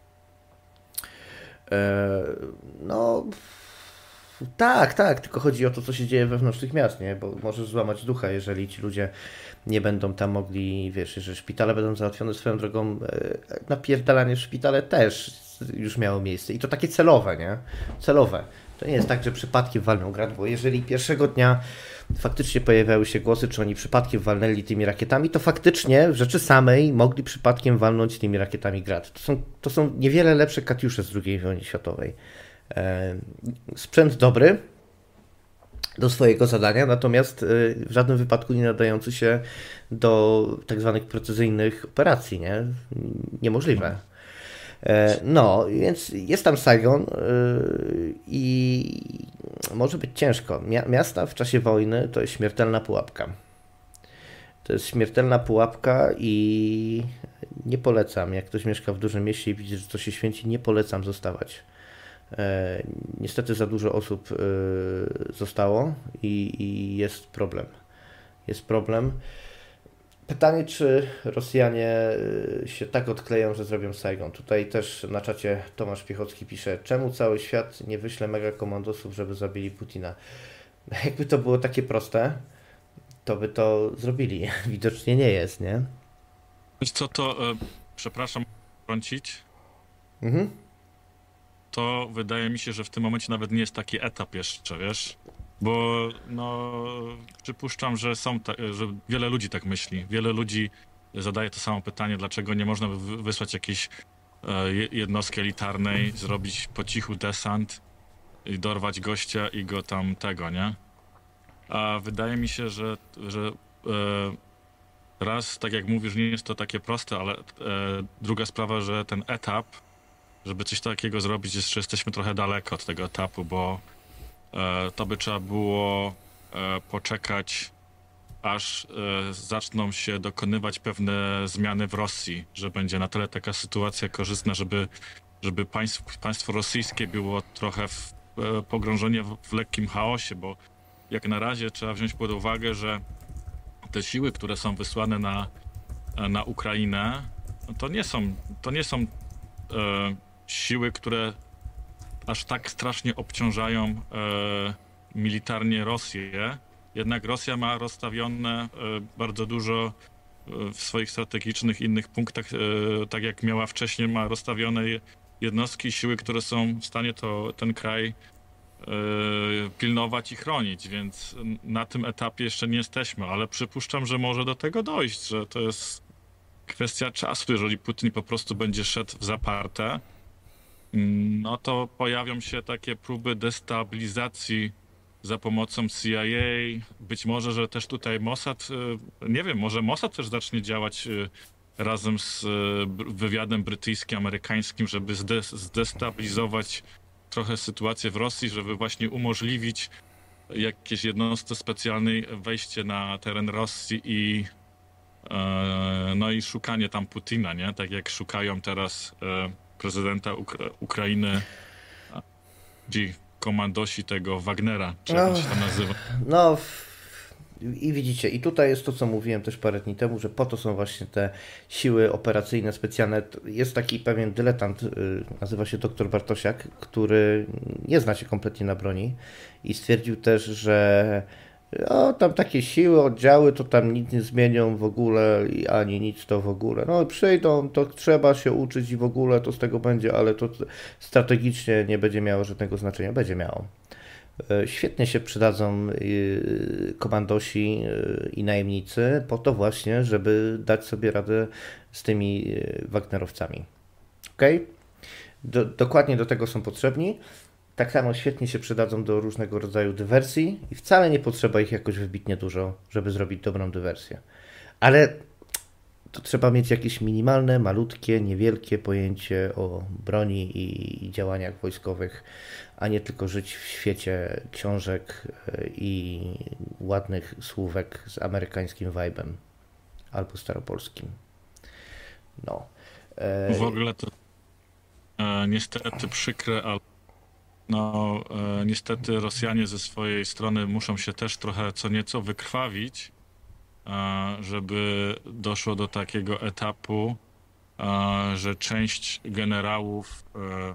E, no... Tak, tak, tylko chodzi o to, co się dzieje wewnątrz tych miast, nie? Bo możesz złamać ducha, jeżeli ci ludzie nie będą tam mogli, wiesz, że szpitale będą załatwione swoją drogą, napierdalanie w szpitale też już miało miejsce i to takie celowe, nie? Celowe. To nie jest tak, że przypadkiem walną grad, bo jeżeli pierwszego dnia faktycznie pojawiały się głosy, czy oni przypadkiem walnęli tymi rakietami, to faktycznie w rzeczy samej mogli przypadkiem walnąć tymi rakietami grad. To są, to są niewiele lepsze Katiusze z drugiej wojny światowej. Sprzęt dobry do swojego zadania, natomiast w żadnym wypadku nie nadający się do tak zwanych precyzyjnych operacji, nie? Niemożliwe. No, więc jest tam Saigon i może być ciężko. Miasta w czasie wojny to jest śmiertelna pułapka. To jest śmiertelna pułapka i nie polecam. Jak ktoś mieszka w dużym mieście i widzi, że to się święci, nie polecam zostawać Niestety za dużo osób zostało i, i jest problem. Jest problem. Pytanie, czy Rosjanie się tak odkleją, że zrobią Saigon. Tutaj też na czacie Tomasz Piechocki pisze, czemu cały świat nie wyśle megakomandosów, żeby zabili Putina. Jakby to było takie proste, to by to zrobili. Widocznie nie jest, nie? Wiesz co, to, e, przepraszam, wtrącić. Mhm. To wydaje mi się, że w tym momencie nawet nie jest taki etap jeszcze, wiesz? Bo no, przypuszczam, że są, ta, że wiele ludzi tak myśli. Wiele ludzi zadaje to samo pytanie, dlaczego nie można wy- wysłać jakiejś e, jednostki elitarnej, zrobić po cichu desant i dorwać gościa i go tam tego, nie? A wydaje mi się, że, że e, raz, tak jak mówisz, nie jest to takie proste, ale e, druga sprawa, że ten etap, żeby coś takiego zrobić, jeszcze jesteśmy trochę daleko od tego etapu, bo e, to by trzeba było e, poczekać, aż e, zaczną się dokonywać pewne zmiany w Rosji, że będzie na tyle taka sytuacja korzystna, żeby, żeby państw, państwo rosyjskie było trochę w, e, pogrążone w, w lekkim chaosie, bo jak na razie trzeba wziąć pod uwagę, że te siły, które są wysłane na, na Ukrainę, to nie są, to nie są e, siły, które aż tak strasznie obciążają e, militarnie Rosję. Jednak Rosja ma rozstawione e, bardzo dużo e, w swoich strategicznych innych punktach, e, tak jak miała wcześniej, ma rozstawione jednostki i siły, które są w stanie to, ten kraj pilnować i chronić, więc na tym etapie jeszcze nie jesteśmy, ale przypuszczam, że może do tego dojść, że to jest kwestia czasu, jeżeli Putin po prostu będzie szedł w zaparte, no to pojawią się takie próby destabilizacji za pomocą C I A, być może, że też tutaj Mossad, nie wiem, może Mossad też zacznie działać razem z wywiadem brytyjskim, amerykańskim, żeby zde- zdestabilizować trochę sytuację w Rosji, żeby właśnie umożliwić jakieś jednostce specjalnej wejście na teren Rosji i e, no i szukanie tam Putina, nie? Tak jak szukają teraz e, prezydenta Ukra- Ukrainy, ci komandosi tego Wagnera, czy jak on się tam nazywa. No i widzicie, i tutaj jest to, co mówiłem też parę dni temu, że po to są właśnie te siły operacyjne, specjalne. Jest taki pewien dyletant, nazywa się doktor Bartosiak, który nie zna się kompletnie na broni i stwierdził też, że o, tam takie siły, oddziały to tam nic nie zmienią w ogóle, ani nic to w ogóle. No przyjdą, to trzeba się uczyć i w ogóle to z tego będzie, ale to strategicznie nie będzie miało żadnego znaczenia. Będzie miało. Świetnie się przydadzą komandosi i najemnicy po to właśnie, żeby dać sobie radę z tymi Wagnerowcami. Okay? Do, dokładnie do tego są potrzebni. Tak samo świetnie się przydadzą do różnego rodzaju dywersji i wcale nie potrzeba ich jakoś wybitnie dużo, żeby zrobić dobrą dywersję. Ale to trzeba mieć jakieś minimalne, malutkie, niewielkie pojęcie o broni i, i działaniach wojskowych, a nie tylko żyć w świecie książek i ładnych słówek z amerykańskim vibe'em albo staropolskim. No. W ogóle to e, niestety przykre, ale no e, niestety Rosjanie ze swojej strony muszą się też trochę co nieco wykrwawić, e, żeby doszło do takiego etapu, e, że część generałów e,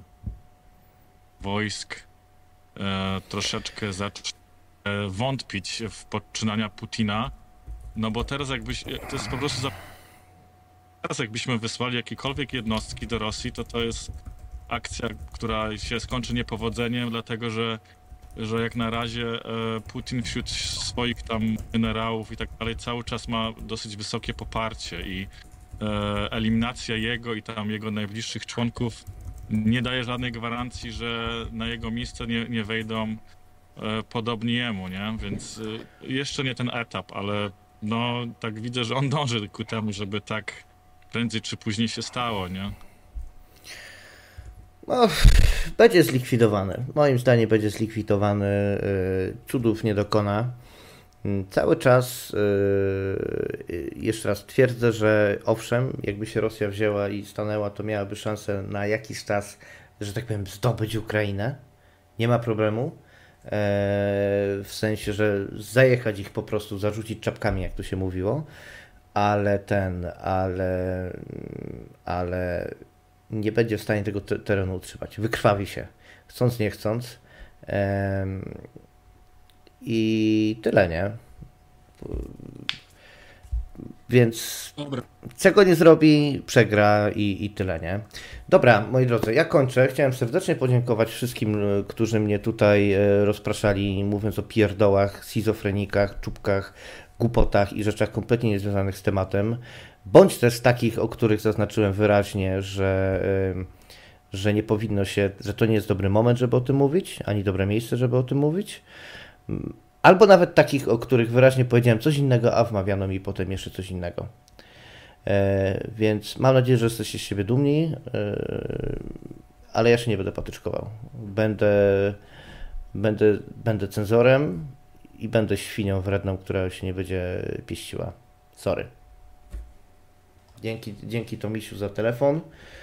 wojsk e, troszeczkę zacznie wątpić w poczynania Putina, no bo teraz jakbyś, to jest po prostu za... teraz jakbyśmy wysłali jakiekolwiek jednostki do Rosji, to to jest akcja, która się skończy niepowodzeniem, dlatego że, że jak na razie e, Putin wśród swoich tam generałów i tak dalej cały czas ma dosyć wysokie poparcie i e, eliminacja jego i tam jego najbliższych członków nie daje żadnej gwarancji, że na jego miejsce nie, nie wejdą e, podobni jemu, nie? Więc e, jeszcze nie ten etap, ale no tak widzę, że on dąży ku temu, żeby tak prędzej czy później się stało, nie? No, będzie zlikwidowany. Moim zdaniem będzie zlikwidowany. Cudów nie dokona. Cały czas, jeszcze raz twierdzę, że owszem, jakby się Rosja wzięła i stanęła, to miałaby szansę na jakiś czas że tak powiem, zdobyć Ukrainę. Nie ma problemu. W sensie, że zajechać ich po prostu, zarzucić czapkami, jak to się mówiło. Ale ten, ale, ale nie będzie w stanie tego te- terenu utrzymać. Wykrwawi się. Chcąc, nie chcąc. I tyle, nie? Więc Dobra. czego nie zrobi, przegra i, i tyle, nie? Dobra, moi drodzy, ja kończę. Chciałem serdecznie podziękować wszystkim, którzy mnie tutaj rozpraszali, mówiąc o pierdołach, schizofrenikach, czubkach, głupotach i rzeczach kompletnie niezwiązanych z tematem. Bądź też takich, o których zaznaczyłem wyraźnie, że, że nie powinno się, że to nie jest dobry moment, żeby o tym mówić, ani dobre miejsce, żeby o tym mówić. Albo nawet takich, o których wyraźnie powiedziałem coś innego, a wmawiano mi potem jeszcze coś innego. E, więc mam nadzieję, że jesteście z siebie dumni, e, ale ja się nie będę patyczkował. Będę, będę, będę cenzorem i będę świnią wredną, która się nie będzie pieściła. Sorry. Dzięki, dzięki Tomisiu za telefon.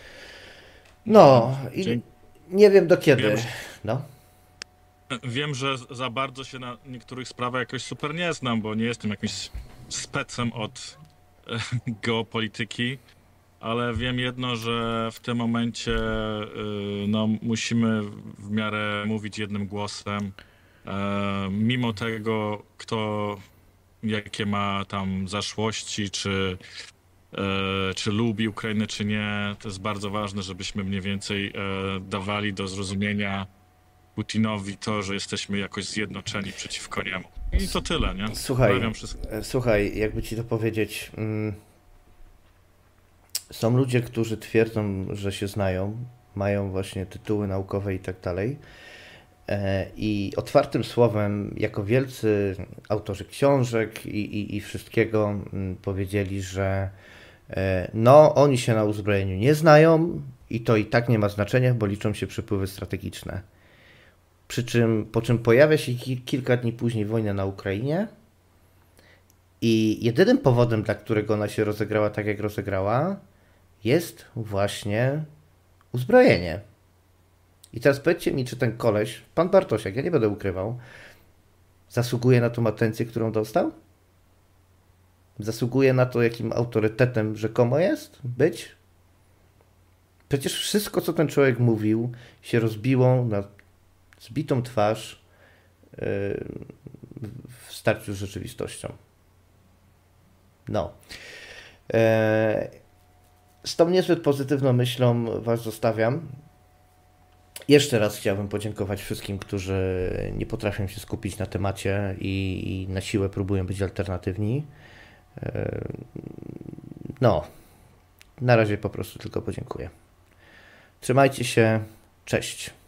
No i nie wiem do kiedy. Wiem, że- No. Wiem, że za bardzo się na niektórych sprawach jakoś super nie znam, bo nie jestem jakimś specem od e, geopolityki, ale wiem jedno, że w tym momencie e, no, musimy w miarę mówić jednym głosem. E, mimo tego, kto jakie ma tam zaszłości, czy, e, czy lubi Ukrainę, czy nie, to jest bardzo ważne, żebyśmy mniej więcej e, dawali do zrozumienia Putinowi to, że jesteśmy jakoś zjednoczeni przeciwko niemu. I to tyle, nie? Słuchaj, Pozdrawiam wszystkich. słuchaj, jakby ci to powiedzieć, mm, są ludzie, którzy twierdzą, że się znają, mają właśnie tytuły naukowe i tak dalej. E, I otwartym słowem, jako wielcy autorzy książek i, i, i wszystkiego, mm, powiedzieli, że e, no, oni się na uzbrojeniu nie znają i to i tak nie ma znaczenia, bo liczą się przepływy strategiczne. Przy czym, po czym pojawia się ki- kilka dni później wojna na Ukrainie i jedynym powodem, dla którego ona się rozegrała tak, jak rozegrała, jest właśnie uzbrojenie. I teraz powiedzcie mi, czy ten koleś, pan Bartosiak, ja nie będę ukrywał, zasługuje na tą atencję, którą dostał? Zasługuje na to, jakim autorytetem rzekomo jest być? Przecież wszystko, co ten człowiek mówił, się rozbiło na zbitą twarz yy, w starciu z rzeczywistością. No. Yy, z tą niezbyt pozytywną myślą was zostawiam. Jeszcze raz chciałbym podziękować wszystkim, którzy nie potrafią się skupić na temacie i, i na siłę próbują być alternatywni. Yy, no. Na razie po prostu tylko podziękuję. Trzymajcie się. Cześć.